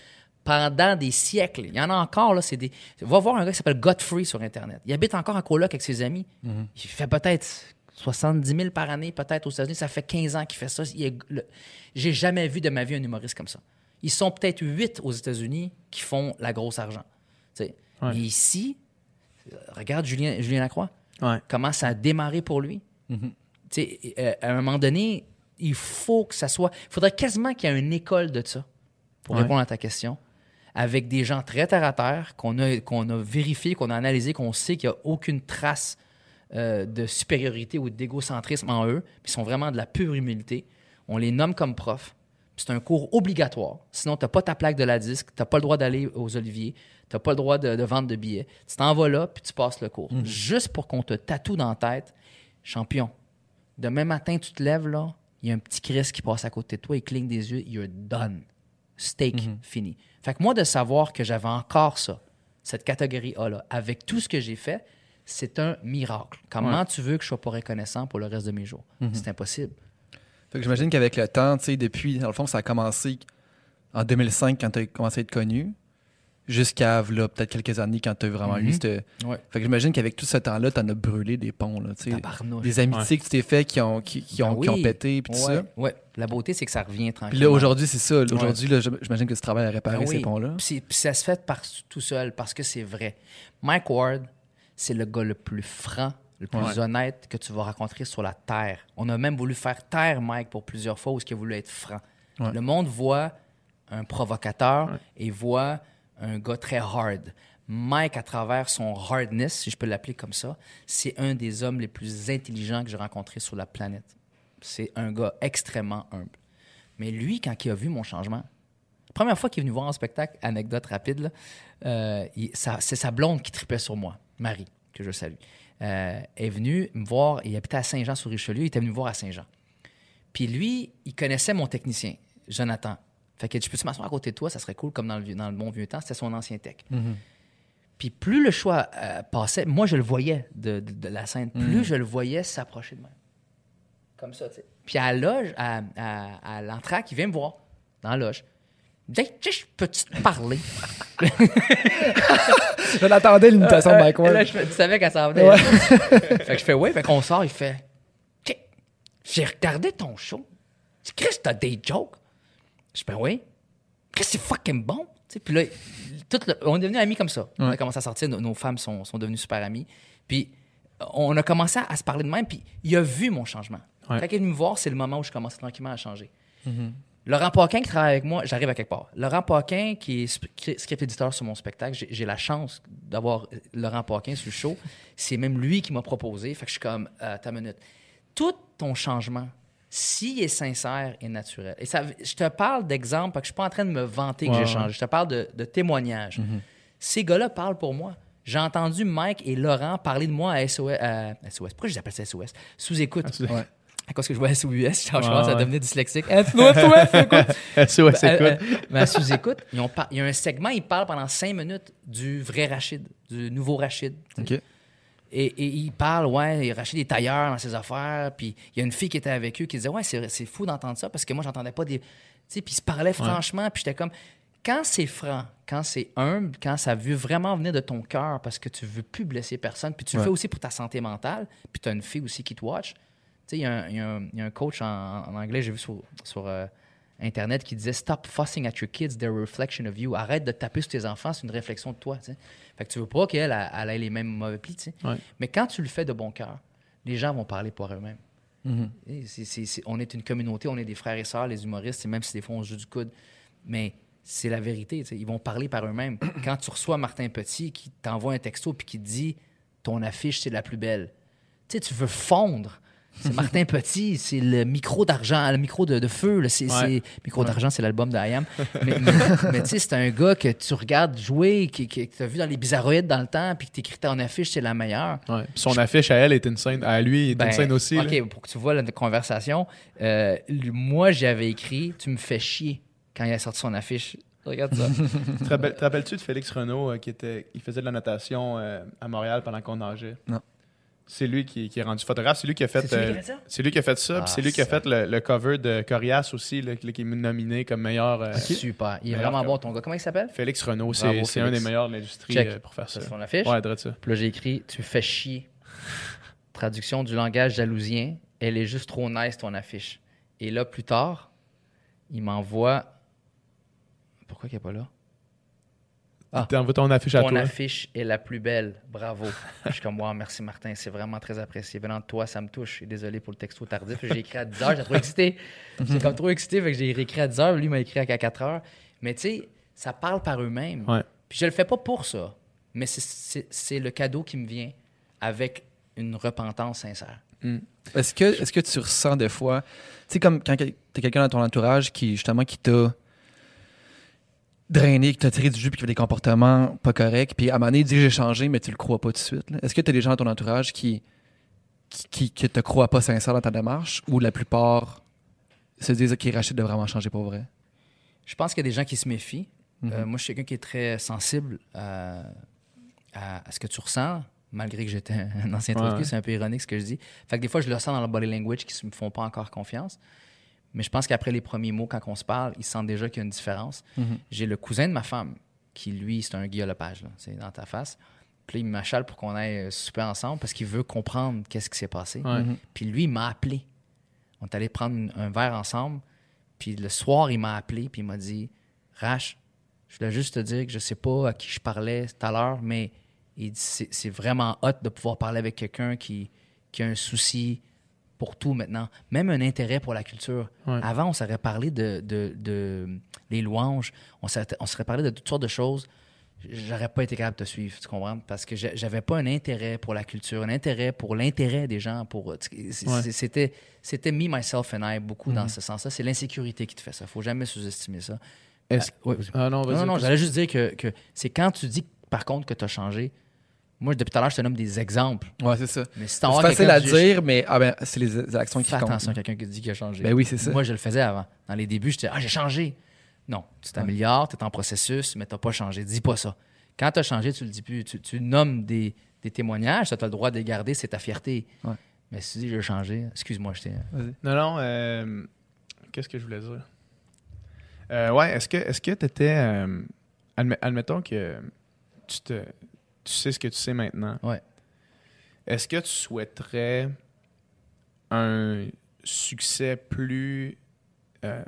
pendant des siècles. Il y en a encore, là, c'est des... Va voir un gars qui s'appelle Godfrey sur Internet. Il habite encore en coloc avec ses amis. Mm-hmm. Il fait peut-être soixante-dix mille par année, peut-être aux États-Unis. Ça fait quinze ans qu'il fait ça. Il est... le... J'ai jamais vu de ma vie un humoriste comme ça. Ils sont peut-être huit aux États-Unis qui font la grosse argent. Ouais. Mais ici, regarde Julien, Julien Lacroix. Ouais. Comment ça a démarré pour lui. Mm-hmm. Euh, à un moment donné, il faut que ça soit... Il faudrait quasiment qu'il y ait une école de ça, pour ouais. répondre à ta question, avec des gens très terre-à-terre, qu'on a, qu'on a vérifié, qu'on a analysé, qu'on sait qu'il n'y a aucune trace euh, de supériorité ou d'égocentrisme en eux, puis ils sont vraiment de la pure humilité. On les nomme comme profs. C'est un cours obligatoire. Sinon, tu n'as pas ta plaque de la disque, tu n'as pas le droit d'aller aux Oliviers, tu n'as pas le droit de, de vendre de billets. Tu t'en vas là, puis tu passes le cours. Mmh. Juste pour qu'on te tatoue dans la tête, champion. Demain matin, tu te lèves, là, il y a un petit Chris qui passe à côté de toi, il cligne des yeux, you're done. Steak, mmh. fini. Fait que moi, de savoir que j'avais encore ça, cette catégorie A-là, avec tout ce que j'ai fait, c'est un miracle. Comment ouais. tu veux que je sois pas reconnaissant pour le reste de mes jours? Mmh. C'est impossible. Fait que j'imagine qu'avec le temps, tu sais, depuis, dans le fond, ça a commencé en deux mille cinq quand tu as commencé à être connu, jusqu'à là, peut-être quelques années quand tu as vraiment mm-hmm. eu cette... Ouais. Fait que j'imagine qu'avec tout ce temps-là, tu en as brûlé des ponts, là, tu sais. Des amitiés ouais. que tu t'es fait qui ont, qui, qui, ont, ben oui. qui ont pété, puis tout ouais. ça. Oui, la beauté, c'est que ça revient tranquillement. Puis là, aujourd'hui, c'est ça. Aujourd'hui, ouais. là, j'imagine que tu travailles à réparer ben oui. ces ponts-là. Puis, puis ça se fait par tout seul, parce que c'est vrai. Mike Ward, c'est le gars le plus franc, le plus ouais. honnête que tu vas rencontrer sur la terre. On a même voulu faire taire Mike pour plusieurs fois où il a voulu être franc. Ouais. Le monde voit un provocateur ouais. et voit un gars très hard. Mike, à travers son hardness, si je peux l'appeler comme ça, c'est un des hommes les plus intelligents que j'ai rencontrés sur la planète. C'est un gars extrêmement humble. Mais lui, quand il a vu mon changement, la première fois qu'il est venu voir un spectacle, anecdote rapide, là, euh, il, ça, c'est sa blonde qui tripait sur moi, Marie, que je salue. Euh, est venu me voir, il habitait à Saint-Jean-sur-Richelieu, il était venu me voir à Saint-Jean. Puis lui, il connaissait mon technicien, Jonathan. Fait que je peux-tu m'asseoir à côté de toi, ça serait cool, comme dans le, dans le bon vieux temps, c'était son ancien tech. Mm-hmm. Puis plus le choix euh, passait, moi je le voyais de, de, de la scène, plus mm-hmm. je le voyais s'approcher de moi. Comme ça, tu sais. Puis à la loge, à, à, à l'entraque, il vient me voir, dans la loge. Il me dit, je peux-tu te parler? Je l'attendais, l'imitation de Mike Ward. Là, je, tu savais qu'elle s'en venait. Ouais. Fait que je fais, oui, fait qu'on sort, il fait, j'ai regardé ton show. Chris, t'as des jokes? Je fais, oui. Chris, c'est fucking bon. T'sais, puis là, tout le, on est devenus amis comme ça. Ouais. On a commencé à sortir, nos, nos femmes sont, sont devenues super amies. Puis on a commencé à, à se parler de même, puis il a vu mon changement. Ouais. Quand il est venu me voir, c'est le moment où je commençais tranquillement à changer. Mm-hmm. Laurent Paquin qui travaille avec moi, j'arrive à quelque part. Laurent Paquin qui est script éditeur sur mon spectacle, j'ai, j'ai la chance d'avoir Laurent Paquin sur le show. C'est même lui qui m'a proposé. Fait que je suis comme, euh, ta minute. Tout ton changement, s'il est sincère et naturel. Et ça, je te parle d'exemples, parce que je suis pas en train de me vanter que ouais, j'ai changé. Je te parle de, de témoignages. Mm-hmm. Ces gars-là parlent pour moi. J'ai entendu Mike et Laurent parler de moi à S O S. À S O S. Pourquoi je les appelle ça S O S? Sous-écoute. Ouais. À cause que je vois S O U S, je Ouais, commence à ouais. devenir dyslexique. S O S, écoute. S O S, Ben, euh, écoute. euh, mais à sous-écoute, ils ont par- il y a un segment, ils parlent pendant cinq minutes du vrai Rachid, du nouveau Rachid. tu sais. OK. Et, et ils parlent, ouais, Rachid est tailleur dans ses affaires. Puis il y a une fille qui était avec eux qui disait, ouais, c'est, c'est fou d'entendre ça parce que moi, j'entendais pas des. Tu sais, puis ils se parlaient franchement. Puis j'étais comme, quand c'est franc, quand c'est humble, quand ça veut vraiment venir de ton cœur parce que tu veux plus blesser personne, puis tu le Ouais. fais aussi pour ta santé mentale, puis tu as une fille aussi qui te watch. Tu sais, il y, a un- il y a un- il y a un coach en, en anglais, j'ai vu sur, sur euh, Internet, qui disait Stop fussing at your kids, they're a reflection of you. Arrête de taper sur tes enfants, c'est une réflexion de toi. tu sais. Fait que tu veux pas qu'elle elle, elle ait les mêmes mauvais plis. tu sais. Ouais. Mais quand tu le fais de bon cœur, les gens vont parler pour eux-mêmes. Mhm. Et c'est- c'est- c'est- on est une communauté, on est des frères et sœurs, les humoristes, et même si des fois on se joue du coude. Mais c'est la vérité. tu sais. Ils vont parler par eux-mêmes. Quand tu reçois Martin Petit qui t'envoie un texto puis qui te dit ton affiche, c'est la plus belle. Tu sais, tu veux fondre. C'est Martin Petit, c'est le micro d'argent, le micro de, de feu. Là, c'est, Ouais. c'est- Micro d'argent, c'est l'album d'I A M. Mais, mais, mais tu sais, c'est un gars que tu regardes jouer, qui, qui, que tu as vu dans les Bizarroïdes dans le temps, puis que tu écris ton affiche, c'est la meilleure. Ouais. Puis son affiche à elle est une scène. À lui, il est Ben, une scène aussi. là. OK, pour que tu vois la conversation, euh, l- moi, j'avais écrit « Tu me fais chier » quand il a sorti son affiche. Regarde ça. Te rappelles- te rappelles-tu de Félix Renaud euh, qui était, il faisait de la natation euh, à Montréal pendant qu'on nageait? Non. C'est lui qui, qui est rendu photographe. C'est lui qui a fait. C'est-tu lui qui a euh, fait ça? c'est lui qui a fait ça. Ah, puis c'est lui qui a ça. fait le, le cover de Corias aussi, là, qui qui est nominé comme meilleur. euh, Super. Il est Meilleur vraiment que- bon, ton gars. Comment il s'appelle? Félix Renaud, c'est, Bravo, c'est un des Félix. meilleurs de l'industrie Check. euh, pour faire ça. C'est son affiche. Ouais, drôle ça. Puis là, j'ai écrit « Tu fais chier ». Traduction du langage jalousien. « Elle est juste trop nice, ton affiche ». Et là, plus tard, il m'envoie... Pourquoi il n'est pas là? Ah. T'envoies ton affiche à Ton toi. affiche est la plus belle. Bravo. Je suis comme, wow, merci Martin, c'est vraiment très apprécié. Venant de toi, ça me touche. Et désolé pour le texto tardif. J'ai écrit à dix heures, j'ai trop excité. J'ai comme trop excité, fait que j'ai réécrit à dix heures. Lui m'a écrit à quatre heures. Mais tu sais, ça parle par eux-mêmes. Ouais. Puis je le fais pas pour ça. Mais c'est- c'est c'est le cadeau qui me vient avec une repentance sincère. Est-ce que, est-ce que tu ressens des fois, tu sais, comme quand tu as quelqu'un dans ton entourage qui, justement, qui t'a drainé, qui t'a tiré du jus puis qui fait des comportements pas corrects, puis à un moment donné, il dit j'ai changé, mais tu le crois pas tout de suite. là. Est-ce que tu as des gens dans ton entourage qui, qui, qui, qui te croient pas sincère dans ta démarche ou la plupart se disent OK, Rachid doit vraiment changer pour vrai? Je pense qu'il y a des gens qui se méfient. Mhm. Euh, moi, je suis quelqu'un qui est très sensible à, à- à ce que tu ressens, malgré que j'étais un ancien trou de Ouais, cul. ouais. C'est un peu ironique ce que je dis. Fait que des fois, je le sens dans le body language qui ne me font pas encore confiance. Mais je pense qu'après les premiers mots, quand on se parle, ils sentent déjà qu'il y a une différence. Mhm. J'ai le cousin de ma femme, qui lui, c'est un Guy Lepage, là, c'est dans ta face. Puis là, il m'achale pour qu'on aille euh, souper ensemble parce qu'il veut comprendre qu'est-ce qui s'est passé. Ouais. Mhm. Puis lui, il m'a appelé. On est allé prendre une- un verre ensemble. Puis le soir, il m'a appelé. Puis il m'a dit Rach, je voulais juste te dire que je sais pas à qui je parlais tout à l'heure, mais il dit, c'est, c'est vraiment hot de pouvoir parler avec quelqu'un qui, qui a un souci pour tout maintenant. Même un intérêt pour la culture. Ouais. Avant, on serait parlé de, de, de les louanges. On serait, on serait parlé de toutes sortes de choses. J'aurais pas été capable de te suivre, tu comprends? Parce que j'a- j'avais pas un intérêt pour la culture, un intérêt pour l'intérêt des gens. Pour, c'est- c'est- Ouais. c'était, c'était me, myself and I, beaucoup Mhm. dans ce sens-là. C'est l'insécurité qui te fait ça. Faut jamais sous-estimer ça. Est-ce- Euh, ouais, vas-y. Ah non, vas-y. non, non, non, vas-y. j'allais juste dire que, que c'est quand tu dis, par contre, que tu as changé. Moi, depuis tout à l'heure, je te nomme des exemples. Ouais, c'est ça. Mais si C'est t'en vois facile quelqu'un à qui- dire, mais ah ben, c'est les, les actions qui Fais comptent. attention à quelqu'un qui dit qu'il a changé. Ben oui, c'est ça. Moi, je le faisais avant. Dans les débuts, j'étais « Ah, j'ai changé! » Non, tu t'améliores, tu es en processus, mais tu n'as pas changé. Dis pas ça. Quand tu as changé, tu le dis plus. Tu, tu nommes des, des témoignages, tu as le droit de les garder, c'est ta fierté. Ouais. Mais si tu dis « J'ai changé », excuse-moi, je t'ai... Vas-y. Non, non. euh, Qu'est-ce que je voulais dire? Euh, ouais, est-ce que est-ce que tu étais. admettons que tu, te, tu sais ce que tu sais maintenant. Ouais. Est-ce que tu souhaiterais un succès plus euh,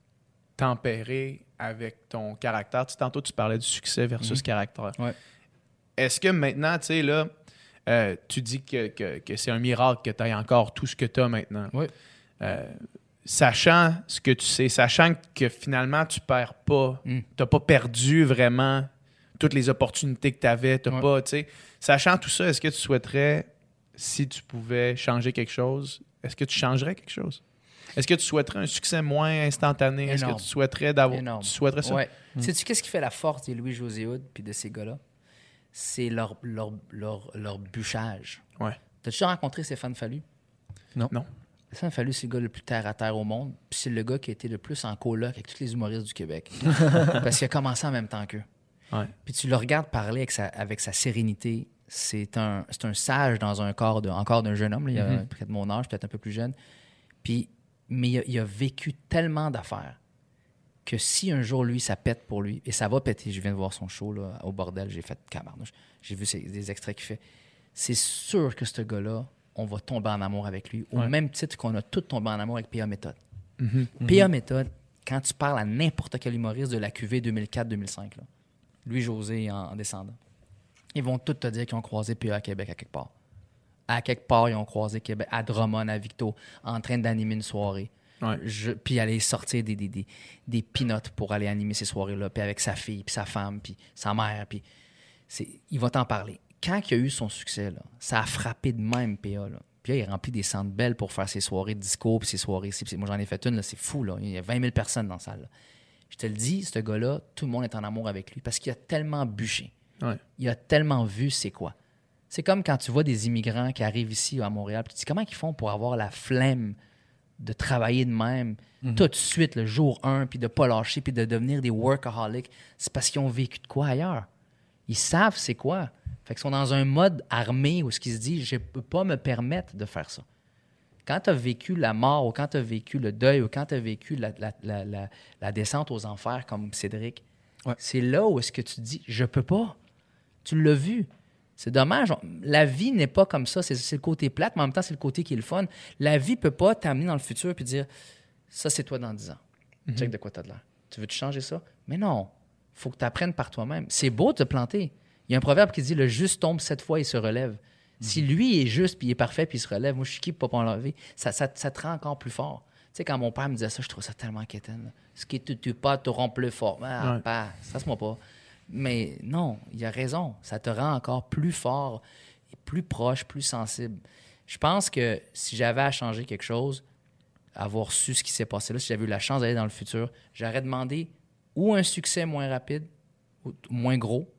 tempéré avec ton caractère? Tu sais, tantôt, tu parlais du succès versus Mhm. caractère. Ouais. Est-ce que maintenant, tu sais, là, euh, tu dis que, que, que c'est un miracle que tu aies encore tout ce que tu as maintenant? Oui. Euh, sachant ce que tu sais, sachant que finalement, tu perds pas, Mm. tu n'as pas perdu vraiment toutes les opportunités que tu avais, t'as Ouais. pas, tu sais. Sachant tout ça, est-ce que tu souhaiterais, si tu pouvais changer quelque chose, est-ce que tu changerais quelque chose? Est-ce que tu souhaiterais un succès moins instantané? Est-ce que Énorme. tu souhaiterais d'avoir. Énorme. Tu souhaiterais ça? Ouais. Sais-tu qu'est-ce qui fait la force des Louis-José Hood puis de ces gars-là? C'est leur, leur, leur, leur bûchage. Ouais. T'as-tu déjà rencontré Stéphane Fallu? Non. Non. Ça m'a fallu, c'est le gars le plus terre-à-terre au monde. Puis c'est le gars qui a été le plus en coloc avec tous les humoristes du Québec. Parce qu'il a commencé en même temps qu'eux. Ouais. Puis tu le regardes parler avec sa, avec sa sérénité. C'est un, c'est un sage dans un corps de, encore d'un jeune homme. Là, il a Mm-hmm. peut-être mon âge, peut-être un peu plus jeune. Puis, mais il a, il a vécu tellement d'affaires que si un jour, lui, ça pète pour lui, et ça va péter, je viens de voir son show là, au bordel, j'ai fait camarde, j'ai vu ses, des extraits qu'il fait. C'est sûr que ce gars-là, on va tomber en amour avec lui, au Ouais. même titre qu'on a tous tombé en amour avec P A Méthode. Mm-hmm. P A Méthode, quand tu parles à n'importe quel humoriste de la Q V deux mille quatre deux mille cinq, là, Louis-José en, en descendant, ils vont tous te dire qu'ils ont croisé P A à Québec à quelque part. À quelque part, ils ont croisé Québec, à Drummond, à Victo, en train d'animer une soirée. Ouais. Je, puis aller sortir des, des, des, des peanuts pour aller animer ces soirées-là, puis avec sa fille, puis sa femme, puis sa mère, puis c'est, il va t'en parler. Quand il a eu son succès, là, ça a frappé de même P A. Là. Puis là, il a rempli des centres belles pour faire ses soirées de disco, puis ses soirées ici. Puis moi, j'en ai fait une, là, c'est fou. Là. Il y a vingt mille personnes dans la salle. Là. Je te le dis, ce gars-là, tout le monde est en amour avec lui parce qu'il a tellement bûché. Ouais. Il a tellement vu c'est quoi. C'est comme quand tu vois des immigrants qui arrivent ici à Montréal, puis tu dis comment ils font pour avoir la flemme de travailler de même Mhm. tout de suite, le jour un, puis de pas lâcher, puis de devenir des workaholics. C'est parce qu'ils ont vécu de quoi ailleurs. Ils savent c'est quoi. Fait qu'ils sont dans un mode armé où ce qu'ils se disent, je peux pas me permettre de faire ça. Quand tu as vécu la mort, ou quand tu as vécu le deuil, ou quand tu as vécu la, la, la, la, la descente aux enfers comme Cédric, Ouais. c'est là où est-ce que tu te dis, je peux pas. Tu l'as vu. C'est dommage. On- La vie n'est pas comme ça. C'est, c'est le côté plate, mais en même temps, c'est le côté qui est le fun. La vie peut pas t'amener dans le futur et dire, ça, c'est toi dans dix ans. Check de quoi tu as de l'air. Tu veux-tu changer ça? Mais non. Faut que tu apprennes par toi-même. C'est beau de te planter. Il y a un proverbe qui dit, le juste tombe sept fois et se relève. Si lui est juste, puis il est parfait, puis il se relève, moi, je suis qui pour pas m'enlever? Ça, ça, ça te rend encore plus fort. Tu sais, quand mon père me disait ça, je trouvais ça tellement quétaine. là. Ce qui te tue pas te rend plus fort. Ah, Ouais. pas, ça se moi pas. Mais non, il a raison. Ça te rend encore plus fort, et plus proche, plus sensible. Je pense que si j'avais à changer quelque chose, avoir su ce qui s'est passé là, si j'avais eu la chance d'aller dans le futur, j'aurais demandé ou un succès moins rapide, ou t- moins gros,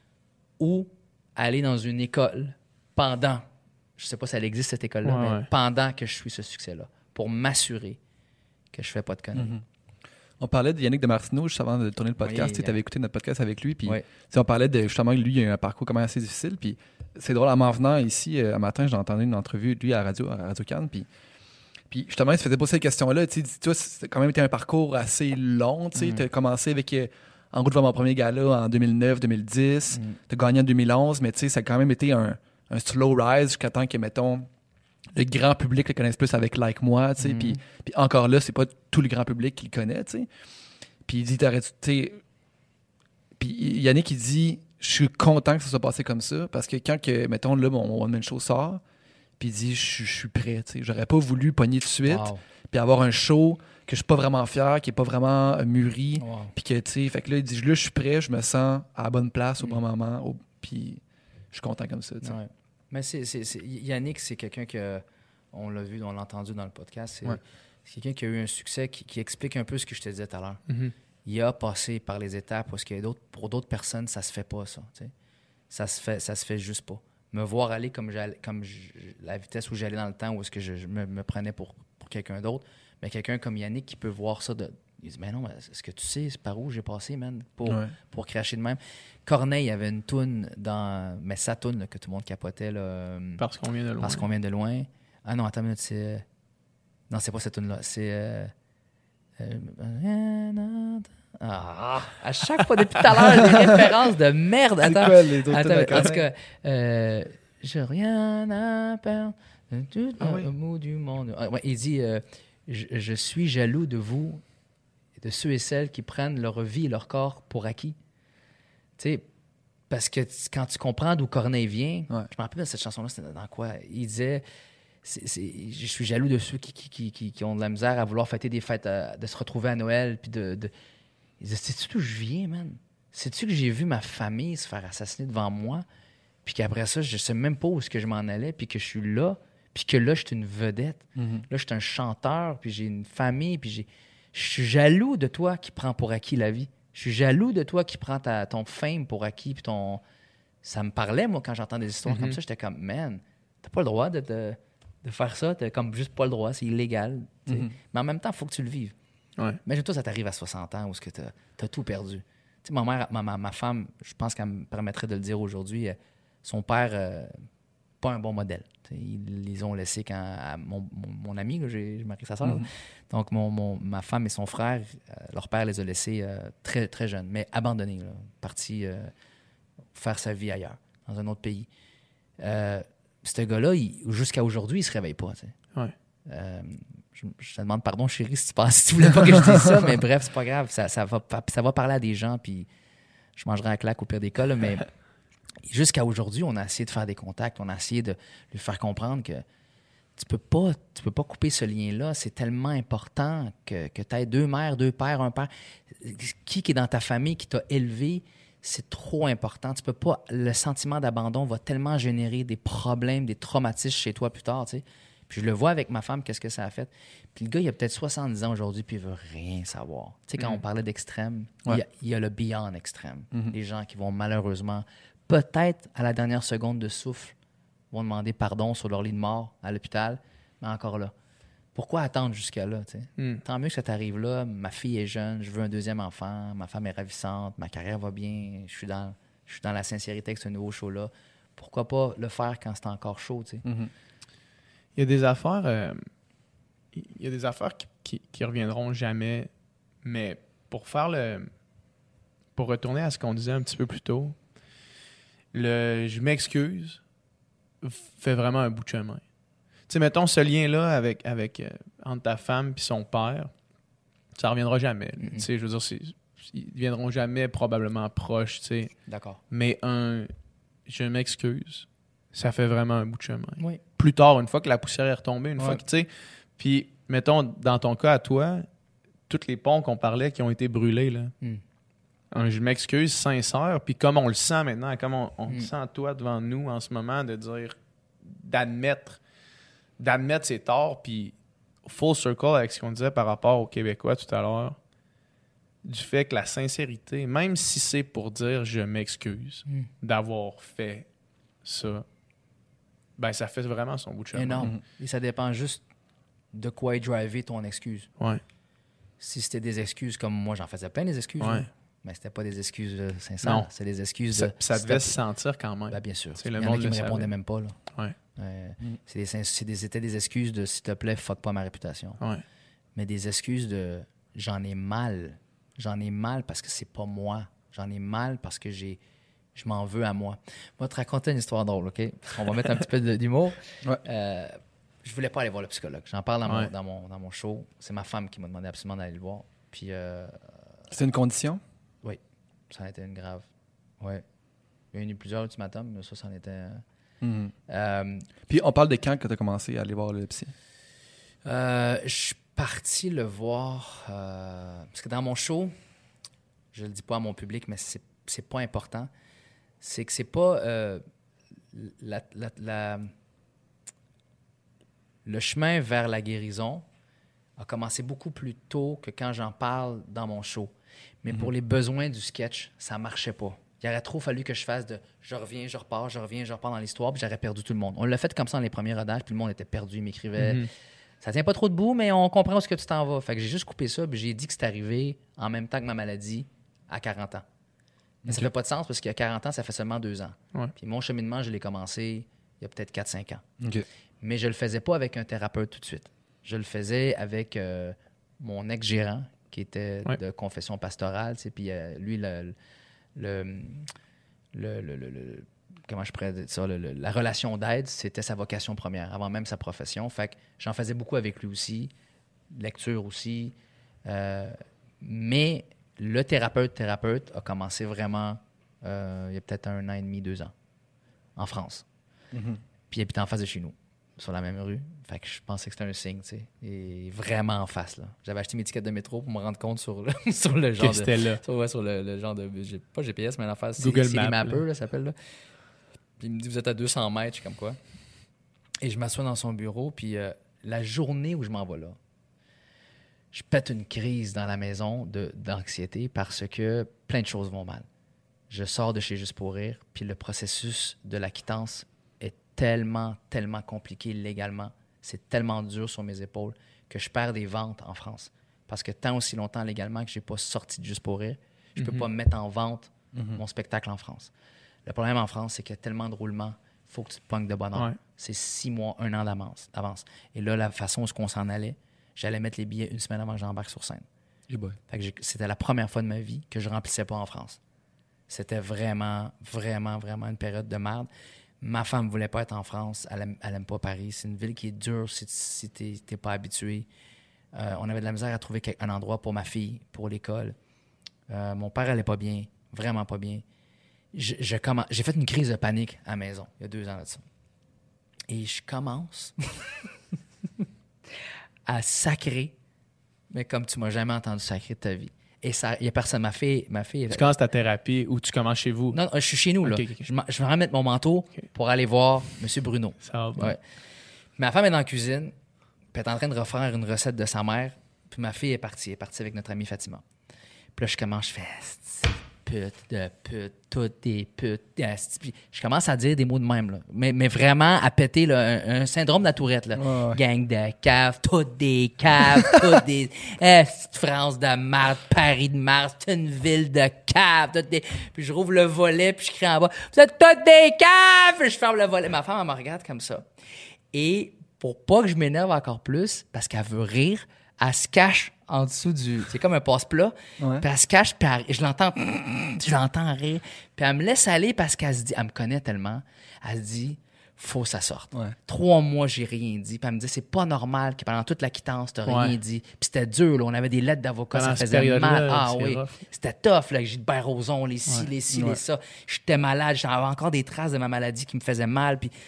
ou aller dans une école pendant, je sais pas si elle existe cette école-là, Ouais, mais ouais. pendant que je suis ce succès-là, pour m'assurer que je fais pas de conneries. Mhm. On parlait de Yannick de Martineau juste avant de tourner le podcast. Oui, tu avais écouté notre podcast avec lui. Puis, Ouais. tu sais, on parlait de justement, lui, il a eu un parcours quand même assez difficile. Puis, c'est drôle, en m'en venant ici, euh, un matin, j'ai entendu une entrevue de lui à Radio, à Radio Cannes. Puis, puis justement, il se faisait poser cette question-là. Tu sais, toi, c'est quand même été un parcours assez long. Tu sais, Mm. as commencé avec euh, En route vers mon premier gala en deux mille neuf deux mille dix. Mm. Tu as gagné en deux mille onze, mais tu sais, ça a quand même été un, un slow rise jusqu'à temps que, mettons, le grand public le connaisse plus avec Like Moi. Tu sais, Mm. puis, puis encore là, c'est pas tout le grand public qui le connaît. Tu sais. Puis il dit, t'aurais dû- tu sais, puis Yannick, il dit, je suis content que ça soit passé comme ça, parce que quand, que, mettons, là, mon One Man Show sort, puis il dit, je je suis prêt, tu sais. J'aurais pas voulu pogner tout de suite, Wow. puis avoir un show que je suis pas vraiment fier, qui est pas vraiment euh, mûri, Wow. puis que, tu sais, fait que là, il dit, là, je suis prêt, je me sens à la bonne place au Mm. bon moment, au- puis je suis content comme ça, tu sais. Ouais. Mais c'est, c'est, c'est- Yannick, c'est quelqu'un que on l'a vu, on l'a entendu dans le podcast. C'est, Ouais. c'est quelqu'un qui a eu un succès qui, qui explique un peu ce que je te disais tout à l'heure. Mhm. Il a passé par les étapes parce que d'autres, pour d'autres personnes, ça se fait pas, ça. tu sais. Ça se fait, ça se fait juste pas. Me voir aller comme, j'allais- comme je- la vitesse où j'allais dans le temps, où est-ce que je, je me, me prenais pour, pour quelqu'un d'autre, mais quelqu'un comme Yannick qui peut voir ça, de, il dit, mais non, mais est-ce que tu sais c'est par où j'ai passé, man, pour, Ouais. pour cracher de même. Corneille avait une toune dans, mais sa toune là, que tout le monde capotait, là, euh, Parce qu'on vient de loin. parce qu'on vient de loin. Ah non, attends une minute, c'est. Non, c'est pas cette tune-là. C'est. euh, euh, Ah, à chaque fois depuis tout à l'heure, des références de merde. C'est Attends, quoi les autres attends, tunes de en tout Corneille? cas, euh, j'ai rien à perdre de tout Ah oui. le mot du monde. Ah, ouais, il dit euh, je, je suis jaloux de vous et de ceux et celles qui prennent leur vie et leur corps pour acquis. Tu sais, parce que t- quand tu comprends d'où Corneille vient, Ouais. je me rappelle de cette chanson-là, c'était dans quoi? Il disait c'est- c'est- je suis jaloux de ceux qui, qui, qui, qui- qui ont de la misère à vouloir fêter des fêtes, euh, de se retrouver à Noël, puis de. de... Il disait sais-tu d'où je viens, man? Sais-tu que j'ai vu ma famille se faire assassiner devant moi, puis qu'après ça, je sais même pas où est-ce que je m'en allais, puis que je suis là, puis que là, je suis une vedette. Mhm. Là, je suis un chanteur, puis j'ai une famille, puis j'ai. Je suis jaloux de toi qui prends pour acquis la vie. Je suis jaloux de toi qui prends ta, ton fame pour acquis, puis ton. Ça me parlait, moi, quand j'entends des histoires Mhm. comme ça, j'étais comme, man, t'as pas le droit de te, de faire ça, t'as comme juste pas le droit, c'est illégal. tu sais. Mhm. Mais en même temps, il faut que tu le vives. Ouais. Imagine-toi, ça t'arrive à soixante ans où tu as tout perdu. Tu sais, ma mère, ma, ma, ma femme, je pense qu'elle me permettrait de le dire aujourd'hui, euh, son père, euh, pas un bon modèle. Tu sais, ils les ont laissés quand à mon, mon, mon ami, là, j'ai j'ai marié sa soeur. Mhm. Donc, mon, mon, ma femme et son frère, euh, leur père les a laissés euh, très, très jeunes, mais abandonnés, là, partis euh, faire sa vie ailleurs, dans un autre pays. Euh, ce gars-là, il- jusqu'à aujourd'hui, il se réveille pas. tu sais. Ouais. Euh, je, je te demande pardon, chérie, si tu, penses, si tu voulais pas que je dise ça, mais bref, c'est pas grave. Ça, ça, va, ça va parler à des gens, puis je mangerai un claque au pire des cas. Là, mais jusqu'à aujourd'hui, on a essayé de faire des contacts, on a essayé de lui faire comprendre que tu peux pas, tu peux pas couper ce lien-là. C'est tellement important que, que tu aies deux mères, deux pères, un père. Qui qui est dans ta famille, qui t'a élevé, c'est trop important. Tu peux pas. Le sentiment d'abandon va tellement générer des problèmes, des traumatismes chez toi plus tard, tu sais. Puis je le vois avec ma femme, qu'est-ce que ça a fait. Puis le gars, il a peut-être soixante-dix ans aujourd'hui, puis il veut rien savoir. Tu sais, quand Mm. on parlait d'extrême, Ouais. il, y a, il y a le beyond extrême. Mhm. Les gens qui vont malheureusement, peut-être à la dernière seconde de souffle, vont demander pardon sur leur lit de mort à l'hôpital, mais encore là. Pourquoi attendre jusqu'à là, tu sais? Mm. Tant mieux que ça t'arrive là. Ma fille est jeune, je veux un deuxième enfant, ma femme est ravissante, ma carrière va bien, je suis dans, je suis dans la sincérité avec ce nouveau show-là. Pourquoi pas le faire quand c'est encore chaud, tu sais? Mhm. Il y a des affaires, euh, il y a des affaires qui, qui, qui reviendront jamais, mais pour faire le, pour retourner à ce qu'on disait un petit peu plus tôt, le je m'excuse fait vraiment un bout de chemin. Tu sais, mettons ce lien-là avec, avec euh, entre ta femme et son père, ça reviendra jamais. là. Mhm. Tu sais, je veux dire, c'est, ils viendront jamais probablement proches, tu sais. D'accord. Mais un je m'excuse, ça fait vraiment un bout de chemin. Oui. Plus tard, une fois que la poussière est retombée, une Ouais. fois que, tu sais, puis, mettons, dans ton cas à toi, tous les ponts qu'on parlait qui ont été brûlés, là, Mm. un je m'excuse sincère, puis comme on le sent maintenant, comme on, on Mm. le sent toi devant nous en ce moment, de dire, d'admettre, d'admettre ses torts, puis full circle avec ce qu'on disait par rapport aux Québécois tout à l'heure, du fait que la sincérité, même si c'est pour dire je m'excuse Mm. d'avoir fait ça, ben ça fait vraiment son bout de chemin. Énorme. Mhm. Et ça dépend juste de quoi est drivé ton excuse. Ouais. Si c'était des excuses comme moi, j'en faisais plein des excuses, Ouais. là. Mais c'était pas des excuses euh, sincères. Non. C'est des excuses Ça, de. ça c'était devait pas- se sentir quand même. Ben, bien sûr. C'est Il le y en a monde qui le me savait. répondaient même pas. Là. Ouais. Euh, Mm. c'est des, c'est des- c'était des excuses de s'il te plaît, fuck pas ma réputation. Ouais. Mais des excuses de j'en ai mal. J'en ai mal parce que c'est pas moi. J'en ai mal parce que j'ai je m'en veux à moi. Moi, te raconter une histoire drôle, OK? On va mettre un petit peu de- d'humour. Ouais. Euh, je voulais pas aller voir le psychologue. J'en parle dans, Ouais. mon, dans, mon, dans mon show. C'est ma femme qui m'a demandé absolument d'aller le voir. Puis euh, C'est une condition? ça a été une grave. Ouais. Il y en a eu plusieurs ultimatums, mais ça, c'en était... euh, Mhm. euh, Puis on parle de quand que tu as commencé à aller voir le psy? Euh, je suis parti le voir euh, parce que dans mon show, je le dis pas à mon public, mais c'est c'est pas important. C'est que c'est pas euh, la, la- la- le chemin vers la guérison a commencé beaucoup plus tôt que quand j'en parle dans mon show. Mais pour les besoins du sketch, ça marchait pas. Il aurait trop fallu que je fasse de je reviens, je repars, je reviens, je repars dans l'histoire, puis j'aurais perdu tout le monde. On l'a fait comme ça dans les premiers rodages, puis le monde était perdu, il m'écrivait. Mhm. Ça tient pas trop debout, mais on comprend où est-ce que tu t'en vas. Fait que j'ai juste coupé ça, puis j'ai dit que c'est arrivé en même temps que ma maladie à quarante ans. Mais ça fait pas de sens parce qu'à quarante ans, ça fait seulement deux ans. Ouais. Puis mon cheminement, je l'ai commencé il y a peut-être quatre cinq ans. OK. Mais je le faisais pas avec un thérapeute tout de suite. Je le faisais avec euh, mon ex-gérant qui était Ouais. de confession pastorale. Tu sais, puis euh, lui, le, le, le, le- le- le- comment je pourrais dire ça, le- le- la relation d'aide, c'était sa vocation première, avant même sa profession. Fait que j'en faisais beaucoup avec lui aussi, lecture aussi. Euh, mais le thérapeute, thérapeute a commencé vraiment euh, il y a peut-être un an et demi, deux ans, en France. Mhm. Puis il habitait en face de chez nous, sur la même rue. Fait que je pensais que c'était un signe, tu sais. Et vraiment en face, là. J'avais acheté mes tickets de métro pour me rendre compte sur le, sur le genre Que de... c'était là. Sur, ouais, sur le, le genre de... j'ai- Pas G P S, mais en face. Google Siri Maps, Mapper, là. là, ça s'appelle, là. Puis il me dit, vous êtes à deux cents mètres, je suis comme quoi. Et je m'assois dans son bureau, puis euh, la journée où je m'en vais là, je pète une crise dans la maison de, d'anxiété parce que plein de choses vont mal. Je sors de chez Juste pour rire, puis le processus de la quittance est tellement, tellement compliqué légalement. c'est tellement dur sur mes épaules que je perds des ventes en France. Parce que tant aussi longtemps légalement que je n'ai pas sorti de Juste pour rire, je ne peux Mm-hmm. pas mettre en vente Mhm. mon spectacle en France. Le problème en France, c'est qu'il y a tellement de roulements, il faut que tu te pognes de bonne heure. Ouais. C'est six mois, un an d'avance. d'avance. Et là, la façon où on s'en allait, j'allais mettre les billets une semaine avant que j'embarque sur scène. Eh boy. Fait que j'ai- c'était la première fois de ma vie que je remplissais pas en France. C'était vraiment, vraiment, vraiment une période de merde. Ma femme voulait pas être en France. Elle aime, elle aime pas Paris. C'est une ville qui est dure si, si t'es, t'es pas habitué. Euh, on avait de la misère à trouver quel- un endroit pour ma fille, pour l'école. Euh, mon père allait pas bien, vraiment pas bien. Je, je commen- J'ai fait une crise de panique à la maison, il y a deux ans de ça. Et je commence à sacrer, mais comme tu m'as jamais entendu sacrer de ta vie. Et ça, il y a personne. Ma fille, ma fille. Tu commences ta thérapie ou tu commences chez vous? Non, non, je suis chez nous, là. Ok, ok, ok. Je, m'en- je vais remettre mon manteau Ok. pour aller voir M. Bruno. Ça va bien. Ouais. Ma femme est dans la cuisine, puis elle est en train de refaire une recette de sa mère, puis ma fille est partie. Elle est partie avec notre amie Fatima. Puis là, je commence, je fais Asti, pute de pute, toutes des putes. Asti. Puis je commence à dire des mots de même, là. Mais, mais vraiment à péter là, un, un syndrome de la tourette. Là. Ouais, ouais. Gang de caves, toutes des caves, toutes des. Asti, France de Mars, Paris de Mars, c'est une ville de caves. Toutes des... Puis je rouvre le volet, puis je crie en bas Vous êtes toutes des caves! Puis je ferme le volet. Ma femme, elle me regarde comme ça. Et pour pas que je m'énerve encore plus, parce qu'elle veut rire, elle se cache en dessous du... C'est comme un passe-plat. Ouais. Puis elle se cache, puis elle- je l'entends... Je l'entends rire. Puis elle me laisse aller parce qu'elle se dit... Elle me connaît tellement. Elle se dit... Faut que ça sorte. Ouais. Trois mois, j'ai rien dit. Puis elle me dit, c'est pas normal que pendant toute la quittance, t'as rien Ouais. dit. Puis c'était dur, là. On avait des lettres d'avocats, Pendant ça cette faisait période-là, mal. Ah c'est oui. rough. C'était tough, là. Gilbert Rozon, les ci, Ouais. les ci, Ouais. les ça. J'étais malade. J'avais encore des traces de ma maladie qui me faisaient mal. Puis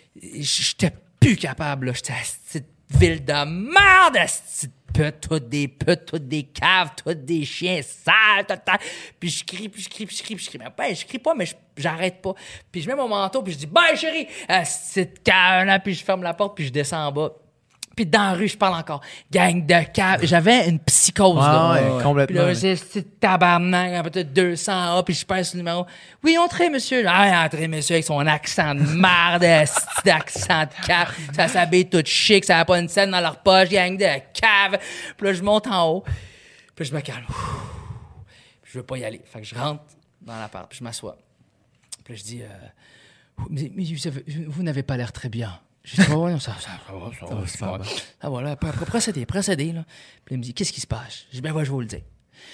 j'étais plus capable, là. J'étais à cette ville de merde, à cette pute, toutes des putes, toutes des caves, toutes des chiens sales, tout, tout. Puis je crie, puis je crie, puis je crie, puis je crie. Mais ben, je crie pas, mais je- j'arrête pas. Puis je mets mon manteau, puis je dis, bye chérie, à cette cave, là. Puis je ferme la porte, puis je descends en bas. Puis dans la rue, je parle encore. Gang de cave. J'avais une psychose, là. Ouais, ouais, ouais. complètement. Puis là, j'ai ce tabarnak, peut-être deux cents A, puis je passe le numéro. Oui, entrez, monsieur. Ah, entrez, monsieur, avec son accent de marde, esti d'accent de cave. Ça s'habille tout chic, ça n'a pas une scène dans leur poche, gang de cave. Puis là, je monte en haut, puis je me calme. Puis je veux pas y aller. Fait que je rentre dans l'appart, puis je m'assois. Puis là, je dis, euh, mais, mais vous, avez- vous n'avez pas l'air très bien. Je dis, oh, ouais, non, ça, ça, ça va, ça va, ça va. Ah, voilà, pr- pr- procédez, procédez, là. Puis il me dit, qu'est-ce qui se passe? Je dis, ben, ouais, je vais vous le dire.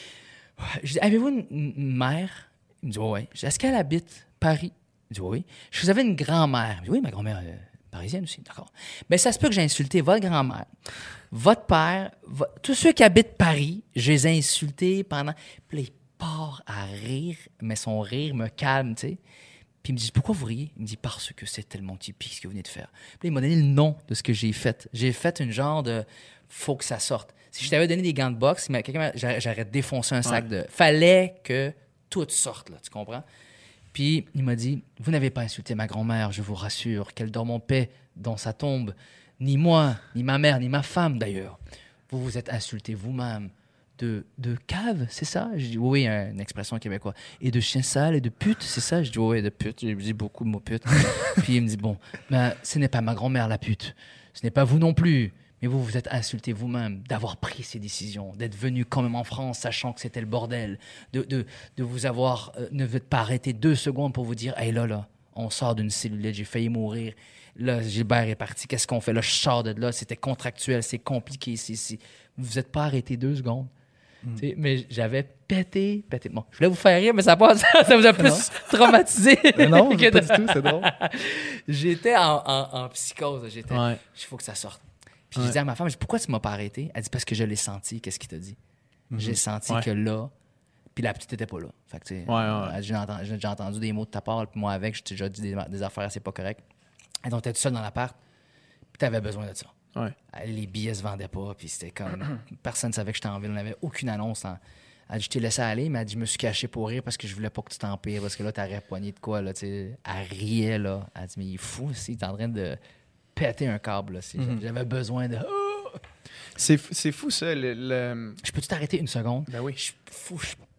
Je dis, avez-vous une, une mère? Il me dit, oui, oui. Je dis, est-ce qu'elle habite Paris? Il dit, oui. Je dis, vous avez une grand-mère? Il me dit, oui, ma grand-mère est parisienne aussi. D'accord. Mais ça se peut que j'ai insulté votre grand-mère, votre père, vo- tous ceux qui habitent Paris, je les ai insultés pendant. Puis là, il part à rire, mais son rire me calme, tu sais. Puis il me dit, pourquoi vous riez? Il me dit, parce que c'est tellement typique ce que vous venez de faire. Puis là, il m'a donné le nom de ce que j'ai fait. J'ai fait une genre de faut que ça sorte. Si je t'avais donné des gants de boxe, il m'a- quelqu'un m'a- j'aurais j'aurais défoncé un sac de. Fallait que tout sorte, là, tu comprends? Puis il m'a dit, vous n'avez pas insulté ma grand-mère, je vous rassure, qu'elle dorme en paix dans sa tombe. Ni moi, ni ma mère, ni ma femme d'ailleurs. Vous vous êtes insulté vous-même. De, de cave, c'est ça? Je dis, oui, oui, une expression québécoise. Et de chien sale et de pute, c'est ça? Je dis, oui, de pute. J'ai dit beaucoup de mots pute. Puis il me dit, bon, mais ce n'est pas ma grand-mère la pute. Ce n'est pas vous non plus. Mais vous, vous êtes insulté vous-même d'avoir pris ces décisions, d'être venu quand même en France sachant que c'était le bordel, de, de, de vous avoir, euh, ne vous êtes pas arrêté deux secondes pour vous dire, hey là, là, on sort d'une cellulite, j'ai failli mourir. Là, Gilbert est parti, qu'est-ce qu'on fait? Là, je sors de là, c'était contractuel, c'est compliqué. C'est, c'est... Vous n'êtes pas arrêté deux secondes. Tu sais, mais j'avais pété, pété. Bon, je voulais vous faire rire, mais ça, passe, ça vous a plus traumatisé. Mais non, que pas de- du tout, c'est drôle. J'étais en, en, en psychose. J'étais, il Ouais. faut que ça sorte. Puis Ouais. je disais à ma femme, je dis, pourquoi tu m'as pas arrêté? Elle dit, parce que je l'ai senti. Qu'est-ce qu'il t'a dit? J'ai senti Ouais. que là, puis la petite était pas là. Fait que, tu sais, Ouais, ouais. elle dit, j'ai entendu, j'ai déjà entendu des mots de ta part, puis moi avec, j'ai déjà dit des, des affaires assez pas correctes. Et donc, t'es tout seul dans l'appart, puis t'avais besoin de ça. Ouais. Les billets se vendaient pas, puis c'était comme. Personne ne savait que j'étais en ville, on n'avait aucune annonce. En... Elle dit, je t'ai laissé aller, mais elle dit, je me suis caché pour rire parce que je voulais pas que tu t'empires, parce que là, t'aurais poigné de quoi, là, tu sais. Elle riait, là. Elle dit, mais il est fou, aussi, il est en train de péter un câble, là. C'est- J'avais besoin de. C'est, f- c'est fou, ça. Le, le- Je peux-tu t'arrêter une seconde? Ben oui. Je, faut, je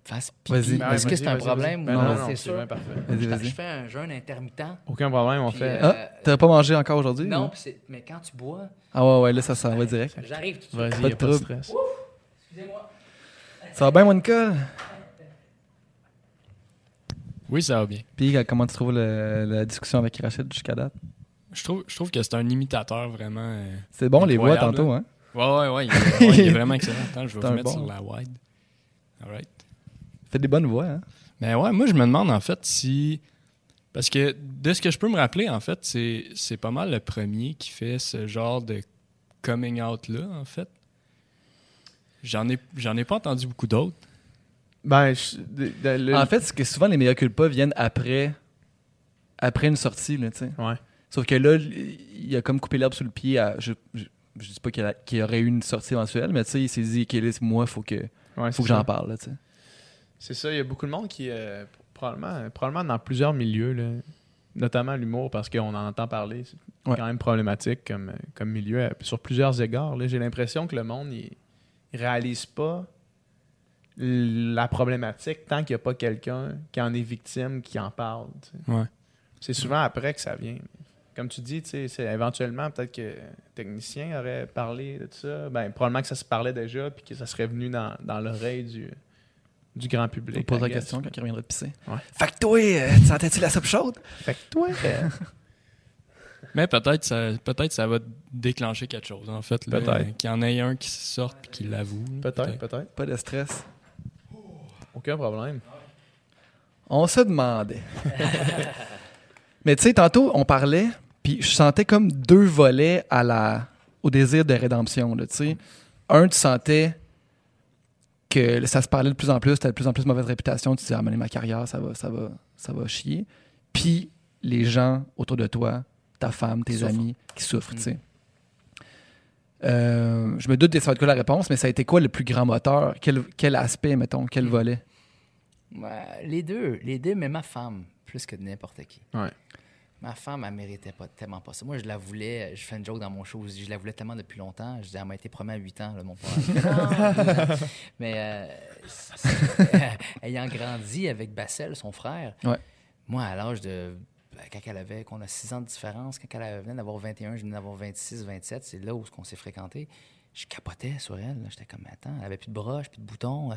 fasse Vas-y. pipi. Ben, Est-ce que vas-y, c'est un vas-y, problème? vas-y. Ben non, non, c'est non, c'est sûr. bien parfait. Vas-y, Je, vas-y. je fais un jeûne intermittent. Aucun problème, on Puis, fait. euh, Ah, t'avais pas mangé encore aujourd'hui? non, ou? puis c'est- mais quand tu bois, Ah ouais, ouais, là, ça s'en va direct. j'arrive tout de suite. Vas-y, pas y de a pas de trouble. stress. Excusez-moi. Ça va bien, Monica? Oui, ça va bien. Puis, euh, comment tu trouves le- la discussion avec Rachid jusqu'à date? Je trouve, je trouve que c'est un imitateur vraiment. euh, C'est bon, les voix Incroyable, tantôt, hein? Ouais, ouais, ouais. Il est, ouais, il est vraiment excellent. Attends, je vais C'est vous un mettre bon. sur la wide. All right. Fait des bonnes voix, hein? Mais ouais, moi, je me demande en fait si. Parce que de ce que je peux me rappeler, en fait, c'est, c'est pas mal le premier qui fait ce genre de coming out-là, en fait. J'en ai, j'en ai pas entendu beaucoup d'autres. Ben, je- de- de- le- En fait, c'est que souvent, les mea culpa viennent après, après une sortie, là, tu sais. ouais. Sauf que là, il a comme coupé l'herbe sous le pied. À, je, je, je dis pas qu'il, a- qu'il y aurait eu une sortie éventuelle, mais tu sais, il s'est dit, OK, là, c'est moi, faut que, Ouais, faut c'est que ça. j'en parle, là, tu sais. C'est ça, il y a beaucoup de monde qui, euh, probablement, probablement dans plusieurs milieux, là, notamment l'humour, parce qu'on en entend parler. C'est Ouais. quand même problématique comme, comme milieu euh, sur plusieurs égards. Là. J'ai l'impression que le monde, il, il réalise pas la problématique tant qu'il n'y a pas quelqu'un qui en est victime, qui en parle. Tu sais. Ouais. C'est souvent après que ça vient. Comme tu dis, tu sais, c'est éventuellement, peut-être que le technicien aurait parlé de tout ça. Ben, probablement que ça se parlait déjà, puis que ça serait venu dans, dans l'oreille du, du grand On public. pose la I guess. question quand il reviendra de pisser. Ouais. Fait que toi, euh, tu sentais-tu la soupe chaude? Fait que toi, euh, Mais peut-être ça, peut-être ça va déclencher quelque chose, en fait. là. Peut-être. Qu'il y en ait un qui sorte et qui l'avoue. là, peut-être, peut-être. Pas de stress. Aucun problème. On se demandait. Mais tu sais, tantôt, on parlait, puis je sentais comme deux volets à la, au désir de rédemption, là, tu sais. Un, tu sentais que ça se parlait de plus en plus, tu as de plus en plus mauvaise réputation, tu te dis, ah, mais ma carrière, ça va, ça va, ça va chier. Puis les gens autour de toi, ta femme, tes Qui souffrent. amis, qui souffrent, Mm. tu sais. Euh, je me doute de ça va être quoi la réponse, mais ça a été quoi le plus grand moteur? Quel, quel aspect, mettons, quel Mm. volet? Ouais, les deux, les deux, mais ma femme, plus que n'importe qui. Ouais. Ma femme, elle méritait pas, tellement pas ça. Moi, je la voulais, je fais une joke dans mon show, je dis, je la voulais tellement depuis longtemps. Je dis, elle m'a été promise à huit ans, là, mon père. Mais euh, c'est- c'est- ayant grandi avec Bassel, son frère, Ouais. moi, à l'âge de. ben, Quand elle avait, qu'on a six ans de différence, quand elle venait d'avoir vingt et un, je venais d'avoir vingt-six, vingt-sept, c'est là où on s'est fréquentés. Je capotais sur elle. là. J'étais comme, attends, elle avait plus de broches, plus de boutons. euh,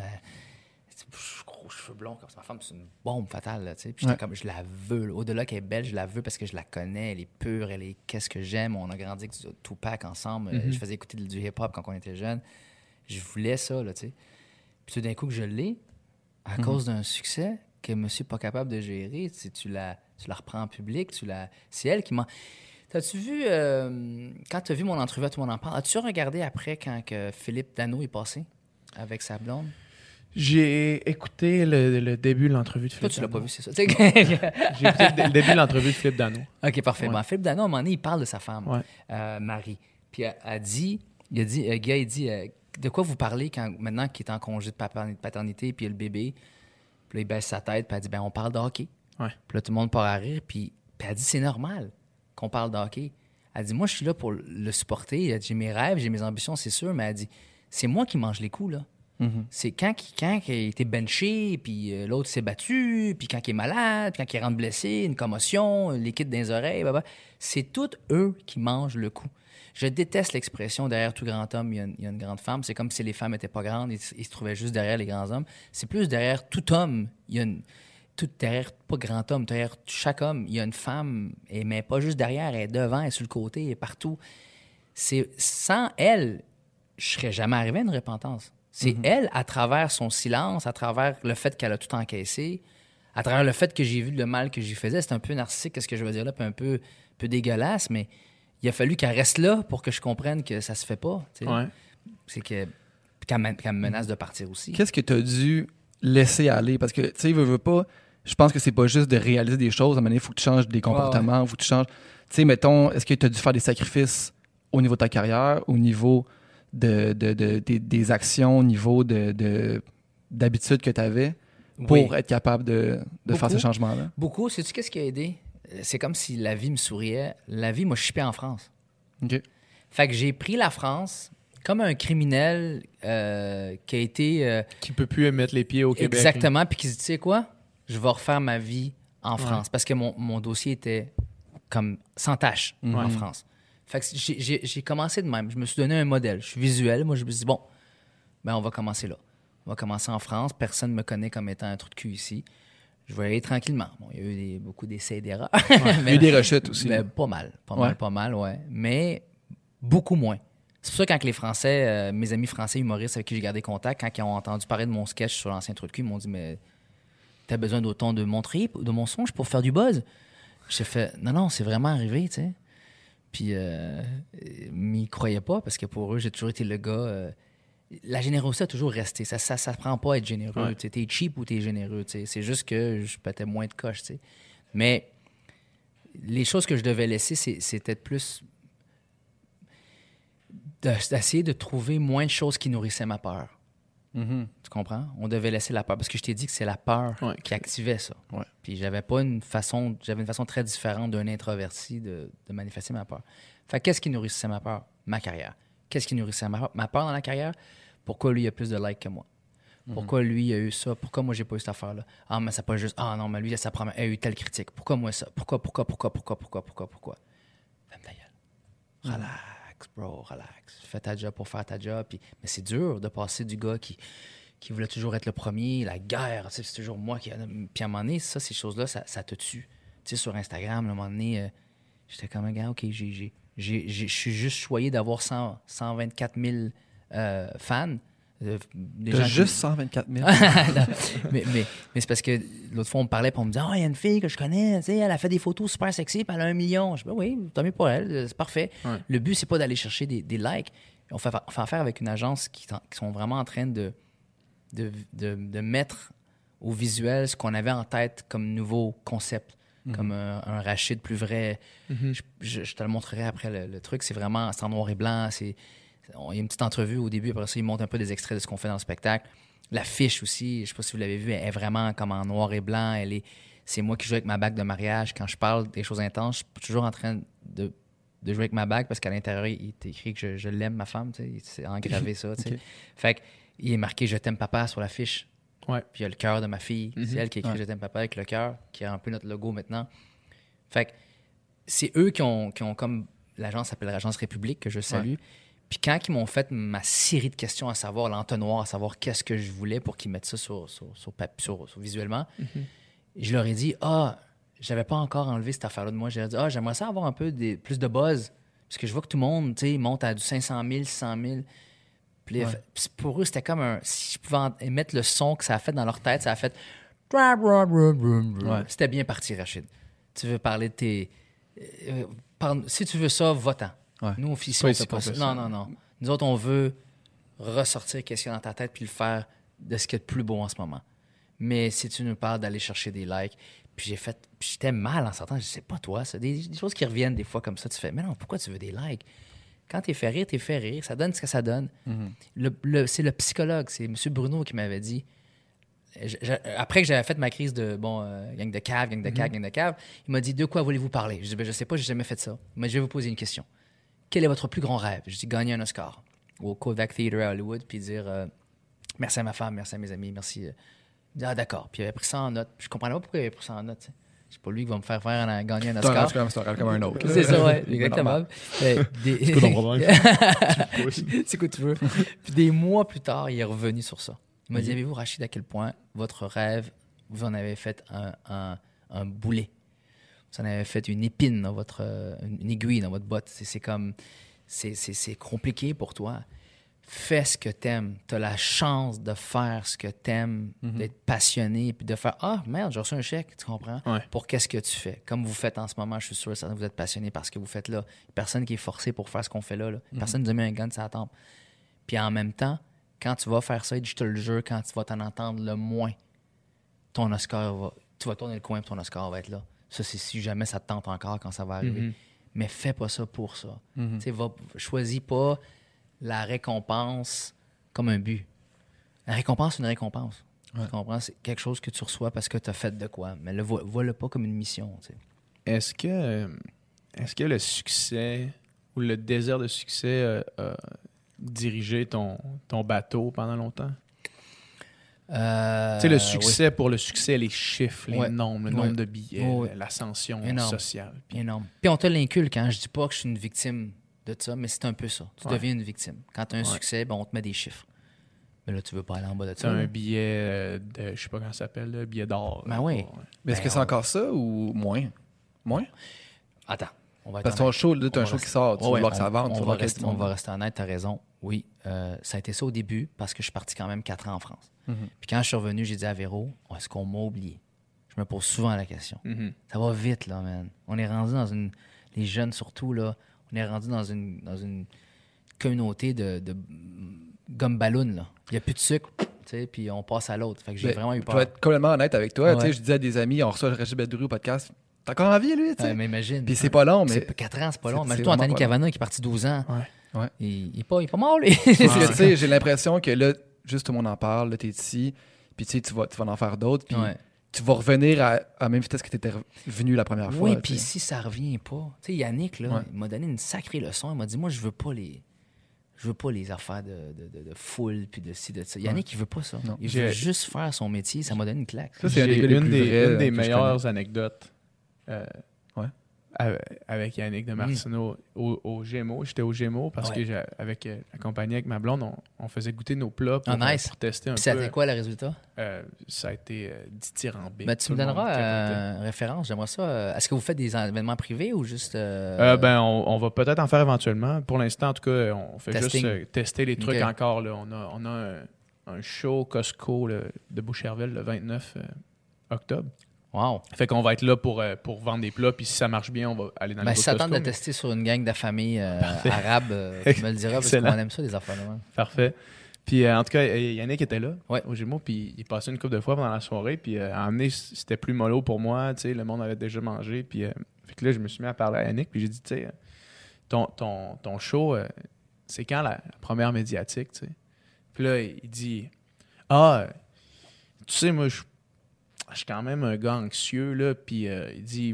gros cheveux blonds comme ça. Ma femme, c'est une bombe fatale. Là, tu sais. Puis j'étais Ouais. comme, je la veux. là. Au-delà qu'elle est belle, je la veux parce que je la connais. Elle est pure. Elle est qu'est-ce que j'aime. On a grandi avec du Tupac ensemble. Euh, Je faisais écouter du hip-hop quand on était jeunes. Je voulais ça. Là, tu sais. Puis tout d'un coup que je l'ai, à cause d'un succès que monsieur n'est pas capable de gérer, tu, sais, tu, la, tu la reprends en public. Tu la... C'est elle qui m'a... T'as-tu vu, euh, quand tu as vu mon entrevue, tout le monde en parle, as-tu regardé après quand que Philippe Dano est passé avec sa blonde? J'ai écouté le, le début de l'entrevue de Toi, Philippe tu l'as pas Dano. vu, c'est ça. Tu sais, J'ai écouté le, le début de l'entrevue de Philippe Dano. OK, parfait. Ouais. Bon, Philippe Dano, à un moment donné, il parle de sa femme, Ouais. euh, Marie. Puis elle a dit, il a dit, euh, Guy, il dit, euh, de quoi vous parlez quand, maintenant qu'il est en congé de paterni- paternité, puis il y a le bébé, puis là, il baisse sa tête, puis elle dit, ben on parle de hockey. Ouais. Puis là, tout le monde part à rire, puis, puis elle dit, c'est normal qu'on parle de hockey. Elle dit, moi, je suis là pour le supporter. Elle dit, j'ai mes rêves, j'ai mes ambitions, c'est sûr, mais elle dit, c'est moi qui mange les coups, là. Mhm. C'est quand, il- quand il a été benché, puis euh, l'autre s'est battu, puis quand il est malade, puis quand il rentre blessé, une commotion, les kits dans les oreilles, blablabla. C'est tous eux qui mangent le coup. Je déteste l'expression « derrière tout grand homme, il y a une, il y a une grande femme ». C'est comme si les femmes n'étaient pas grandes, ils, ils se trouvaient juste derrière les grands hommes. C'est plus derrière tout homme, il y a une... Tout derrière, pas grand homme, derrière chaque homme, il y a une femme, et, mais pas juste derrière, elle est devant, elle est sur le côté, elle est partout. C'est, sans elle, je serais jamais arrivé à une repentance. C'est elle, à travers son silence, à travers le fait qu'elle a tout encaissé, à travers le fait que j'ai vu le mal que j'y faisais. C'est un peu narcissique, qu'est-ce que je veux dire là, puis un peu, un peu dégueulasse, mais il a fallu qu'elle reste là pour que je comprenne que ça se fait pas. tu sais. Ouais. C'est que puis qu'elle, me- qu'elle me menace de partir aussi. Qu'est-ce que tu as dû laisser aller? Parce que, tu sais, veux, veux pas, je pense que c'est pas juste de réaliser des choses. À un moment donné, il faut que tu changes des comportements, il faut que tu changes. Tu sais, mettons, est-ce que tu as dû faire des sacrifices au niveau de ta carrière, au niveau de, de- de- des- des actions, au niveau de, de- d'habitudes que tu avais pour Oui. être capable de, de faire Beaucoup. ce changement-là? Beaucoup. Sais-tu qu'est-ce qui a aidé? Euh, C'est comme si la vie me souriait. La vie m'a chippé en France. OK. Fait que j'ai pris la France comme un criminel euh, qui a été... euh, Qui peut plus mettre les pieds au Québec. exactement, puis qui se dit, tu sais quoi? Je vais refaire ma vie en Ouais. France. Parce que mon, mon dossier était comme sans tâche en Mhm. France. Fait que j'ai, j'ai, j'ai commencé de même. Je me suis donné un modèle. Je suis visuel. Moi, je me suis dit, bon, ben on va commencer là. On va commencer en France. Personne ne me connaît comme étant un trou de cul ici. Je vais aller tranquillement. Bon, il y a eu des, beaucoup d'essais et d'erreurs. Il y a eu des rechutes aussi. Mais pas mal. Pas Ouais. mal, pas mal, ouais. Mais beaucoup moins. C'est pour ça que quand les Français, euh, mes amis français humoristes avec qui j'ai gardé contact, quand ils ont entendu parler de mon sketch sur l'ancien trou de cul, ils m'ont dit, mais t'as besoin d'autant de montrer, de mensonges pour faire du buzz? J'ai fait, non, non, c'est vraiment arrivé, tu sais. Puis, euh, mais ils croyaient pas parce que pour eux, j'ai toujours été le gars. euh, la générosité a toujours resté. Ça ça, ça prend pas à être généreux. Ouais. Tu sais, t'es cheap ou t'es généreux. Tu sais. C'est juste que je pétais moins de coche. Tu sais. Mais les choses que je devais laisser, c'est- c'était plus de- d'essayer de trouver moins de choses qui nourrissaient ma peur. Mhm. Tu comprends? On devait laisser la peur. Parce que je t'ai dit que c'est la peur Ouais. qui activait ça. Ouais. Puis j'avais pas une façon, j'avais une façon très différente d'un introverti de, de manifester ma peur. Fait que qu'est-ce qui nourrissait ma peur? Ma carrière. Qu'est-ce qui nourrissait ma peur? Ma peur dans la carrière? Pourquoi lui a plus de likes que moi? Pourquoi lui a eu ça? Pourquoi moi j'ai pas eu cette affaire-là? Ah, mais c'est pas juste. Ah non, mais lui, ça prend... a eu telle critique. Pourquoi moi ça? Pourquoi, pourquoi, pourquoi, pourquoi, pourquoi, pourquoi, pourquoi? Ferme ta gueule. Relax, bro, relax. Fais ta job pour faire ta job. Puis... Mais c'est dur de passer du gars qui, qui voulait toujours être le premier, la guerre, tu sais, c'est toujours moi qui. Puis à un moment donné, ça, ces choses-là, ça, ça te tue. Tu sais, sur Instagram, à un moment donné, euh, j'étais comme un gars, OK, j'ai, j'ai, j'ai, j'ai- je suis juste choyé d'avoir cent, cent vingt-quatre mille euh, fans. Euh, des T'as gens qui- juste cent vingt-quatre mille. Non, mais, mais, mais c'est parce que l'autre fois, on me parlait, puis on me disait, oh, il y a une fille que je connais, tu sais, elle a fait des photos super sexy, puis elle a un million. Je dis, ben oui, tant mieux pour elle, euh, c'est parfait. Ouais. Le but, c'est pas d'aller chercher des, des likes. On fait, on fait affaire avec une agence qui, t'en- qui sont vraiment en train de, de, de, de mettre au visuel ce qu'on avait en tête comme nouveau concept, comme un, un Rachid plus vrai. Mhm. Je, je- je te le montrerai après le, le truc. C'est vraiment, c'est en noir et blanc. C'est, on- il y a une petite entrevue au début. Après ça, ils montrent un peu des extraits de ce qu'on fait dans le spectacle. L'affiche aussi, je ne sais pas si vous l'avez vu, elle est vraiment comme en noir et blanc. Elle est, c'est moi qui joue avec ma bague de mariage. Quand je parle des choses intenses, je suis toujours en train de, de jouer avec ma bague parce qu'à l'intérieur, il est écrit que je, je l'aime, ma femme. Tu sais. C'est engravé ça. Tu sais. Ok. Fait que, il est marqué « Je t'aime papa » sur l'affiche. Ouais. Puis il y a le cœur de ma fille. Mhm. C'est elle qui a écrit Ouais. Je t'aime papa avec le cœur, qui est un peu notre logo maintenant. Fait que c'est eux qui ont, qui ont comme. L'agence s'appelle l'Agence République, que je salue. Puis quand ils m'ont fait ma série de questions à savoir, l'entonnoir, à savoir qu'est-ce que je voulais pour qu'ils mettent ça sur, sur, sur, pap- sur- sur- visuellement, je leur ai dit Ah, j'avais pas encore enlevé cette affaire-là de moi. J'ai dit Ah, j'aimerais ça avoir un peu des, plus de buzz. Parce que je vois que tout le monde, tu sais, monte à du cinq cent mille, six cent mille. Puis les- Ouais. puis pour eux, c'était comme un. Si je pouvais en- émettre le son que ça a fait dans leur tête, ça a fait. Ouais. C'était bien parti, Rachid. Tu veux parler de tes. euh, parle- si tu veux ça, va-t'en. Ouais. Nous, ici, Pas on ici fait pas qu'on ça. fait Non, ça. non, non. Nous autres, on veut ressortir qu'est-ce qu'il y a dans ta tête puis le faire de ce qui est le plus beau en ce moment. Mais si tu nous parles d'aller chercher des likes, puis j'ai fait. Puis j'étais mal en sortant, je sais pas toi, ça. Des, des choses qui reviennent des fois comme ça, tu fais, mais non, pourquoi tu veux des likes? Quand t'es fait rire, t'es fait rire. Ça donne ce que ça donne. Le- le- c'est le psychologue, c'est M. Bruno qui m'avait dit. Je- je- après que j'avais fait ma crise de bon, euh, gang de cave, gang de cave, gang de cave, il m'a dit de quoi voulez-vous parler? Je dis ben, je sais pas, j'ai jamais fait ça. Mais je vais vous poser une question. Quel est votre plus grand rêve? Je dis gagner un Oscar au Kodak Theatre à Hollywood, puis dire euh, merci à ma femme, merci à mes amis, merci. euh. Il dit, ah d'accord. Puis il avait pris ça en note. Je comprenais pas pourquoi il avait pris ça en note. tu sais. C'est pas lui qui va me faire faire un- gagner un C'est un Oscar. rêve, c'est un rêve comme un autre. C'est ça, ouais, C'est exactement. normal. Euh, des- C'est quoi ton problème? C'est quoi tu veux. Puis des mois plus tard, il est revenu sur ça. Il m'a dit, avez-vous, Rachid, à quel point votre rêve, vous en avez fait un, un, un boulet. Vous en avez fait une épine dans votre... euh, une aiguille dans votre botte. C'est c'est comme... C'est c'est- c'est compliqué pour toi. Fais ce que t'aimes. T'as la chance de faire ce que t'aimes, d'être passionné, puis de faire « Ah, merde, j'ai reçu un chèque. » Tu comprends? Ouais. Pour qu'est-ce que tu fais. Comme vous faites en ce moment, je suis sûr que vous êtes passionné par ce que vous faites là. Personne qui est forcé pour faire ce qu'on fait là. là. Personne ne nous a mis un gun sur la tempe. Puis en même temps, quand tu vas faire ça, je te le jure, quand tu vas t'en entendre le moins, ton Oscar va... Tu vas tourner le coin et ton Oscar va être là. Ça, c'est si jamais ça te tente encore quand ça va arriver. Mhm. Mais fais pas ça pour ça. Mhm. Tu sais, va- choisis pas la récompense comme un but. La récompense, c'est une récompense. Ouais. Tu comprends? C'est quelque chose que tu reçois parce que tu as fait de quoi. Mais le vois- vois-le pas comme une mission. tu sais. Est-ce que, euh, est-ce que le succès ou le désir de succès, euh, euh, diriger ton, ton bateau pendant longtemps? Euh, Tu sais, le succès pour le succès, les chiffres, les Ouais. nombres, le Ouais. nombre de billets, Ouais. l'ascension Énorme. sociale. oui, énorme. Puis on te l'inculque, hein. Je dis pas que je suis une victime de ça, mais c'est un peu ça. Tu Ouais. deviens une victime. Quand tu as un Ouais. succès, ben, on te met des chiffres. Mais là, tu veux pas aller en bas de Tu ça. as un là. billet euh, de, je sais pas comment ça s'appelle, le billet d'or. Ben là, oui. pour- Mais est-ce Ben, que c'est on- encore ça ou moins? Moins? Attends, on va être Parce que ton honnête. show, là, t'as On un va show rester- qui sort, tu Ouais, veux ouais, voir que ça on- vende, tu on veux va voir qu'est-ce rester- que On tout le va monde- rester honnête, t'as raison. Oui, euh, ça a été ça au début parce que je suis parti quand même quatre ans en France. Mhm. Puis quand je suis revenu, j'ai dit à Véro, est-ce qu'on m'a oublié? Je me pose souvent la question. Mhm. Ça va vite, là, man. On est rendu dans une... Les jeunes, surtout, là, on est rendu dans une, dans une communauté de, de gomme ballon, là. Il n'y a plus de sucre, tu sais, puis on passe à l'autre. Fait que j'ai Ben, vraiment eu Je peur. vais être complètement honnête avec toi. Tu sais, Ouais. je disais à des amis, on reçoit Rachid Bedru au podcast. T'as encore envie, lui, tu sais? Ouais, mais imagine. Puis c'est pas long, mais. C'est quatre ans, c'est pas long. c'est- Imagine c'est toi, vraiment Anthony pas long. Cavana qui est parti douze ans. Ouais. Ouais. Il, il est pas, il est pas mort, lui. Parce que, tu sais, j'ai l'impression que là, juste tout le monde en parle, là, t'es ici, puis tu sais, tu vas, tu vas en faire d'autres, puis Ouais. tu vas revenir à, à la même vitesse que tu étais venu la première fois. Oui, tu puis sais. si ça revient pas. Tu sais, Yannick, là, Ouais. il m'a donné une sacrée leçon. Il m'a dit, moi, je veux pas les. Je veux pas les affaires de, de, de, de foule puis de ci, de ça. Yannick, il veut pas ça. Non. Il J'ai- veut juste faire son métier. Ça m'a donné une claque. Ça, c'est un des J'ai gars les une plus des, vrais, une euh, des que je meilleures anecdotes euh, Ouais. ave- avec Yannick de Martineau au, au Gémeaux. J'étais au Gémeaux parce Ouais. que j'ai- avec euh, la compagnie, avec ma blonde, on, on faisait goûter nos plats pour, Ah, nice. euh, pour tester un Puis peu. c'était quoi le résultat? Euh, ça a été euh, dithyrambique. Ben, tu Tout me le monde donneras capotait. euh, une référence. J'aimerais ça. Euh, Est-ce que vous faites des événements privés ou juste. euh, Euh, ben, on, on va peut-être en faire éventuellement. Pour l'instant, en tout cas, on fait Testing. juste euh, tester les trucs Ok. encore. Là. On a, on a un, un show Costco là, de Boucherville le vingt-neuf euh, octobre. Wow. Fait qu'on va être là pour, euh, pour vendre des plats. Puis si ça marche bien, on va aller dans Ben, les si autres ça tente de Costco, mais- tester sur une gang de famille euh, arabe, euh, tu me le diras parce qu'on Excellent. aime ça, les affaires de même. Parfait. Puis euh, en tout cas, euh, Yannick était là Ouais. au Gémeaux. Puis il passait une couple de fois pendant la soirée. Puis euh, à emmener, c'était plus mollo pour moi. Tu sais, le monde avait déjà mangé. Puis euh, fait que là, je me suis mis à parler à Yannick. Puis j'ai dit, tu sais, euh, ton, ton, ton show, euh, c'est quand la, la première médiatique, tu sais? Puis là, il dit, ah, euh, tu sais, moi, je je suis quand même un gars anxieux, là. Puis euh, il dit,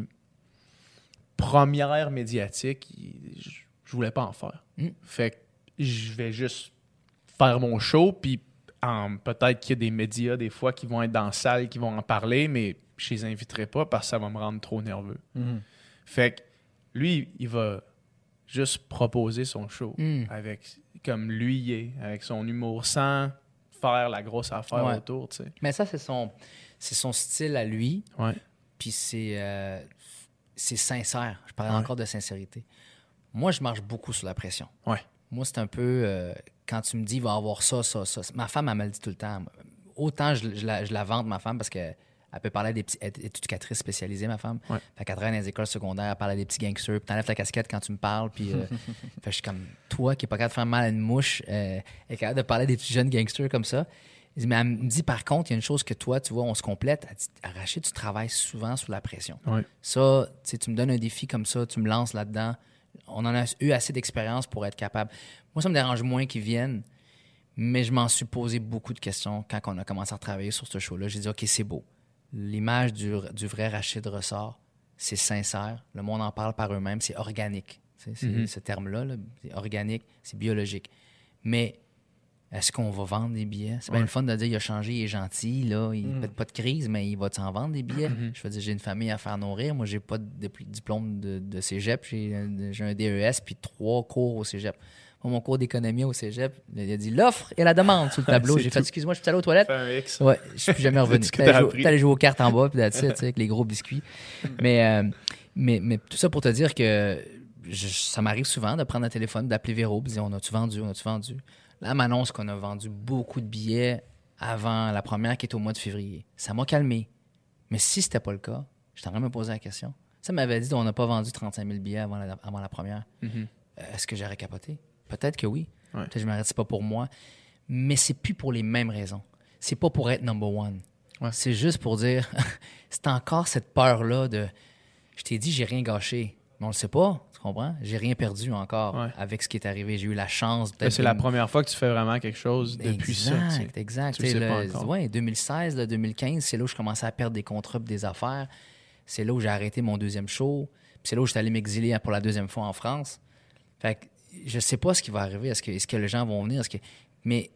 première médiatique, il- je je voulais pas en faire. Mm. Fait que je vais juste faire mon show, puis en- peut-être qu'il y a des médias, des fois, qui vont être dans la salle, qui vont en parler, mais je les inviterai pas parce que ça va me rendre trop nerveux. Mhm. Fait que lui, il va juste proposer son show Mm. avec comme lui il est, avec son humour, sans faire la grosse affaire Ouais. autour, tu sais. Mais ça, c'est son, c'est son style à lui. Ouais. Puis c'est, euh, c'est sincère. Je parle Ouais. encore de sincérité. Moi, je marche beaucoup sous la pression. Ouais. Moi, c'est un peu... euh, quand tu me dis, il va y avoir ça, ça, ça. Ma femme, elle me le dit tout le temps. Autant je, je la, je la vante, ma femme, parce qu'elle peut parler à des petits... Elle est éducatrice spécialisée, ma femme. Ouais. Fait qu'elle travaille dans les écoles secondaires, elle parle à des petits gangsters. Puis t'enlèves ta casquette quand tu me parles. Puis euh, fait que je suis comme... Toi, qui est pas capable de faire mal à une mouche, euh, est capable de parler à des petits jeunes gangsters comme ça. Elle dit, mais elle me dit, par contre, il y a une chose que toi, tu vois, on se complète. Elle dit, Rachid, tu travailles souvent sous la pression. Ouais. Ça, tu sais, tu me donnes un défi comme ça, tu me lances là-dedans. On en a eu assez d'expérience pour être capable. Moi, ça me dérange moins qu'ils viennent, mais je m'en suis posé beaucoup de questions quand on a commencé à travailler sur ce show-là. J'ai dit, OK, c'est beau. L'image du, du vrai Rachid ressort. C'est sincère. Le monde en parle par eux-mêmes. C'est organique. Tu sais, c'est Mhm. ce terme-là, là, c'est organique, c'est biologique. Mais est-ce qu'on va vendre des billets? C'est bien Ouais. le fun de dire il a changé, il est gentil, là, il Mm. fait pas de crise, mais il va t'en vendre des billets. Mhm. Je veux dire, j'ai une famille à faire nourrir. Moi, j'ai pas de dip- diplôme de, de cégep. J'ai un, j'ai un D E S puis trois cours au cégep. Moi, mon cours d'économie au cégep, il a dit l'offre et la demande sur le tableau. C'est J'ai fait, tout. excuse-moi, je suis allé aux toilettes. Fais un X. Ouais, je suis plus jamais revenu. C'est tout ce que T'es allé t'as jouer- appris. t'es allé jouer aux cartes en bas, puis that's it, tu sais, avec les gros biscuits. mais, euh, mais, mais tout ça pour te dire que je- ça m'arrive souvent de prendre un téléphone, d'appeler Véro, puis de dire on a-tu vendu, on a-tu vendu. Là, elle m'annonce qu'on a vendu beaucoup de billets avant la première qui est au mois de février. Ça m'a calmé. Mais si c'était pas le cas, j'étais en train de me poser la question. Ça m'avait dit on n'a pas vendu trente-cinq mille billets avant la, avant la première. Mhm. Euh, Est-ce que j'aurais capoté? Peut-être que oui. Ouais. Peut-être que je m'arrête, c'est pas pour moi. Mais c'est plus pour les mêmes raisons. C'est pas pour être number one. Ouais. C'est juste pour dire, c'est encore cette peur-là de, je t'ai dit, j'ai rien gâché. Mais on le sait pas, tu comprends? J'ai rien perdu encore Ouais. avec ce qui est arrivé. J'ai eu la chance Là, peut-être. c'est la première fois que tu fais vraiment quelque chose depuis ça. tu sais. Exact, exact. Tu le Tu sais, sais pas le- encore. ouais, deux mille seize, là, deux mille quinze, c'est là où je commençais à perdre des contrats pis des affaires. C'est là où j'ai arrêté mon deuxième show. Puis c'est là où j'étais allé m'exiler pour la deuxième fois en France. Fait que je sais pas ce qui va arriver. Est-ce que, est-ce que les gens vont venir? Est-ce que... Mais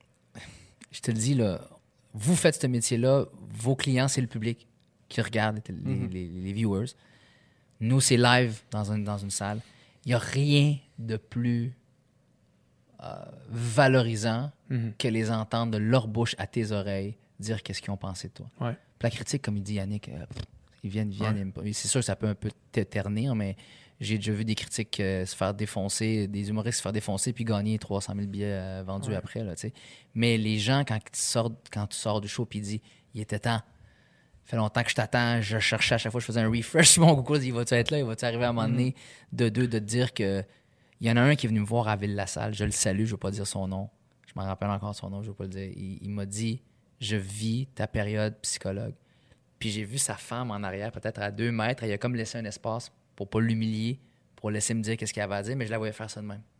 je te le dis, là, vous faites ce métier-là, vos clients, c'est le public qui regarde, les, mm-hmm. les, les, les viewers. Nous, c'est live dans une, dans une salle. Il n'y a rien de plus euh, valorisant mm-hmm. que les entendre de leur bouche à tes oreilles dire qu'est-ce qu'ils ont pensé de toi. Ouais. Puis la critique, comme il dit Yannick, euh, pff, ils viennent, ils viennent. Ouais. Ils, c'est sûr que ça peut un peu t'éternir, mais j'ai déjà vu des critiques euh, se faire défoncer, des humoristes se faire défoncer puis gagner trois cent mille billets euh, vendus ouais. après. Là, mais les gens, quand tu sors, quand tu sors du show puis ils disent « Il était temps. Ça fait longtemps que je t'attends. Je cherchais à chaque fois, je faisais un refresh sur mon Google. Il va-tu être là? Il va-tu arriver à un moment donné mm-hmm. de deux, de te dire que... Il y en a un qui est venu me voir à Ville-la-Salle. Je le salue, je ne veux pas dire son nom. Je m'en rappelle encore son nom, je ne veux pas le dire. Il, il m'a dit « Je vis ta période psychologue. » Puis j'ai vu sa femme en arrière, peut-être à deux mètres. Elle a comme laissé un espace pour pas l'humilier, pour laisser me dire qu'est-ce qu'elle avait à dire, mais je la voyais faire ça de même.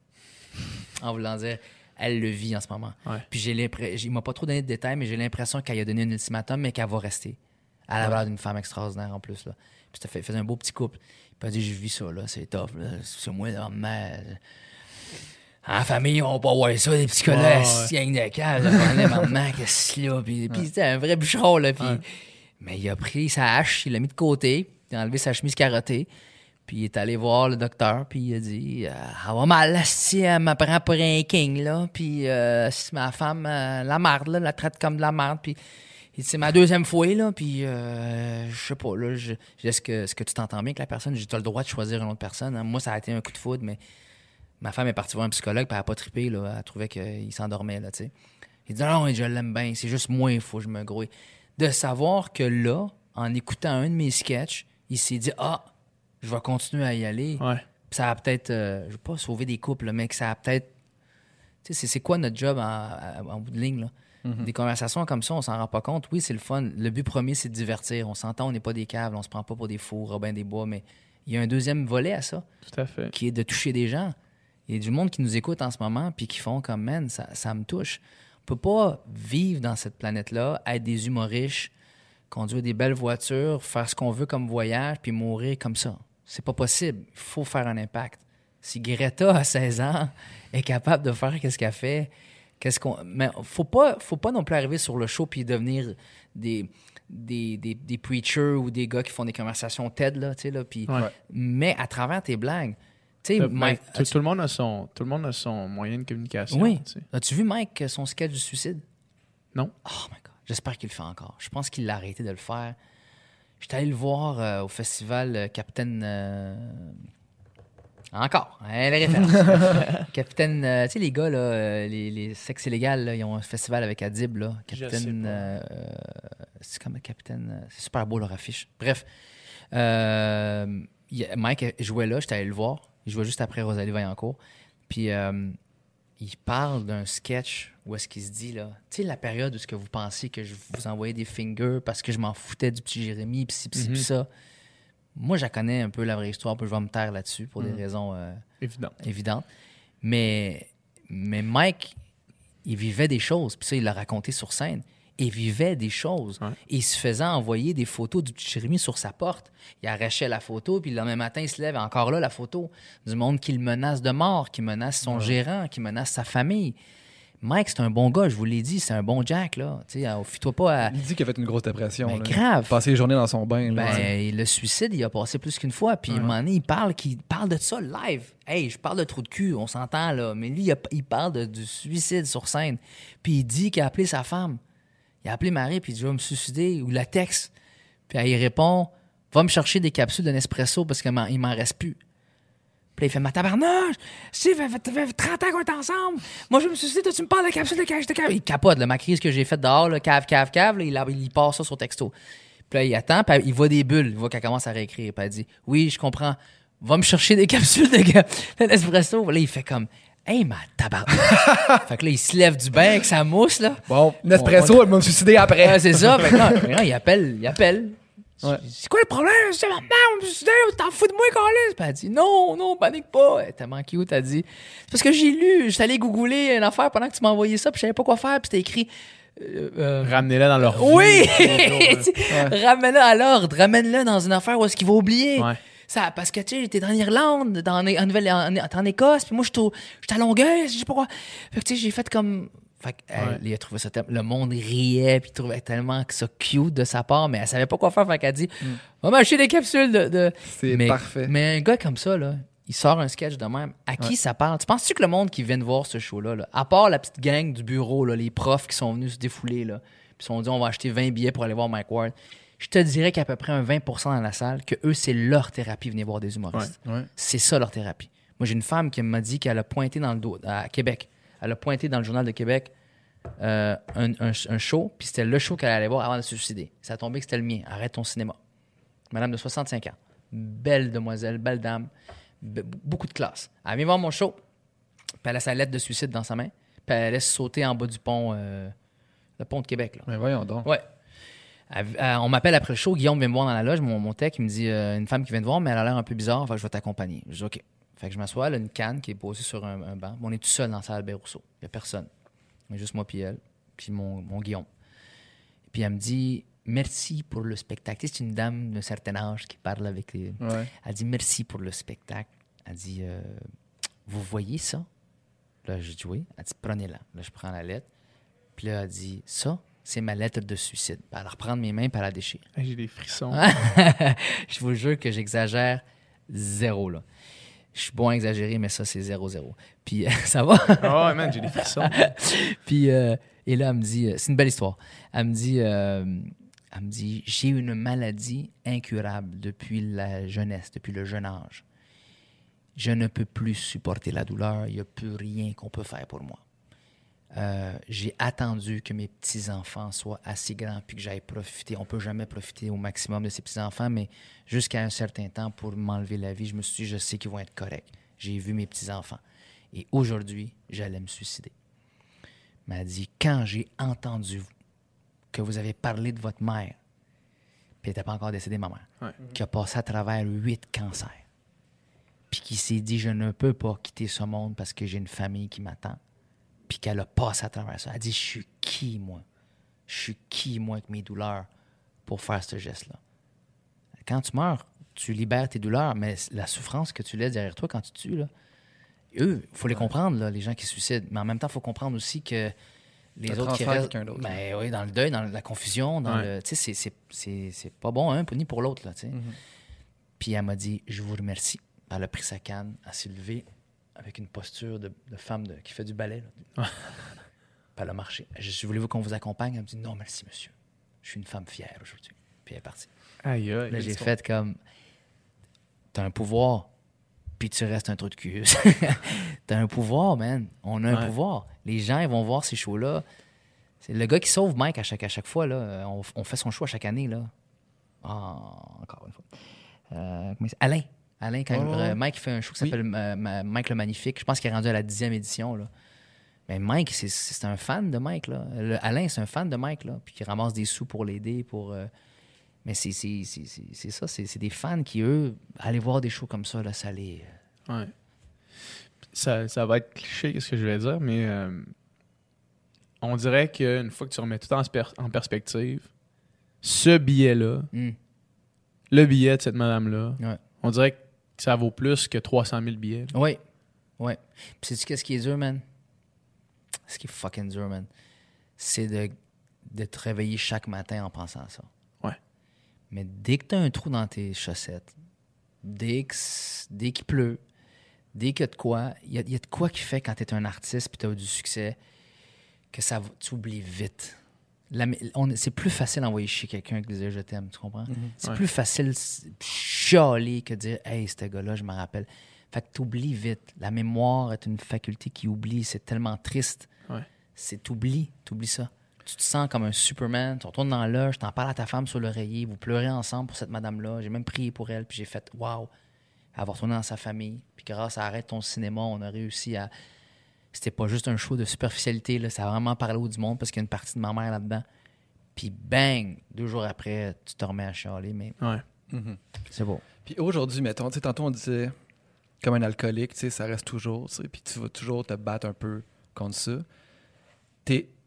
En voulant dire, elle le vit en ce moment. Ouais. Puis j'ai l'impression, il m'a pas trop donné de détails, mais j'ai l'impression qu'elle a donné un ultimatum, mais qu'elle va rester. Elle a ouais. l'air d'une femme extraordinaire en plus. Là. Puis ça fait, faisait un beau petit couple. Puis elle a dit, je vis ça, là, c'est tough. Là. C'est moi, là, mais... En famille, on va pas voir ça, des psychologues, ouais, ouais. de cave, maman, qu'est-ce qu'il y a? Puis, puis c'était un vrai bûcheron, là. Puis... Ouais. Mais il a pris sa hache, il l'a mis de côté, il a enlevé sa chemise carottée, puis il est allé voir le docteur, puis il a dit euh, « Elle va mal, si elle me prend pour un king, là, puis euh, si ma femme, euh, la marde, là, la traite comme de la marde, puis c'est ma deuxième fois, là, puis euh, je sais pas, là, je, je, est-ce, que, est-ce que tu t'entends bien avec la personne? J'ai, tu as le droit de choisir une autre personne. Hein. Moi, ça a été un coup de foudre, mais ma femme est partie voir un psychologue, puis elle n'a pas trippé, là, elle trouvait qu'il s'endormait, là, tu sais. Il dit « Non, je l'aime bien, c'est juste moi, il faut que je me grouille. » De savoir que là, en écoutant un de mes sketchs, il s'est dit « Ah, je vais continuer à y aller. Ouais. » Puis ça a peut-être, euh, je ne veux pas sauver des couples, là, mais que ça a peut-être... Tu sais, c'est, c'est quoi notre job en, en, en bout de ligne, là? Mm-hmm. Des conversations comme ça, on s'en rend pas compte. Oui, c'est le fun. Le but premier, c'est de divertir. On s'entend, on n'est pas des câbles, on se prend pas pour des fous, Robin des Bois, mais il y a un deuxième volet à ça. Tout à fait. Qui est de toucher des gens. Il y a du monde qui nous écoute en ce moment puis qui font comme « Man, ça, ça me touche. » On peut pas vivre dans cette planète-là, être des humoristes, conduire des belles voitures, faire ce qu'on veut comme voyage, puis mourir comme ça. C'est pas possible. Il faut faire un impact. Si Greta, à seize ans, est capable de faire qu'est-ce qu'elle fait, qu'est-ce qu'on... Mais faut pas, faut pas non plus arriver sur le show puis devenir des, des, des, des preachers ou des gars qui font des conversations TED, là, tu sais, là, puis... Ouais. Mais à travers tes blagues, tu sais, Mike... Tout, tout, le monde a son, tout le monde a son moyen de communication. Oui. T'sais. As-tu vu, Mike, son sketch du suicide? Non. Oh my God. J'espère qu'il le fait encore. Je pense qu'il a arrêté de le faire. J'étais allé le voir euh, au festival euh, Capitaine... Euh... Encore, hein, les références. Capitaine... Euh, tu sais, les gars, là, euh, les, les sexes illégal, là, ils ont un festival avec Adib, là. Capitaine... Euh, c'est comme Capitaine... C'est super beau, leur affiche. Bref. Euh, Mike jouait là, j'étais allé le voir. Il jouait juste après Rosalie Vaillancourt. Puis... Euh, il parle d'un sketch où est-ce qu'il se dit, là, tu sais, la période où est-ce que vous pensiez que je vous envoyais des fingers parce que je m'en foutais du petit Jérémy, pis ci, pis ci, pis ça. Moi, je la connais un peu la vraie histoire, puis je vais me taire là-dessus pour mm-hmm. des raisons euh, Évident. évidentes. Mais, mais Mike, il vivait des choses, puis ça, il l'a raconté sur scène. Il vivait des choses. Ouais. Et il se faisait envoyer des photos du petit Jérémy sur sa porte. Il arrachait la photo, puis le lendemain matin, il se lève, et encore là, la photo du monde qui le menace de mort, qui menace son ouais. gérant, qui menace sa famille. Mike, c'est un bon gars, je vous l'ai dit, c'est un bon Jack, là. Tu sais, fie-toi pas à... Il dit qu'il a fait une grosse dépression. Ben, là. grave. Passer les journées dans son bain. Là. Ben, ouais. Le suicide, il a passé plus qu'une fois. Puis, ouais. à un moment donné, il parle, qu'il parle de ça live. Hey, je parle de trou de cul, on s'entend, là. Mais lui, il, a, il parle de, du suicide sur scène. Puis, il dit qu'il a appelé sa femme. Il a appelé Marie, puis il dit « Je vais me suicider » ou la texte. Puis elle, il répond « Va me chercher des capsules d'un espresso parce qu'il m'en, il m'en reste plus. » Puis là, il fait « Ma tabarnouche! Si, ça fait, fait trente ans qu'on est ensemble! Moi, je vais me suicider, toi, tu me parles de capsules de cave, de cave. » Il capote, là, ma crise que j'ai faite dehors, là, cave, cave, cave, là, il, il passe ça sur texto. Puis là, il attend, puis il voit des bulles, il voit qu'elle commence à réécrire. Puis elle dit « Oui, je comprends. Va me chercher des capsules de d'espresso. » Là, il fait comme... Hey, ma tabarnak! Fait que là, il se lève du bain avec sa mousse, là. Bon, Nespresso, elle m'a suicidé après. Ouais, c'est ça. Fait que là, là, il appelle, il appelle. Ouais. C'est quoi le problème? C'est maman, on me suicidé, t'en fous de moi, Carlis? Puis elle dit, non, non, panique pas. Elle est tellement cute, elle dit. C'est parce que j'ai lu, j'étais allé googler une affaire pendant que tu m'as envoyé ça, puis je savais pas quoi faire, puis c'était écrit. Euh, euh... Ramenez-le dans leur vie. Oui! Ouais. Ramène-le à l'ordre, ramène-le dans une affaire où est-ce qu'il va oublier. Ouais. Ça, parce que, tu sais, j'étais en Irlande, dans, en, Nouvelle, en, en Écosse, puis moi, j'étais à Longueuil, je sais pas quoi. Fait que, tu sais, j'ai fait comme... Fait que, ouais. elle, il a trouvé ça... Le monde riait, puis il trouvait tellement que ça cute de sa part, mais elle savait pas quoi faire, fait qu'elle a dit mm. « On va m'acheter des capsules de... de... » C'est mais, parfait. Mais un gars comme ça, là, il sort un sketch de même. À qui ouais. ça parle? Tu penses-tu que le monde qui vient de voir ce show-là, là, à part la petite gang du bureau, là, les profs qui sont venus se défouler, là, puis se sont dit « On va acheter vingt billets pour aller voir Mike Ward », je te dirais qu'à peu près un vingt pour cent dans la salle, que eux, c'est leur thérapie, venir voir des humoristes. Ouais, ouais. C'est ça, leur thérapie. Moi, j'ai une femme qui m'a dit qu'elle a pointé dans le dos, à Québec. Elle a pointé dans le Journal de Québec euh, un, un, un show, puis c'était le show qu'elle allait voir avant de se suicider. Ça a tombé que c'était le mien. Arrête ton cinéma. Madame de soixante-cinq ans. Belle demoiselle, belle dame. Be- beaucoup de classe. Elle vient voir mon show, puis elle a sa lettre de suicide dans sa main, puis elle laisse sauter en bas du pont, euh, le pont de Québec. Là. Mais voyons donc. Ouais. On m'appelle après le show, Guillaume vient me voir dans la loge, mon, mon tech, il me dit euh, une femme qui vient te voir, mais elle a l'air un peu bizarre, fait que je vais t'accompagner. Je dis OK. Fait que je m'assois, elle a une canne qui est posée sur un, un banc. On est tout seul dans la salle Albert Rousseau. Il n'y a personne. Il y a juste moi puis elle, puis mon, mon Guillaume. Puis elle me dit merci pour le spectacle. C'est une dame d'un certain âge qui parle avec les. Ouais. Elle dit merci pour le spectacle. Elle dit euh, vous voyez ça? Là, je dis oui. Elle dit prenez-la. Là, je prends la lettre. Puis là, elle dit ça? C'est ma lettre de suicide. Puis elle reprend mes mains, puis elle la déchire. J'ai des frissons. Je vous jure que j'exagère zéro, là. Je suis bon à exagérer, mais ça, c'est zéro, zéro. Puis, ça va? Oh, ouais, man, j'ai des frissons. Puis, euh, et là, elle me dit... C'est une belle histoire. Elle me dit... Euh, elle me dit, j'ai une maladie incurable depuis la jeunesse, depuis le jeune âge. Je ne peux plus supporter la douleur. Il n'y a plus rien qu'on peut faire pour moi. Euh, j'ai attendu que mes petits-enfants soient assez grands puis que j'aille profiter. On ne peut jamais profiter au maximum de ces petits-enfants, mais jusqu'à un certain temps, pour m'enlever la vie, je me suis dit, je sais qu'ils vont être corrects. J'ai vu mes petits-enfants. Et aujourd'hui, j'allais me suicider. Elle m'a dit, quand j'ai entendu que vous avez parlé de votre mère, puis elle n'était pas encore décédée, ma mère, ouais. qui a passé à travers huit cancers, puis qui s'est dit, je ne peux pas quitter ce monde parce que j'ai une famille qui m'attend, puis qu'elle a passé à travers ça. Elle dit, je suis qui, moi? Je suis qui, moi, avec mes douleurs, pour faire ce geste-là? Quand tu meurs, tu libères tes douleurs, mais la souffrance que tu laisses derrière toi quand tu tues, là, eux, il faut les comprendre, là, les gens qui se suicident. Mais en même temps, il faut comprendre aussi que les le autres qui restent... d'autre, ben, oui, dans le deuil, dans la confusion, dans ouais. le... Tu sais, c'est, c'est, c'est, c'est pas bon, hein, ni pour l'autre, là, tu sais. Mm-hmm. Puis elle m'a dit, je vous remercie. Elle a pris sa canne, elle s'est levée avec une posture de, de femme de, qui fait du ballet, là. Puis elle a marché. Je dis, voulez-vous qu'on vous accompagne? Elle me dit, non, merci, monsieur. Je suis une femme fière aujourd'hui. Puis elle est partie. Aïe, aïe. Là, j'ai fait comme, t'as un pouvoir, puis tu restes un trou de cul. T'as un pouvoir, man. On a un ouais. pouvoir. Les gens, ils vont voir ces shows-là. C'est le gars qui sauve Mike à chaque, à chaque fois. Là. On, on fait son show à chaque année. Là. Oh, encore une fois. Euh, Alain. Alain, quand oh. euh, Mike fait un show qui oui. s'appelle euh, Mike le Magnifique. Je pense qu'il est rendu à la dixième édition. Là. Mais Mike, c'est, c'est un fan de Mike. Là. Le, Alain, c'est un fan de Mike. Là. Puis qui ramasse des sous pour l'aider. Pour, euh... Mais c'est, c'est, c'est, c'est, c'est ça. C'est, c'est des fans qui, eux, aller voir des shows comme ça, là, ça les... Ouais. Ça, ça va être cliché, ce que je vais dire, mais euh, on dirait qu'une fois que tu remets tout en, sper- en perspective, ce billet-là, mm. le billet de cette madame-là, ouais. on dirait que ça vaut plus que trois cent mille billets. Là. Oui, oui. Puis sais-tu qu'est-ce qui est dur, man? Ce qui est fucking dur, man, c'est de, de te réveiller chaque matin en pensant à ça. Ouais. Mais dès que tu as un trou dans tes chaussettes, dès, que, dès qu'il pleut, dès qu'il y a de quoi, il y, y a de quoi qui fait quand tu es un artiste et tu as du succès que ça tu oublies vite. La, on, c'est plus facile d'envoyer chier quelqu'un que de dire je t'aime, tu comprends? Mm-hmm. C'est ouais. plus facile chialer que de dire hey, ce gars-là, je me rappelle. Fait que tu oublies vite. La mémoire est une faculté qui oublie. C'est tellement triste. Ouais. C'est t'oublies, t'oublies ça. Tu te sens comme un Superman, tu retournes dans l'âge, t'en parles à ta femme sur l'oreiller, vous pleurez ensemble pour cette madame-là. J'ai même prié pour elle, puis j'ai fait waouh. Elle va retourner dans sa famille. Puis grâce à Arrête ton cinéma, on a réussi à... C'était pas juste un show de superficialité, là. Ça a vraiment parlé au du monde parce qu'il y a une partie de ma mère là-dedans. Puis bang! Deux jours après, tu te remets à chialer, mais ouais. mm-hmm. c'est beau. Puis aujourd'hui, mettons, tu sais, tantôt on disait comme un alcoolique, tu sais, ça reste toujours, tu sais, puis tu vas toujours te battre un peu contre ça. T'es...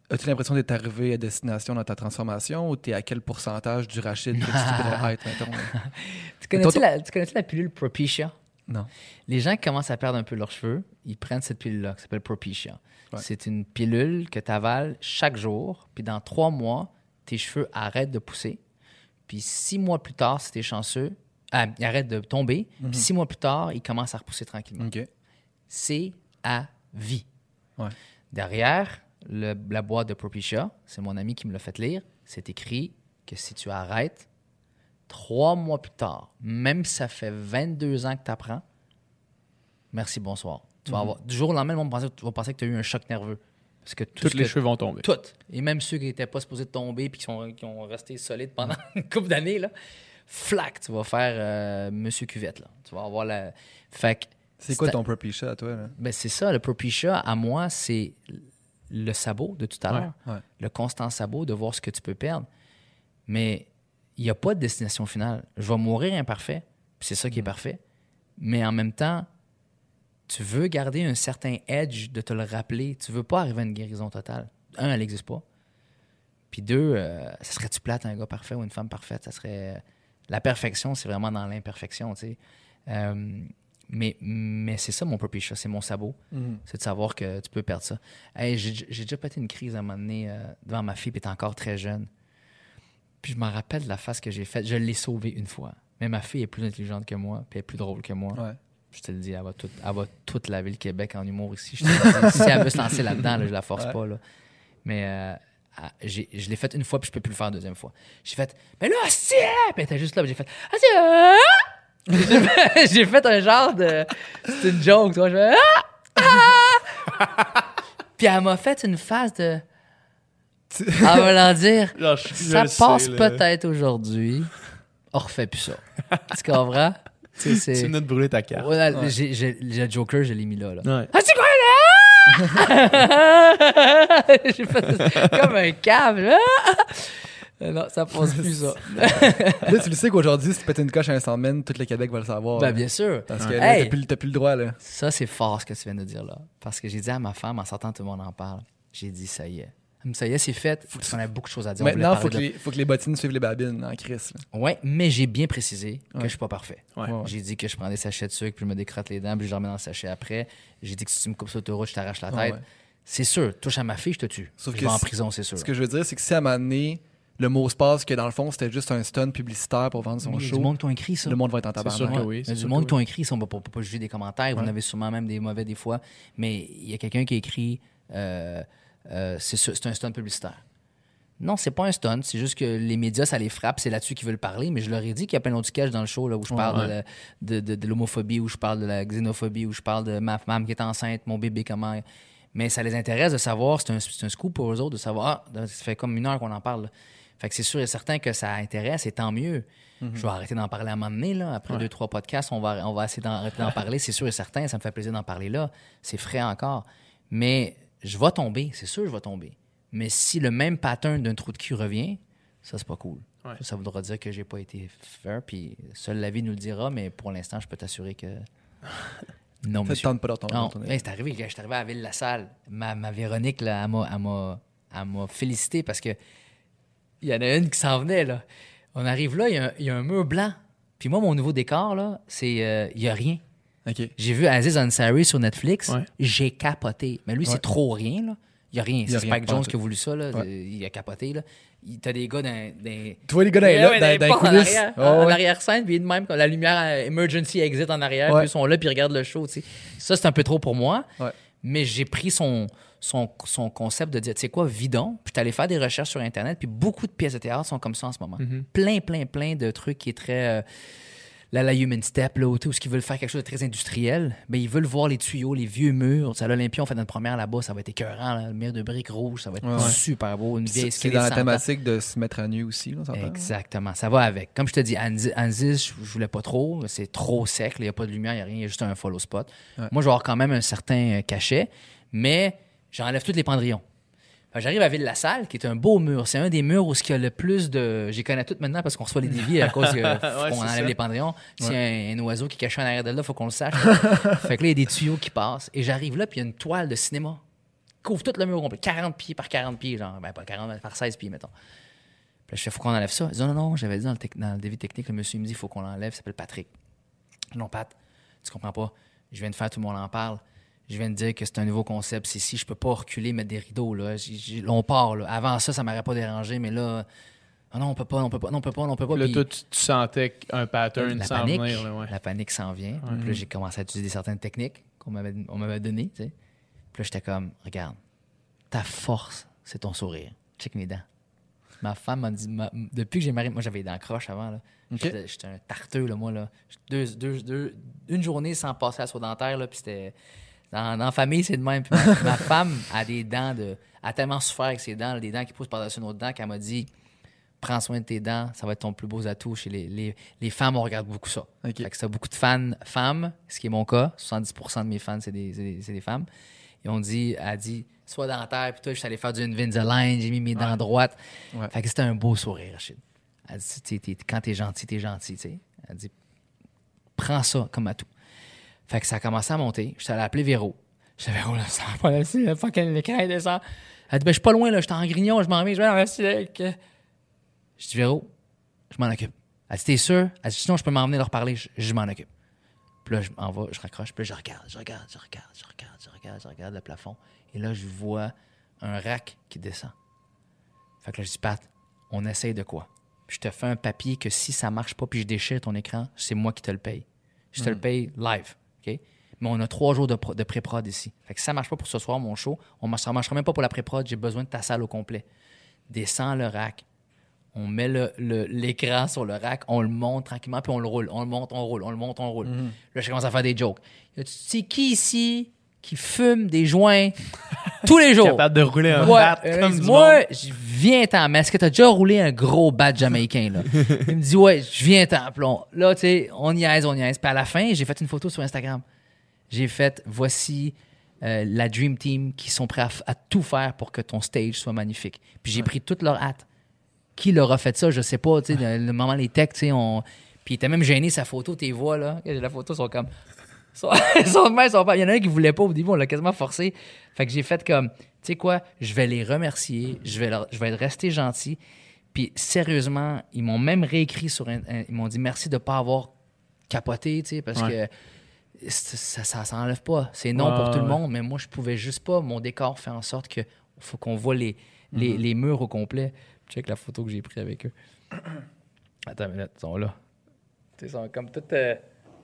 as-tu l'impression d'être arrivé à destination dans ta transformation ou t'es à quel pourcentage du Rachid que tu voudrais être, mettons? Tu connais-tu Mettons- la, tu connais-tu la pilule Propecia? Non. Les gens qui commencent à perdre un peu leurs cheveux, ils prennent cette pilule-là qui s'appelle Propecia. Ouais. C'est une pilule que tu avales chaque jour, puis dans trois mois, tes cheveux arrêtent de pousser. Puis six mois plus tard, si t'es chanceux, ah, ils arrêtent de tomber. Puis six mois plus tard, ils commencent à repousser tranquillement. OK. C'est à vie. Ouais. Derrière le- la boîte de Propecia, c'est mon ami qui me l'a fait lire, c'est écrit que si tu arrêtes, trois mois plus tard, même si ça fait vingt-deux ans que tu apprends, merci, bonsoir. Tu vas avoir, du jour au lendemain, le monde va penser, tu vas penser que tu as eu un choc nerveux. Parce que tout Tous ce les que- cheveux vont tomber. Toutes. Et même ceux qui n'étaient pas supposés de tomber puis qui, sont, qui ont resté solides pendant une couple d'années, là, flac, tu vas faire euh, Monsieur Cuvette. Là. Tu vas avoir la. Fait que. C'est quoi ton Propecia à toi? Là? Ben, c'est ça, le Propecia, à moi, c'est le sabot de tout à l'heure. Ouais, ouais. Le constant sabot de voir ce que tu peux perdre. Mais il n'y a pas de destination finale. Je vais mourir imparfait, puis c'est ça qui est parfait. Mais en même temps, tu veux garder un certain edge de te le rappeler. Tu veux pas arriver à une guérison totale. Un, elle n'existe pas. Puis deux, euh, ça serait-tu plate un gars parfait ou une femme parfaite? Ça serait... La perfection, c'est vraiment dans l'imperfection, tu sais. Euh, mais mais c'est ça mon Propecia, c'est mon sabot. Mhm. C'est de savoir que tu peux perdre ça. Hey, j'ai, j'ai déjà pété une crise à un moment donné euh, devant ma fille, puis elle était encore très jeune. Puis je me rappelle de la face que j'ai faite. Je l'ai sauvée une fois. Mais ma fille est plus intelligente que moi, puis elle est plus drôle que moi. Ouais. Je te le dis, elle va, tout, elle va toute laver le Québec en humour ici. Je te le dis. Si elle veut se lancer là-dedans, là, je la force Ouais. pas. Là. Mais euh, ah, j'ai, je l'ai fait une fois, puis je peux plus le faire une deuxième fois. J'ai fait, mais là, c'est... Puis elle était juste là, puis j'ai fait, ah, c'est... ah! j'ai, fait, j'ai fait un genre de... C'est une joke, tu vois. Je fais, ah! Ah! Puis elle m'a fait une phase de... En voulant dire, Genre, je- je ça le passe sais, là. peut-être aujourd'hui, on refait plus ça. Tu comprends? Tu sais, Tu c'est... venais de brûler ta carte. Ouais, là, j'ai, j'ai, le Joker, je l'ai mis là. là. Ouais. Ah, c'est quoi là? J'ai fait comme un câble. Ah! Non, ça passe plus ça. Là, tu le sais qu'aujourd'hui, si tu pètes une coche à un Sandman, tout le Québec va le savoir. Ben là. bien sûr. Parce que Hey! là, t'as plus, t'as plus le droit, là. Ça, c'est fort ce que tu viens de dire là. Parce que j'ai dit à ma femme, en sortant, tout le monde en parle. J'ai dit, ça y est. Elle me dit, ça y est, c'est fait. Faut qu'on ait beaucoup de choses à dire. On voulait Maintenant, il faut, parler que les- faut que les bottines suivent les babines en crise. là. de- Ouais, mais j'ai bien précisé que Ouais. je suis pas parfait. Ouais. Ouais. J'ai dit que je prends des sachets de sucre, puis je me décrotte les dents, puis je les remets dans le sachet après. J'ai dit que si tu me coupes sur l'autoroute, je t'arrache la Ah tête. ouais. C'est sûr, touche à ma fille, je te tue. Sauf je que vais en c'est- prison, c'est sûr. Ce que je veux dire, c'est que si à un moment donné, le mot se passe que dans le fond, c'était juste un stunt publicitaire pour vendre son Il y a show, du monde qui ont écrit ça. le monde va être en C'est tabarnak. sûr que Ouais. oui, Il y c'est a du sûr monde que qui ont oui. écrit, ça, on va pas, pas juger des commentaires, vous en Ouais. avez sûrement même des mauvais des fois, mais il y a quelqu'un qui a écrit euh, euh, c'est, ça- c'est un stunt publicitaire. Non, c'est pas un stunt, c'est juste que les médias, ça les frappe, c'est là-dessus qu'ils veulent parler, mais je leur ai dit qu'il y a plein d'autres sketchs dans le show là, où je parle Ouais. de, la- de, de- de l'homophobie, où je parle de la xénophobie, où je parle de ma femme qui est enceinte, mon bébé comment... Mais ça les intéresse de savoir, c'est un, c'est un scoop pour eux autres, de savoir, ah, ça fait comme une heure qu'on en parle. là. Fait que c'est sûr et certain que ça intéresse, et tant mieux. Je vais arrêter d'en parler à un moment donné, là. Après Ouais. deux, trois podcasts, on va, on va essayer d'arrêter d'en parler, c'est sûr et certain, ça me fait plaisir d'en parler là. C'est frais encore. Mais je vais tomber, c'est sûr que je vais tomber. Mais si le même pattern d'un trou de cul revient, ça, c'est pas cool. Ouais. Ça, ça voudra dire que j'ai pas été fair, puis seule la vie nous le dira, mais pour l'instant, je peux t'assurer que... Non, Ça te monsieur. tente pas de retourner Non, retourner. hey, c'est arrivé, je suis arrivé à Ville-la-Salle. Ma, ma Véronique, là, elle m'a, elle m'a, elle m'a félicité parce que il y en a une qui s'en venait, là. On arrive là, il y a un, il y a un mur blanc. Puis moi, mon nouveau décor, là, c'est... euh, il y a rien. OK. J'ai vu Aziz Ansari sur Netflix. Ouais. J'ai capoté. Mais lui, Ouais. c'est trop rien, là. Il y a rien. Il y a C'est rien, Spike pas en Jones tout. qui a voulu ça, là. Ouais. Il a capoté, là. Il- T'as des gars dans... dans... Tu vois les gars dans, Ouais, là, ouais, dans, dans les dans les portes en coulisses. arrière, Oh, en ouais. arrière-scène, puis de même, comme la lumière euh, emergency exit en arrière, Ouais. puis ils sont là, puis ils regardent le show, tu sais. Ça, c'est un peu trop pour moi, Ouais. mais j'ai pris son, son, son concept de dire, tu sais quoi, vidons, puis je suis allé faire des recherches sur Internet, puis beaucoup de pièces de théâtre sont comme ça en ce moment. Mhm. Plein, plein, plein de trucs qui est très... euh, la, la Human Step, là, où, tu sais, où ils veulent faire quelque chose de très industriel, ben, ils veulent voir les tuyaux, les vieux murs. Tu sais, à l'Olympia, on fait notre première là-bas, ça va être écœurant, là, le mur de briques rouges, ça va être Ouais, ouais. super beau, une vieille C'est c'est escalier dans de la cent ans. thématique de se mettre à nu aussi, là, on s'entend? Exactement, ça va avec. Comme je te dis, Anzi- Anziz, je, je voulais pas trop, c'est trop sec, il n'y a pas de lumière, il n'y a rien, il y a juste un follow spot. Ouais. Moi, je vais avoir quand même un certain euh, cachet, mais j'enlève tous les pendrillons. Fait que j'arrive à Ville-la-Salle, qui est un beau mur. C'est un des murs où il y a le plus de... J'y connais toutes maintenant parce qu'on reçoit les dévis à cause que faut Ouais, qu'on c'est enlève ça. les pendrillons. S'il y a un, un oiseau qui est caché en arrière de là, il faut qu'on le sache. Fait que là, il y a des tuyaux qui passent. Et j'arrive là, puis il y a une toile de cinéma couvre tout le mur au complet. quarante pieds par quarante pieds, genre. Ben, pas quarante, mais par seize pieds, mettons. Puis là, je fais, faut qu'on enlève ça. Il dit, non, non, non, j'avais dit dans le, tec- dans le devis technique, le monsieur il me dit, il faut qu'on l'enlève. Il s'appelle Patrick. Non, Pat, tu comprends pas. Je viens de faire, tout le monde en parle. Je viens de dire que c'est un nouveau concept. C'est si je peux pas reculer, mettre des rideaux, là. J'ai, j'ai, là, on part, là. Avant ça, ça m'aurait pas dérangé, mais là, oh non, on peut pas, on peut pas, non, on peut pas, non, on peut pas. Là, Puis, toi, tu, tu sentais un pattern la s'en panique, venir. Là, ouais. la panique s'en vient. Puis là, j'ai commencé à utiliser certaines techniques qu'on m'avait, on m'avait données, tu sais. Puis là, j'étais comme, regarde, ta force, c'est ton sourire. Check mes dents. Ma femme m'a dit, ma- depuis que j'ai marié, moi, j'avais les dents croches avant, là. OK. J'étais, j'étais un tarteux, là, moi, là. Deux, deux, deux, une journée sans passer à la soie dentaire, là, puis c'était... Dans, dans la famille, c'est de même. Puis ma, ma femme a des dents de... a tellement souffert avec ses dents, des dents qui poussent par-dessus une autre dent, qu'elle m'a dit, prends soin de tes dents, ça va être ton plus beau atout. Chez les, les, les femmes, on regarde beaucoup ça. OK. Fait que ça a beaucoup de fans femmes, ce qui est mon cas. soixante-dix pour cent de mes fans, c'est des, c'est des, c'est des femmes. Et on dit, elle a dit, sois dentaire, puis toi, je suis allé faire du Invisalign, j'ai mis mes dents droites. Ouais. Fait que c'était un beau sourire, Rachid. Elle dit, t'es, t'es, quand t'es gentil, t'es gentil, tu sais. Elle dit, prends ça comme atout. Fait que ça a commencé à monter. Je suis allé appeler Véro. Je disais, Véro, là, ça va pas laisser, le fucking l'écran il descend. Elle dit, ben, je suis pas loin, là, je suis en grignon, je m'en vais, je vais rester avec. Je dis, Véro, je m'en occupe. Elle dit, t'es sûr? Elle dit, sinon, je peux m'emmener leur parler, je, je m'en occupe. Puis là, je m'en vais, je raccroche, puis là, je regarde, je regarde, je regarde, je regarde, je regarde, je regarde le plafond. Et là, je vois un rack qui descend. Fait que là, je dis, Pat, on essaye de quoi? Puis je te fais un papier que si ça marche pas, puis je déchire ton écran, c'est moi qui te le paye. Je te le paye live, OK? Mais on a trois jours de, pro- de pré-prod ici. Fait que si ça marche pas pour ce soir, mon show, on ne marchera même pas pour la pré-prod, j'ai besoin de ta salle au complet. Descends le rack, on met le, le- l'écran sur le rack, on le monte tranquillement, puis on le roule. On le monte, on roule, on le monte, on roule. Mm-hmm. Là, je commence à faire des jokes. Tu sais qui ici qui fume des joints tous les jours? Capable de rouler un Ouais, bat euh, comme il dit, du moi, monde. je viens t'en. Mais est-ce que t'as déjà roulé un gros bat jamaïcain, là? Il me dit, ouais, je viens t'en. Puis on- là, tu sais, on niaise, on niaise. Puis à la fin, j'ai fait une photo sur Instagram. J'ai fait, voici euh, la Dream Team qui sont prêts à, f- à tout faire pour que ton stage soit magnifique. Puis j'ai pris toute leur hâte. Qui leur a fait ça? Je sais pas, tu sais, le, le moment, les techs, tu sais, on... Puis il était même gêné, sa photo, tes voix, là. La photo, sont comme... Sont, sont de même, sont pas- Il y en a un qui voulait pas au début, on l'a quasiment forcé. Fait que j'ai fait comme, tu sais quoi, je vais les remercier, je vais, leur- je vais rester gentil. Puis sérieusement, ils m'ont même réécrit sur un, un- ils m'ont dit merci de pas avoir capoté, tu sais, parce Ouais. que c'est- ça, ça s'enlève pas. C'est non Ouais, pour tout le ouais. monde, mais moi, je pouvais juste pas. Mon décor fait en sorte que faut qu'on voit les, les, les murs au complet. Check la photo que j'ai prise avec eux. Attends une minute, ils sont là. Tu sais, ils sont comme tout... euh,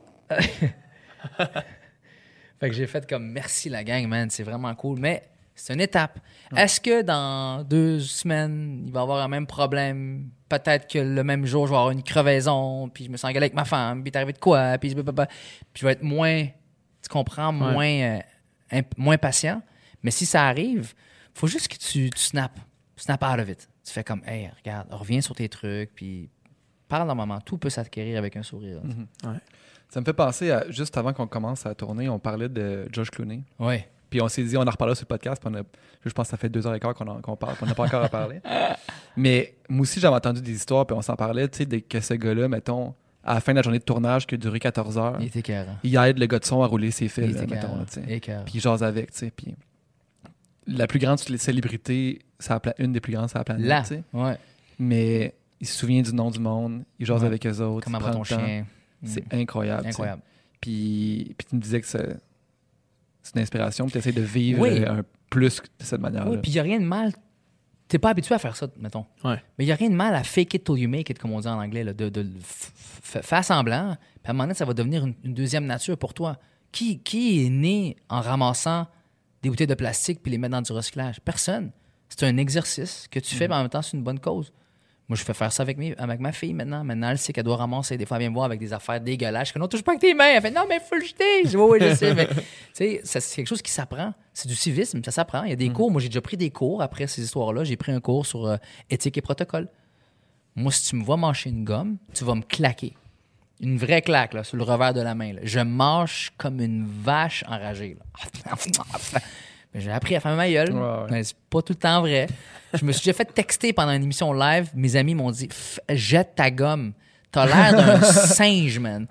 Fait que j'ai fait comme merci la gang, man, c'est vraiment cool. Mais c'est une étape. Est-ce que dans deux semaines, il va y avoir un même problème? Peut-être que le même jour, je vais avoir une crevaison, puis je me sens engueulé avec ma femme, puis t'es arrivé de quoi? Puis, puis je vais être moins, tu comprends, moins, euh, imp- moins patient. Mais si ça arrive, faut juste que tu, tu snaps. Snap out of it. Tu fais comme, hey, regarde, reviens sur tes trucs, puis parle normalement. Tout peut s'acquérir avec un sourire. là. Ça me fait penser à, juste avant qu'on commence à tourner, on parlait de George Clooney. Ouais. Puis on s'est dit, on en reparlera sur le podcast. Puis on a, je pense que ça fait deux heures et quart qu'on, en- qu'on parle, qu'on n'a pas encore à parler. Mais moi aussi, j'avais entendu des histoires, puis on s'en parlait, tu sais, de- que ce gars-là, mettons, à la fin de la journée de tournage qui a duré quatorze heures, Il était écœurant. il aide le gars de son à rouler ses Il fils, était là, mettons, écœurant. là, tu sais. Écœurant. Puis il jase avec, tu sais. Puis la plus grande célébrité, c'est la pla- une des plus grandes sur la planète, Là, tu sais. ouais. Mais il se souvient du nom du monde, il jase Ouais. avec eux autres. Comment il va prend ton le temps. chien? C'est Mm. incroyable. tu sais. Incroyable. Puis, puis tu me disais que c'est, c'est une inspiration, puis tu essaies de vivre Oui. euh, un plus de cette manière-là. Oui, puis il n'y a rien de mal. T'es pas habitué à faire ça, mettons. Ouais. Mais il n'y a rien de mal à fake it till you make it, comme on dit en anglais, là, de, de, f- f- faire semblant. Puis à un moment donné, ça va devenir une, une deuxième nature pour toi. Qui, qui est né en ramassant des bouteilles de plastique puis les mettre dans du recyclage? Personne. C'est un exercice que tu fais, mais en même temps, c'est une bonne cause. Moi, je fais faire ça avec, mes, avec ma fille maintenant. Maintenant, elle sait qu'elle doit ramasser. Des fois, elle vient me voir avec des affaires dégueulasses. Je dis, non, touche pas avec tes mains. Elle fait, non, mais il faut le jeter. Je dis, oui, oui, je sais. Mais, tu sais, ça, c'est quelque chose qui s'apprend. C'est du civisme, ça s'apprend. Il y a des cours. Moi, j'ai déjà pris des cours après ces histoires-là. J'ai pris un cours sur euh, éthique et protocole. Moi, si tu me vois mâcher une gomme, tu vas me claquer. Une vraie claque, là, sur le revers de la main. Là. Je mâche comme une vache enragée. Là. Mais j'ai appris à faire ma gueule. Ouais, ouais. Mais c'est pas tout le temps vrai. Je me suis déjà fait texter pendant une émission live. Mes amis m'ont dit F- jette ta gomme. T'as l'air d'un singe, man.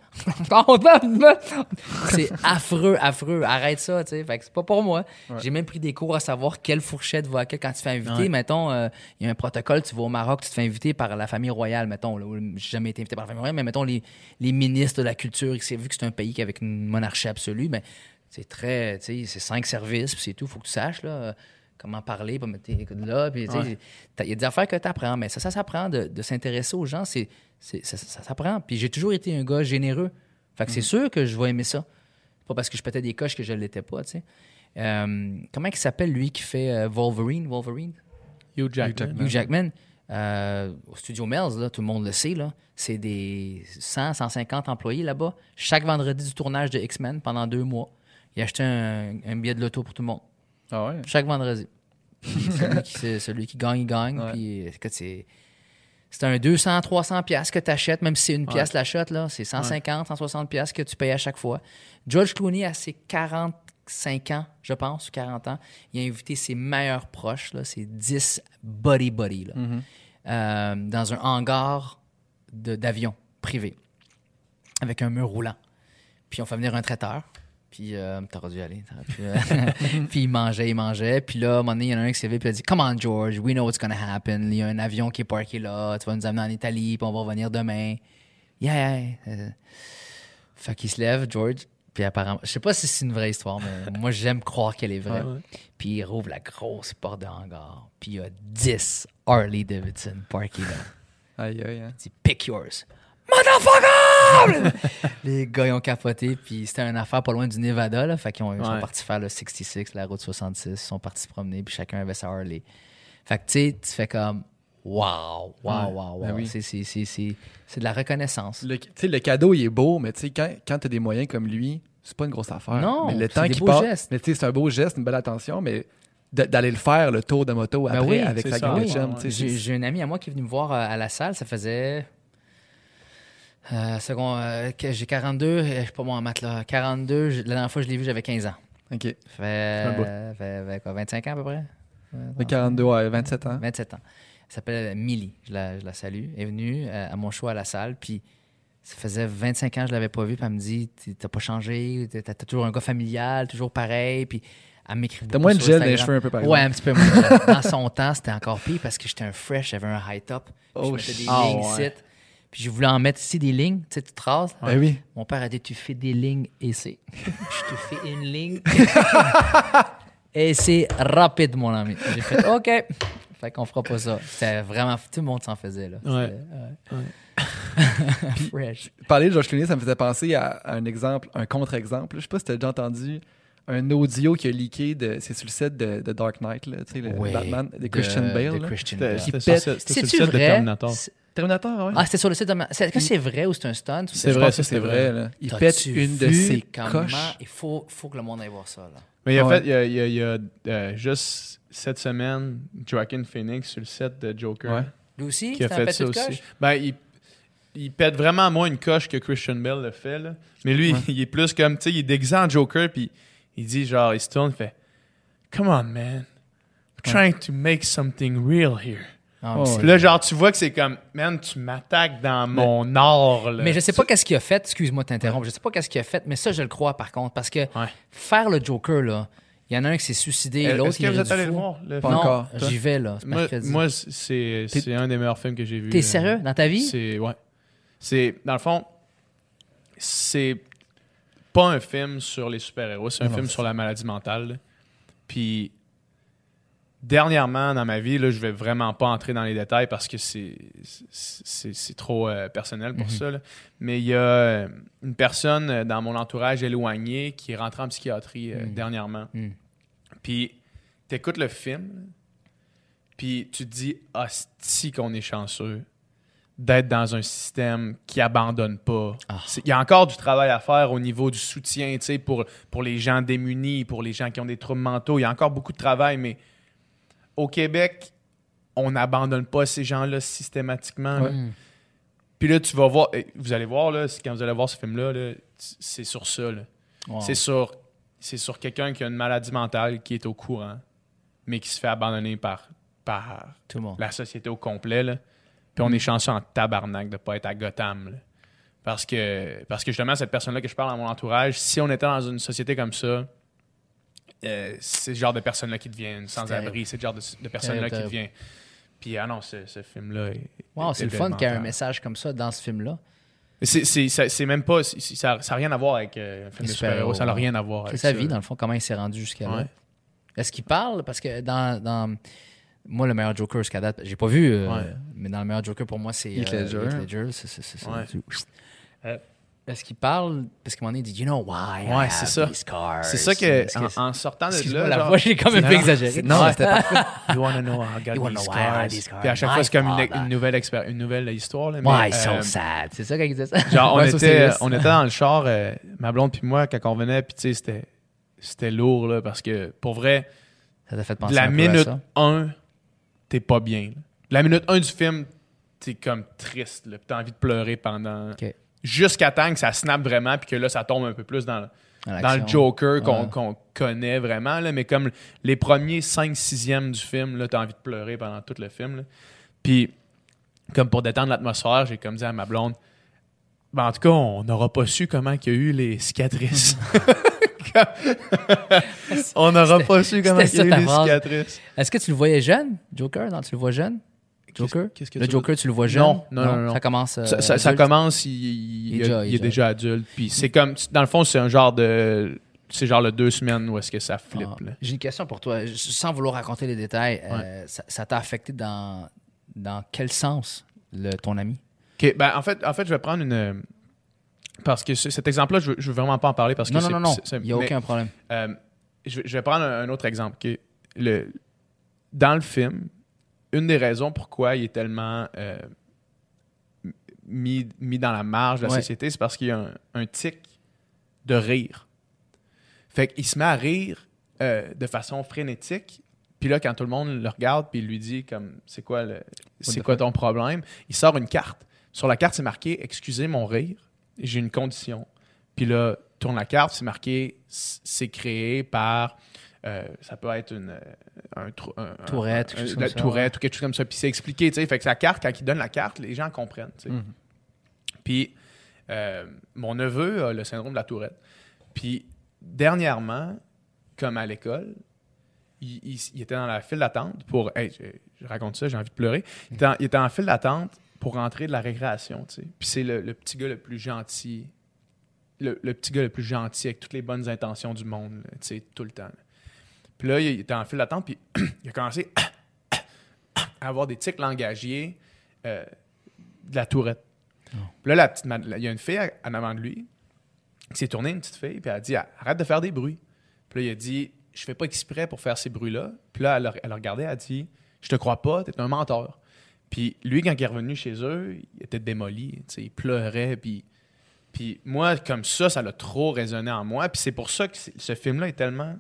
C'est affreux, affreux. Arrête ça, tu sais. Fait que c'est pas pour moi. Ouais. J'ai même pris des cours à savoir quelle fourchette va à quelle. Quand tu te fais inviter, ouais. mettons, il euh, y a un protocole, tu vas au Maroc, tu te fais inviter par la famille royale, mettons. Là, j'ai jamais été invité par la famille royale, mais mettons les, les ministres de la culture, vu que c'est un pays avec une monarchie absolue, ben, c'est très, tu sais, c'est cinq services, puis c'est tout. Faut que tu saches, là. Comment parler, pas mettre tes coudes là. Il ouais. y a des affaires que tu apprends, mais ça, ça s'apprend de, de s'intéresser aux gens. C'est, c'est, ça, ça s'apprend. Puis j'ai toujours été un gars généreux. Fait que mm. c'est sûr que je vais aimer ça. C'est pas parce que je pétais des coches que je ne l'étais pas, tu sais. Euh, comment il s'appelle, lui, qui fait euh, Wolverine? Wolverine? Hugh Jackman. Hugh Jackman. Euh, au Studio Mills, là, tout le monde le sait, là. C'est des cent, cent cinquante employés là-bas. Chaque vendredi du tournage de X-Men pendant deux mois, il a acheté un, un billet de loto pour tout le monde. Ah ouais? Chaque vendredi. celui, qui, c'est, celui qui gagne, il gagne. Ouais. Puis, écoute, c'est, c'est un deux cents, trois cents piastres que tu achètes, même si c'est une ouais. pièce l'achat, là, c'est cent cinquante, ouais. cent soixante piastres que tu payes à chaque fois. George Clooney, à ses quarante-cinq ans, je pense, ou quarante ans, il a invité ses meilleurs proches, là, ses dix buddy-buddy, là, mm-hmm. euh, dans un hangar de, d'avion privé, avec un mur roulant. Puis on fait venir un traiteur. Puis, euh, t'aurais dû y aller. Puis, euh, puis, il mangeait, il mangeait. Puis là, à un moment donné, il y en a un qui s'est levé, puis il a dit « Come on, George, we know what's gonna happen. Il y a un avion qui est parké là. Tu vas nous amener en Italie, puis on va revenir demain. » Yeah, yeah. Euh, fait qu'il se lève, George. Puis apparemment, je sais pas si c'est une vraie histoire, mais moi, j'aime croire qu'elle est vraie. Ouais, ouais. Puis il rouvre la grosse porte de hangar. Puis il y a dix Harley Davidson parkés là. Aïe, aïe, aïe. Il dit « Pick yours. » Motherfucker! Les gars, ils ont capoté, puis c'était une affaire pas loin du Nevada, là. Fait qu'ils ont, ouais. sont partis faire le soixante-six, la route soixante-six. Ils sont partis se promener, puis chacun avait sa Harley. Fait que, tu sais, tu fais comme, wow, wow, wow, wow. Ben oui. c'est, c'est, c'est, c'est, c'est de la reconnaissance. Tu sais, le cadeau, il est beau, mais tu sais, quand, quand t'as des moyens comme lui, c'est pas une grosse affaire. Non, mais le c'est temps des qui beaux passe, gestes. mais tu sais, c'est un beau geste, une belle attention, mais d'aller le faire, le tour de moto après, ben oui, avec sa gang de chum. J'ai, j'ai un ami à moi qui est venu me voir à la salle, ça faisait... Euh, second, euh, j'ai quarante-deux, je sais pas moi en maths là. quarante-deux, la dernière fois que je l'ai vu, j'avais quinze ans. OK. Fait, euh, fait, fait quoi, vingt-cinq ans à peu près? Ouais, quarante-deux, ouais, vingt-sept ans. vingt-sept ans. Elle s'appelle Millie, je la, je la salue. Elle est venue euh, à mon show à la salle, puis ça faisait vingt-cinq ans que je l'avais pas vue, puis elle me dit « T'as pas changé, t'as, t'as toujours un gars familial, toujours pareil. » Puis elle m'écrit beaucoup. T'as moins de gel dans les cheveux un peu par exemple. Ouais, un petit peu moins de gel. Dans son temps, c'était encore pire parce que j'étais un fresh, j'avais un high top. Oh, je mettais des oh, lignes ici. Ouais. Puis je voulais en mettre ici des lignes, tu sais, tu traces. Ben oui. Mon père a dit, tu fais des lignes et c'est. Je te fais une ligne. Et c'est rapide, mon ami. J'ai fait, OK. Fait qu'on fera pas ça. C'était vraiment, tout le monde s'en faisait, là. Ouais. ouais. Fresh. Parler de George Clooney, ça me faisait penser à un exemple, un contre-exemple. Je sais pas si tu as déjà entendu un audio qui a leaké, de, c'est sur le set de, de Dark Knight, là, tu sais, le oui, Batman, de Christian de, Bale. De là, Christian Bale. C'était, c'était, c'était, c'était sur le set vrai? de Terminator. C'est... Terminator, oui. Ah, c'était sur le site de... Est-ce que c'est vrai ou c'est un stunt? C'est, c'est vrai, ça, c'est vrai. Là. Il T'as-tu pète une de ses coches. Il faut, faut que le monde aille voir ça, là. Mais il a ouais. fait, il y a, il y a, il y a euh, juste cette semaine, Joaquin Phoenix sur le set de Joker. Ouais. Lui aussi? Qui a fait ça aussi. Coche? Ben, il, il pète vraiment moins une coche que Christian Bale le fait, là. Mais lui, ouais. il est plus comme, tu sais, il est déguisé en Joker, puis il dit, genre, il se tourne, il fait « Come on, man. I'm trying to make something real here. » Oh, puis là, genre, tu vois que c'est comme, man, tu m'attaques dans mais, mon art. Là. Mais je sais pas qu'est-ce qu'il a fait. Excuse-moi de t'interrompre. Je sais pas qu'est-ce qu'il a fait, mais ça, je le crois par contre. Parce que ouais. faire le Joker, là, il y en a un qui s'est suicidé, est, l'autre est-ce que il vous êtes allé le voir? Le pas non, encore. J'y vais, là. Moi, moi c'est, c'est un des meilleurs films que j'ai vu. T'es sérieux dans ta vie? C'est, ouais. C'est, dans le fond, c'est pas un film sur les super-héros, c'est un non, film c'est... sur la maladie mentale. Là. Puis, dernièrement, dans ma vie, là, je vais vraiment pas entrer dans les détails parce que c'est, c'est, c'est trop euh, personnel pour mm-hmm. ça. Là. Mais il y a une personne dans mon entourage éloigné qui est rentrée en psychiatrie euh, mm. dernièrement. Mm. Puis, t'écoutes le film, puis tu te dis « Hostie qu'on est chanceux d'être dans un système qui abandonne pas. Ah. » Il y a encore du travail à faire au niveau du soutien, tu sais, pour, pour les gens démunis, pour les gens qui ont des troubles mentaux. Il y a encore beaucoup de travail, mais au Québec, on n'abandonne pas ces gens-là systématiquement. Ouais. Là. Puis là, tu vas voir, vous allez voir, là, quand vous allez voir ce film-là, là, c'est sur ça. Là. Wow. C'est sur, c'est sur quelqu'un qui a une maladie mentale, qui est au courant, mais qui se fait abandonner par, par tout le monde. La société au complet. Là. Puis on est chanceux en tabarnak de pas être à Gotham. Là. Parce que, parce que justement, cette personne-là que je parle dans mon entourage, si on était dans une société comme ça, euh, c'est le genre de personnes-là qui deviennent sans-abri. C'est le genre de, de personnes-là qui deviennent. Puis ah non, ce, ce film-là est. Wow, est c'est le fun qu'il y ait un message comme ça dans ce film-là. C'est, c'est, c'est, c'est même pas. C'est, ça n'a rien à voir avec euh, un film de super-héros. Ça n'a rien à voir C'est avec sa ça. vie, dans le fond, comment il s'est rendu jusqu'à Ouais. là. Est-ce qu'il parle? Parce que dans. dans moi, le meilleur Joker jusqu'à date, j'ai pas vu, euh, Ouais. mais dans le meilleur Joker, pour moi, c'est Heath euh, Ledger. Heath Ledger. C'est, c'est, c'est, c'est, Ouais. Euh, Est-ce qu'il parle? Parce qu'à un moment donné, il dit, you know why I Ouais, have c'est ça. these scars. C'est ça que, Est-ce en, en sortant de Excuse-moi, là. la genre, voix, j'ai quand même non, peu non, exagéré. Non, Ouais. c'était parfait. You wanna know how I got You wanna these know why I got scars. these scars. Puis à chaque My fois, c'est comme une, father. une nouvelle, expéri- une nouvelle histoire. Là, mais, Why euh, so sad? C'est ça quand il disait ça? Genre, on, Ouais, ça, c'est était, lisse. on était dans le char, euh, ma blonde puis moi, quand on venait, puis tu sais, c'était, c'était lourd, là, parce que, pour vrai, Ça t'a fait penser la un peu minute à ça? un, t'es pas bien. là. La minute un du film, t'es comme triste, là, puis t'as envie de pleurer pendant... Ok. Jusqu'à temps que ça snap vraiment, puis que là, ça tombe un peu plus dans, Dans dans le l'action. Joker qu'on, Ouais. qu'on connaît vraiment, là, mais comme les premiers cinq sixièmes du film, là, t'as envie de pleurer pendant tout le film. Là. Puis, comme pour détendre l'atmosphère, j'ai comme dit à ma blonde, ben, en tout cas, on n'aura pas su comment il y a eu les cicatrices. on n'aura pas su comment il c'était y a eu ça ta les phrase. cicatrices. Est-ce que tu le voyais jeune, Joker? Non, tu le vois jeune? Joker? Qu'est-ce que Le tu Joker, tu le vois jeune? Non, non, non, non. Ça commence. euh, Ça, ça- ça adulte? commence, il, il- Il est il- déjà- il il est est déjà adulte. Puis c'est comme, dans le fond, c'est un genre de, c'est genre le deux semaines où est-ce que ça flippe. Ah, là. J'ai une question pour toi. Sans vouloir raconter les détails, euh, ça, ça t'a affecté dans, dans quel sens, le, ton ami? Ok, ben en fait, en fait, je vais prendre une, parce que ce- cet exemple-là, je, veux- je veux vraiment pas en parler parce que Non, c'est, non, non, non. c'est- c'est- Il n'y a mais, aucun problème. euh, je, je vais prendre un, un autre exemple. ok. Le, dans le film, une des raisons pourquoi il est tellement euh, mis, mis dans la marge de la Ouais. société, c'est parce qu'il y a un, un tic de rire. Fait qu'il se met à rire euh, de façon frénétique. Puis là, quand tout le monde le regarde, puis il lui dit comme c'est quoi le, c'est the quoi fuck? ton problème, il sort une carte. Sur la carte, c'est marqué excusez mon rire, j'ai une condition. Puis là, tourne la carte, c'est marqué c'est créé par euh, ça peut être une euh, un, trou- un- un- Tourette, un- quelque chose la comme ça, Tourette ou quelque chose comme ça. Puis c'est expliqué, tu sais. Fait que sa carte, quand il donne la carte, les gens comprennent. tu sais. Mhm. Puis euh, mon neveu a le syndrome de la Tourette. Puis dernièrement, comme à l'école, il, il- il était dans la file d'attente pour. Hey, je, je raconte ça, j'ai envie de pleurer. Il était en, il était en file d'attente pour rentrer de la récréation, tu sais. Puis c'est le, le petit gars le plus gentil. Le, le petit gars le plus gentil avec toutes les bonnes intentions du monde, là, tu sais, tout le temps. là. Puis là, il était en file d'attente, puis il a commencé à avoir des tics langagiers euh, de la Tourette. Puis là, la petite, mad- il y a une fille à- en avant de lui qui s'est tournée, une petite fille, puis elle a dit arrête de faire des bruits. Puis là, il a dit je fais pas exprès pour faire ces bruits-là. Puis là, elle a, elle a regardé, elle a dit je te crois pas, t'es un menteur. Puis lui, quand il est revenu chez eux, il était démoli, tu sais, il pleurait, puis. Puis moi, comme ça, ça l'a trop résonné en moi. Puis c'est pour ça que c'est- ce film-là est tellement.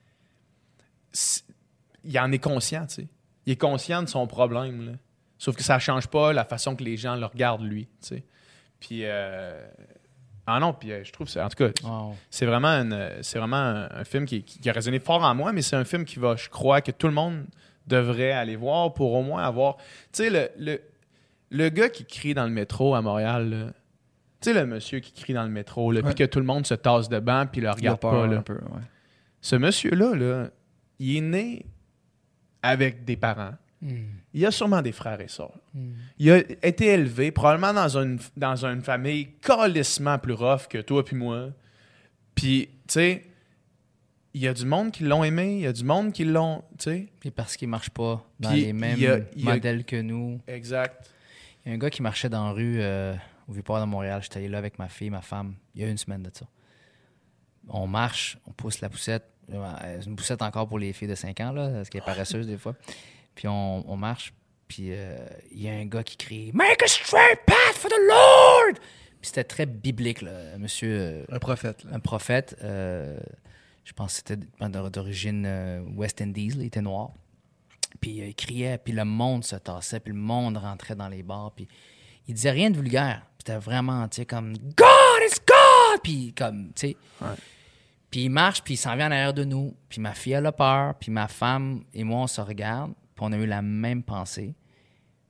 c'est- Il en est conscient, tu sais. Il est conscient de son problème, là. Sauf que ça change pas la façon que les gens le regardent, lui, tu sais. Puis. euh, Ah non, puis euh, je trouve, ça, en tout cas, Wow. c'est vraiment, une- c'est vraiment un, un film qui, qui a résonné fort en moi, mais c'est un film qui va, je crois, que tout le monde devrait aller voir pour au moins avoir. Tu sais, le, le, le gars qui crie dans le métro à Montréal, là, tu sais, le monsieur qui crie dans le métro, là, Ouais. puis que tout le monde se tasse de banc puis le Il a regarde peur pas. Là. un peu, ouais. Ce monsieur-là, là, il est né avec des parents. Hmm. Il a sûrement des frères et sœurs. Hmm. Il a été élevé probablement dans une, dans une famille calissement plus rough que toi puis moi. Puis, tu sais, il y a du monde qui l'ont aimé, il y a du monde qui l'ont, tu sais. Puis parce qu'il marche pas dans Puis les mêmes il y a- il y a- modèles que nous. Exact. Il y a un gars qui marchait dans la rue euh, au Vieux-Port de Montréal. J'étais allé là avec ma fille, ma femme, il y a une semaine de ça. On marche, on pousse la poussette. Euh, C'est une poussette encore pour les filles de cinq ans, là, parce qu'elle est paresseuse des fois. Puis on, on marche, puis euh, il y a un gars qui crie « Make a straight path for the Lord! » Puis c'était très biblique, là, monsieur... euh, Un prophète. Là. un prophète, euh, je pense que c'était d'origine euh, West Indies, là, il était noir. Puis euh, il criait, puis le monde se tassait, puis le monde rentrait dans les bars, puis il disait rien de vulgaire. Puis c'était vraiment, tu sais, comme « God is God! » Puis comme, tu sais... Ouais. Puis il marche, puis il s'en vient en arrière de nous. Puis ma fille, elle a peur, puis ma femme et moi, on se regarde, puis on a eu la même pensée. Puis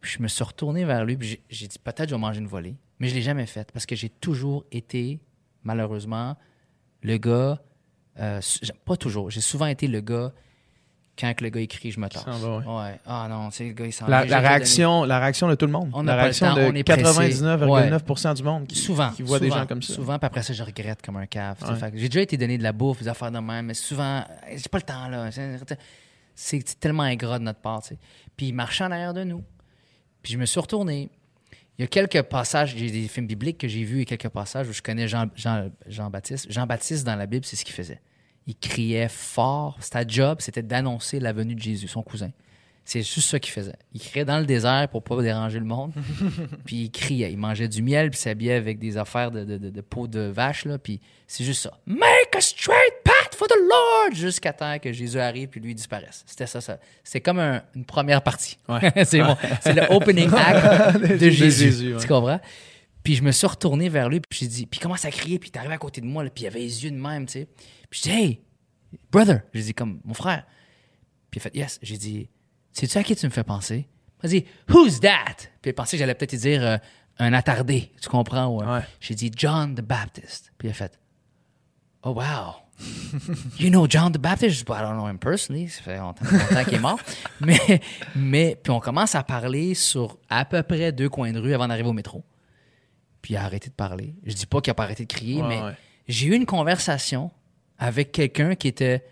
Puis je me suis retourné vers lui, puis j'ai, j'ai dit peut-être je vais manger une volée. Mais je ne l'ai jamais faite parce que j'ai toujours été, malheureusement, le gars. Euh, pas toujours. J'ai souvent été le gars. Quand le gars écrit, je me tasse. Va, ouais. ouais. Ah non, tu sais, le gars, il s'en La, va. la, réaction, la réaction de tout le monde. On la n'a pas le réaction temps, on de est quatre-vingt-dix-neuf virgule neuf pour cent Ouais. du monde qui, souvent, qui voit souvent, des gens comme ça. Souvent, puis après ça, je regrette comme un cave. tu sais. Ouais. Fait que j'ai déjà été donné de la bouffe, des affaires de même, mais souvent, hey, j'ai pas le temps, là. C'est, c'est tellement ingrat de notre part, tu sais. Puis il marchait en arrière de nous. Puis je me suis retourné. Il y a quelques passages, j'ai des films bibliques que j'ai vus et quelques passages où je connais Jean, Jean, Jean-Baptiste. Jean-Baptiste, dans la Bible, c'est ce qu'il faisait. Il criait fort. Sa job, c'était d'annoncer la venue de Jésus, son cousin. C'est juste ça qu'il faisait. Il criait dans le désert pour pas déranger le monde. Puis il criait. Il mangeait du miel puis s'habillait avec des affaires de, de, de, de peau de vache. Là, puis c'est juste ça. « Make a straight path for the Lord! » Jusqu'à temps que Jésus arrive puis lui disparaisse. C'était ça. ça. C'est comme un, une première partie. Ouais. c'est, bon. c'est le opening act de Jésus. Jésus, ouais. Tu comprends? Puis je me suis retourné vers lui puis j'ai dit... Puis il commence à crier puis il est arrivé à côté de moi là, puis il avait les yeux de même, tu sais. Puis je dis « Hey, brother! » J'ai dit comme « Mon frère. » Puis il a fait « Yes. » J'ai dit « Sais-tu à qui tu me fais penser? » Il m'a dit « Who's that? » Puis il a pensé que j'allais peut-être lui dire euh, un attardé, tu comprends? Ou, euh, Ouais. J'ai dit « John the Baptist. » Puis il a fait « Oh wow! You know John the Baptist? » Je dis « I don't know him personally. » Ça fait longtemps, longtemps qu'il est mort. mais, mais, puis on commence à parler sur à peu près deux coins de rue avant d'arriver au métro. Puis il a arrêté de parler. Je dis pas qu'il a pas arrêté de crier, Ouais, mais ouais. j'ai eu une conversation avec quelqu'un qui était...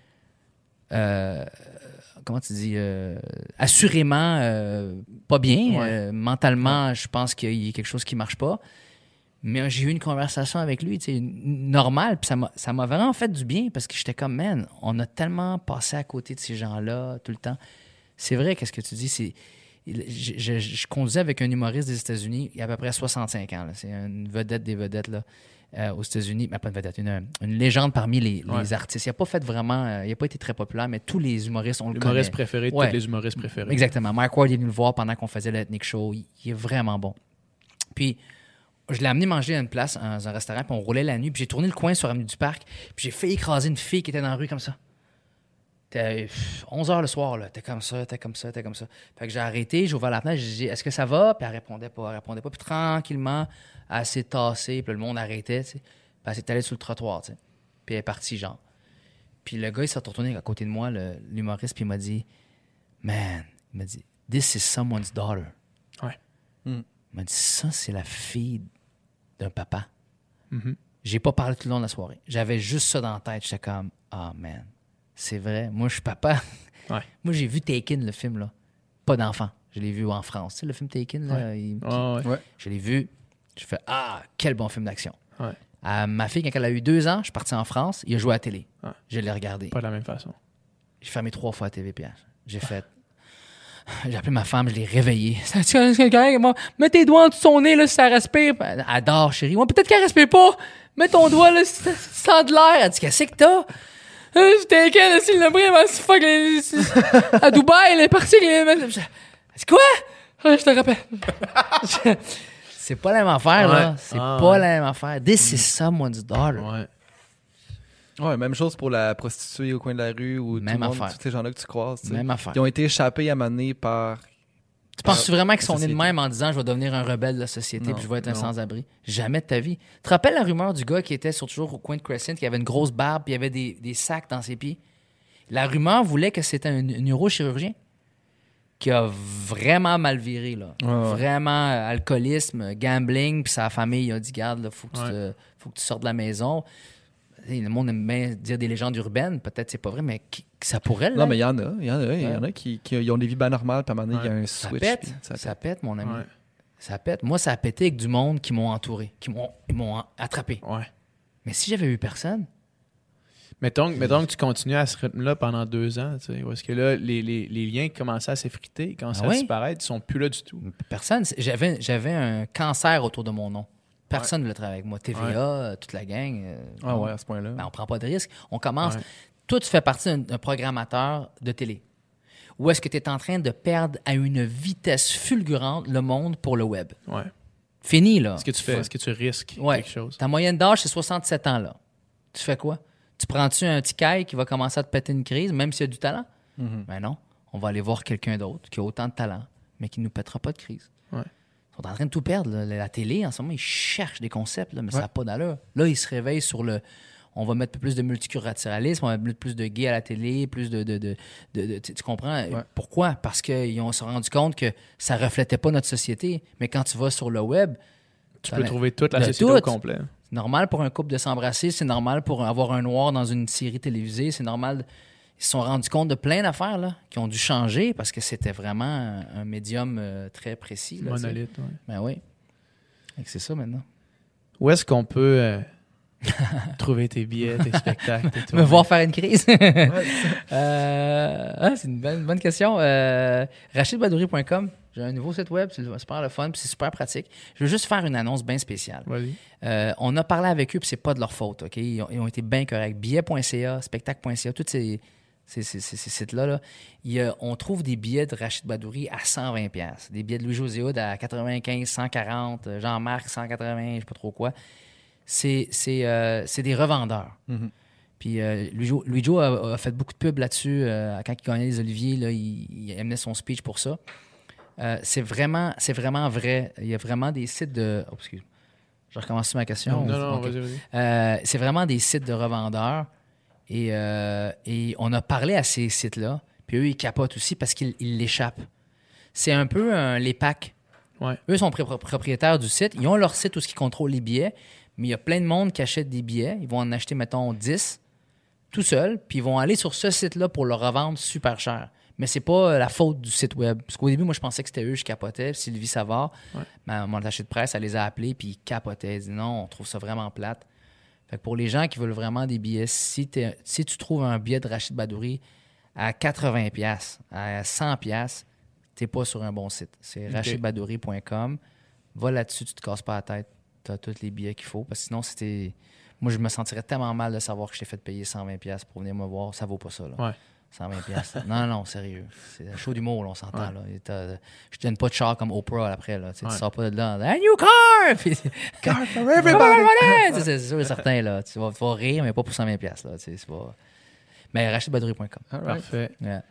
Euh, comment tu dis, euh, assurément euh, pas bien. Ouais. Euh, mentalement, je pense qu'il y a quelque chose qui marche pas. Mais j'ai eu une conversation avec lui, tu sais, normale, puis ça m'a, ça m'a vraiment fait du bien parce que j'étais comme, man, on a tellement passé à côté de ces gens-là tout le temps. C'est vrai, qu'est-ce que tu dis, c'est... Je, je, je conduisais avec un humoriste des États-Unis, il y a à peu près soixante-cinq ans. Là. C'est une vedette des vedettes là, euh, aux États-Unis. Mais pas une vedette, une, une légende parmi les, Ouais. les artistes. Il n'a pas fait vraiment... euh, il n'a pas été très populaire, mais tous les humoristes, on le connaît. L'humoriste préféré de Ouais. tous les humoristes préférés. Exactement. Mike Ward est venu le voir pendant qu'on faisait le Ethnic Show. Il, il est vraiment bon. Puis, je l'ai amené manger à une place, dans un restaurant, puis on roulait la nuit. Puis j'ai tourné le coin sur Avenue du Parc. Puis j'ai fait écraser une fille qui était dans la rue comme ça. C'était onze heures le soir, là. T'es comme ça, t'es comme ça, t'es comme ça. Fait que j'ai arrêté, j'ai ouvert la fenêtre, j'ai dit, est-ce que ça va? Puis elle répondait pas, elle répondait pas. Puis tranquillement, elle s'est tassée, puis le monde arrêtait, tu sais. Puis elle s'est allée sur le trottoir, tu sais. Puis elle est partie, genre. Puis le gars, il s'est retourné à côté de moi, le, l'humoriste, puis il m'a dit, man, il m'a dit, this is someone's daughter. Ouais. Il m'a dit, ça, c'est la fille d'un papa. Mhm. J'ai pas parlé tout le long de la soirée. J'avais juste ça dans la tête. J'étais comme, ah, man, c'est vrai. Moi, je suis papa. Ouais. Moi, j'ai vu Taken, le film, là. Pas d'enfant. Je l'ai vu en France. Tu sais, le film Taken, là. il- Ouais, ouais. Ouais. Je l'ai vu. Je fais, ah, quel bon film d'action. Ouais. Euh, ma fille, quand elle a eu deux ans, je suis parti en France. Il a joué à la télé. Ouais. Je l'ai regardé. Pas de la même façon. J'ai fermé trois fois la T V P H. J'ai fait. J'ai appelé ma femme, je l'ai réveillée. Ça, c'est correct, moi. Mets tes doigts en dessous de son nez, là, si ça respire. Elle adore, chérie. Ouais, peut-être qu'elle respire pas. Mets ton doigt, là, si ça sent de l'air. Elle dit, qu'est-ce que t'as? Euh, J'étais inquiet, là, si le bris, elle fuck, les- les- à Dubaï, elle est partie. Elle dit, quoi? Ah, je te rappelle. C'est pas la même affaire, là. Ouais. C'est Ah, pas ouais. la même affaire. This is someone's daughter. Ouais. Ouais, même chose pour la prostituée au coin de la rue ou tout Même le monde, affaire. tous ces gens-là que tu croises. tu sais. Même affaire. Ils ont été échappés à maner par. Tu penses-tu vraiment qu'ils sont nés de société. même en disant je vais devenir un rebelle de la société Non, puis je vais être un non. sans-abri? Jamais de ta vie. Tu te rappelles la rumeur du gars qui était sur, toujours au coin de Crescent, qui avait une grosse barbe puis il avait des, des sacs dans ses pieds? La rumeur voulait que c'était un, un neurochirurgien qui a vraiment mal viré. Là. Ouais, ouais. Vraiment euh, alcoolisme, gambling, puis sa famille il a dit garde, il faut, que tu Ouais. te- faut que tu sortes de la maison. Tu sais, le monde aime bien dire des légendes urbaines, peut-être c'est pas vrai, mais qui- ça pourrait Non, l'être. mais il y en a. Il y en a, il y Ouais. en a qui, qui ils ont des vies bien normales, puis à un moment donné, il y a un Ça switch. pète, puis ça, ça pète, mon ami. Ouais. Ça pète. Moi, ça a pété avec du monde qui m'ont entouré, qui m'ont, ils m'ont attrapé. Ouais. Mais si j'avais eu personne, Mettons, mettons que tu continues à ce rythme-là pendant deux ans, tu sais, parce que là, les, les, les liens commençaient à s'effriter, ils commençaient Ah oui? à disparaître, ils sont plus là du tout. personne. c'est- J'avais, j'avais un cancer autour de mon nom. Personne ne voulait travailler avec moi. T V A, Ouais. euh, toute la gang. euh, Ah non. ouais, à ce point-là. Ben, on prend pas de risque. On commence. Ouais. Toi, tu fais partie d'un, d'un programmateur de télé. Ou est-ce que tu es en train de perdre à une vitesse fulgurante le monde pour le web? Ouais. Fini, là. Est-ce que tu fais, est-ce que tu risques Ouais. quelque chose? Ta moyenne d'âge, c'est soixante-sept ans, là. Tu fais quoi? Tu prends-tu un petit caille qui va commencer à te péter une crise, même s'il y a du talent? Mhm. Ben non. On va aller voir quelqu'un d'autre qui a autant de talent, mais qui ne nous pètera pas de crise. Ouais. Ils sont en train de tout perdre. Là. La télé, en ce moment, ils cherchent des concepts, là, mais Ouais. ça n'a pas d'allure. Là, ils se réveillent sur le... On va mettre plus de multiculturalisme, on va mettre plus de gays à la télé, plus de... de, de, de, de tu, tu comprends? Ouais. Pourquoi? Parce qu'ils ont se rendu compte que ça reflétait pas notre société. Mais quand tu vas sur le web, Tu ça peux la- trouver toute la de société tout. au complet. C'est normal pour un couple de s'embrasser, c'est normal pour avoir un noir dans une série télévisée, c'est normal. Ils se sont rendus compte de plein d'affaires là, qui ont dû changer parce que c'était vraiment un, un médium euh, très précis. Là, tu sais. Monolithe, ouais. Ben oui. Fait que c'est ça maintenant. Où est-ce qu'on peut euh, trouver tes billets, tes spectacles, tes Me tournées? voir faire une crise. Euh, ah, c'est une bonne, bonne question. Euh, rachid badouri point com. J'ai un nouveau site web, c'est super le fun, puis c'est super pratique. Je veux juste faire une annonce bien spéciale. Vas-y. Euh, on a parlé avec eux, puis c'est pas de leur faute, OK? Ils ont, ils ont été bien corrects. Billets point c a, spectacle point c a, tous ces, ces, ces, ces- ces sites-là, là, il y a- on trouve des billets de Rachid Badouri à cent vingt dollars. Des billets de Louis-José Hood à quatre-vingt-quinze, cent quarante, euh, Jean-Marc, cent quatre-vingts, je sais pas trop quoi. C'est, c'est, euh, c'est des revendeurs. Mhm. Puis euh, Louis-Jo, Louis-Jo a, a fait beaucoup de pubs là-dessus. euh, quand il gagnait les Oliviers, là, il, il amenait son speech pour ça. Euh, c'est vraiment, c'est vraiment vrai. Il y a vraiment des sites de... Oh, excuse. Je recommence ma question. Non, non, Ok. vas-y, vas-y. Euh, c'est vraiment des sites de revendeurs. Et, euh, et on a parlé à ces sites-là. Puis eux, ils capotent aussi parce qu'ils ils l'échappent. C'est un peu un les packs. Ouais. Eux sont pré- propriétaires du site. Ils ont leur site où ils contrôlent les billets. Mais il y a plein de monde qui achète des billets. Ils vont en acheter, mettons, dix tout seuls. Puis ils vont aller sur ce site-là pour le revendre super cher. Mais c'est pas la faute du site web. Parce qu'au début, moi, je pensais que c'était eux, je capotais. Sylvie Savard, Ouais. ma- mon attaché de presse, elle les a appelés, puis ils capotaient. Ils disaient non, on trouve ça vraiment plate. Fait que pour les gens qui veulent vraiment des billets, si, t'es- si tu trouves un billet de Rachid Badouri à quatre-vingts dollars, à cent dollars, t'es pas sur un bon site. C'est Ok. rachid badouri point com. Va là-dessus, tu te casses pas la tête. Tu as tous les billets qu'il faut. Parce que sinon, c'était. Moi, je me sentirais tellement mal de savoir que je t'ai fait payer cent vingt dollars pour venir me voir. Ça vaut pas ça. Là. Ouais. cent vingt dollars. Non, non, sérieux. C'est un show d'humour, là, on s'entend. Ouais. Là. Et t'as- Je te donne pas de char comme Oprah après. Là. Tu sais, Ouais. Tu sors pas de là. A new car! Puis- Car for Tu everybody! sais, C'est sûr et certain. Là. Tu, vas, tu vas rire, mais pas pour cent vingt dollars. Là. Tu sais, c'est pas... Mais rachid badouri point com. All right. Parfait. Yeah.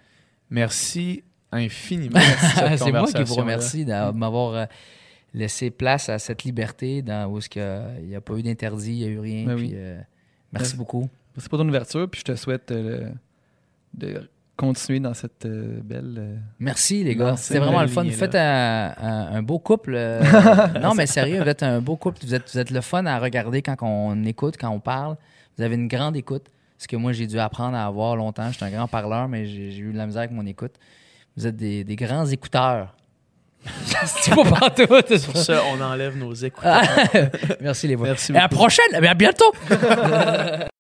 Merci infiniment. de cette C'est moi qui vous conversation-là. remercie de m'avoir euh, laissé place à cette liberté dans, où il n'y a, a pas eu d'interdit, il n'y a eu rien. Ben puis, oui. euh, merci Ben, beaucoup. C'est pour ton ouverture, puis je te souhaite euh, de continuer dans cette euh, belle. euh, Merci, les gars. Dans C'était cette vraiment le belle fun. Vous lignée-là. faites un, un- un beau couple. euh, non, mais sérieux, vous êtes un beau couple. Vous êtes, vous êtes le fun à regarder quand on écoute, quand on parle. Vous avez une grande écoute. Ce que moi, j'ai dû apprendre à avoir longtemps. J'étais un grand parleur, mais j'ai j'ai eu de la misère avec mon écoute. Vous êtes des, des grands écouteurs. C'est pas partout. Pour ça, on enlève nos écouteurs. Merci, les voix. Merci Et à la prochaine. À bientôt.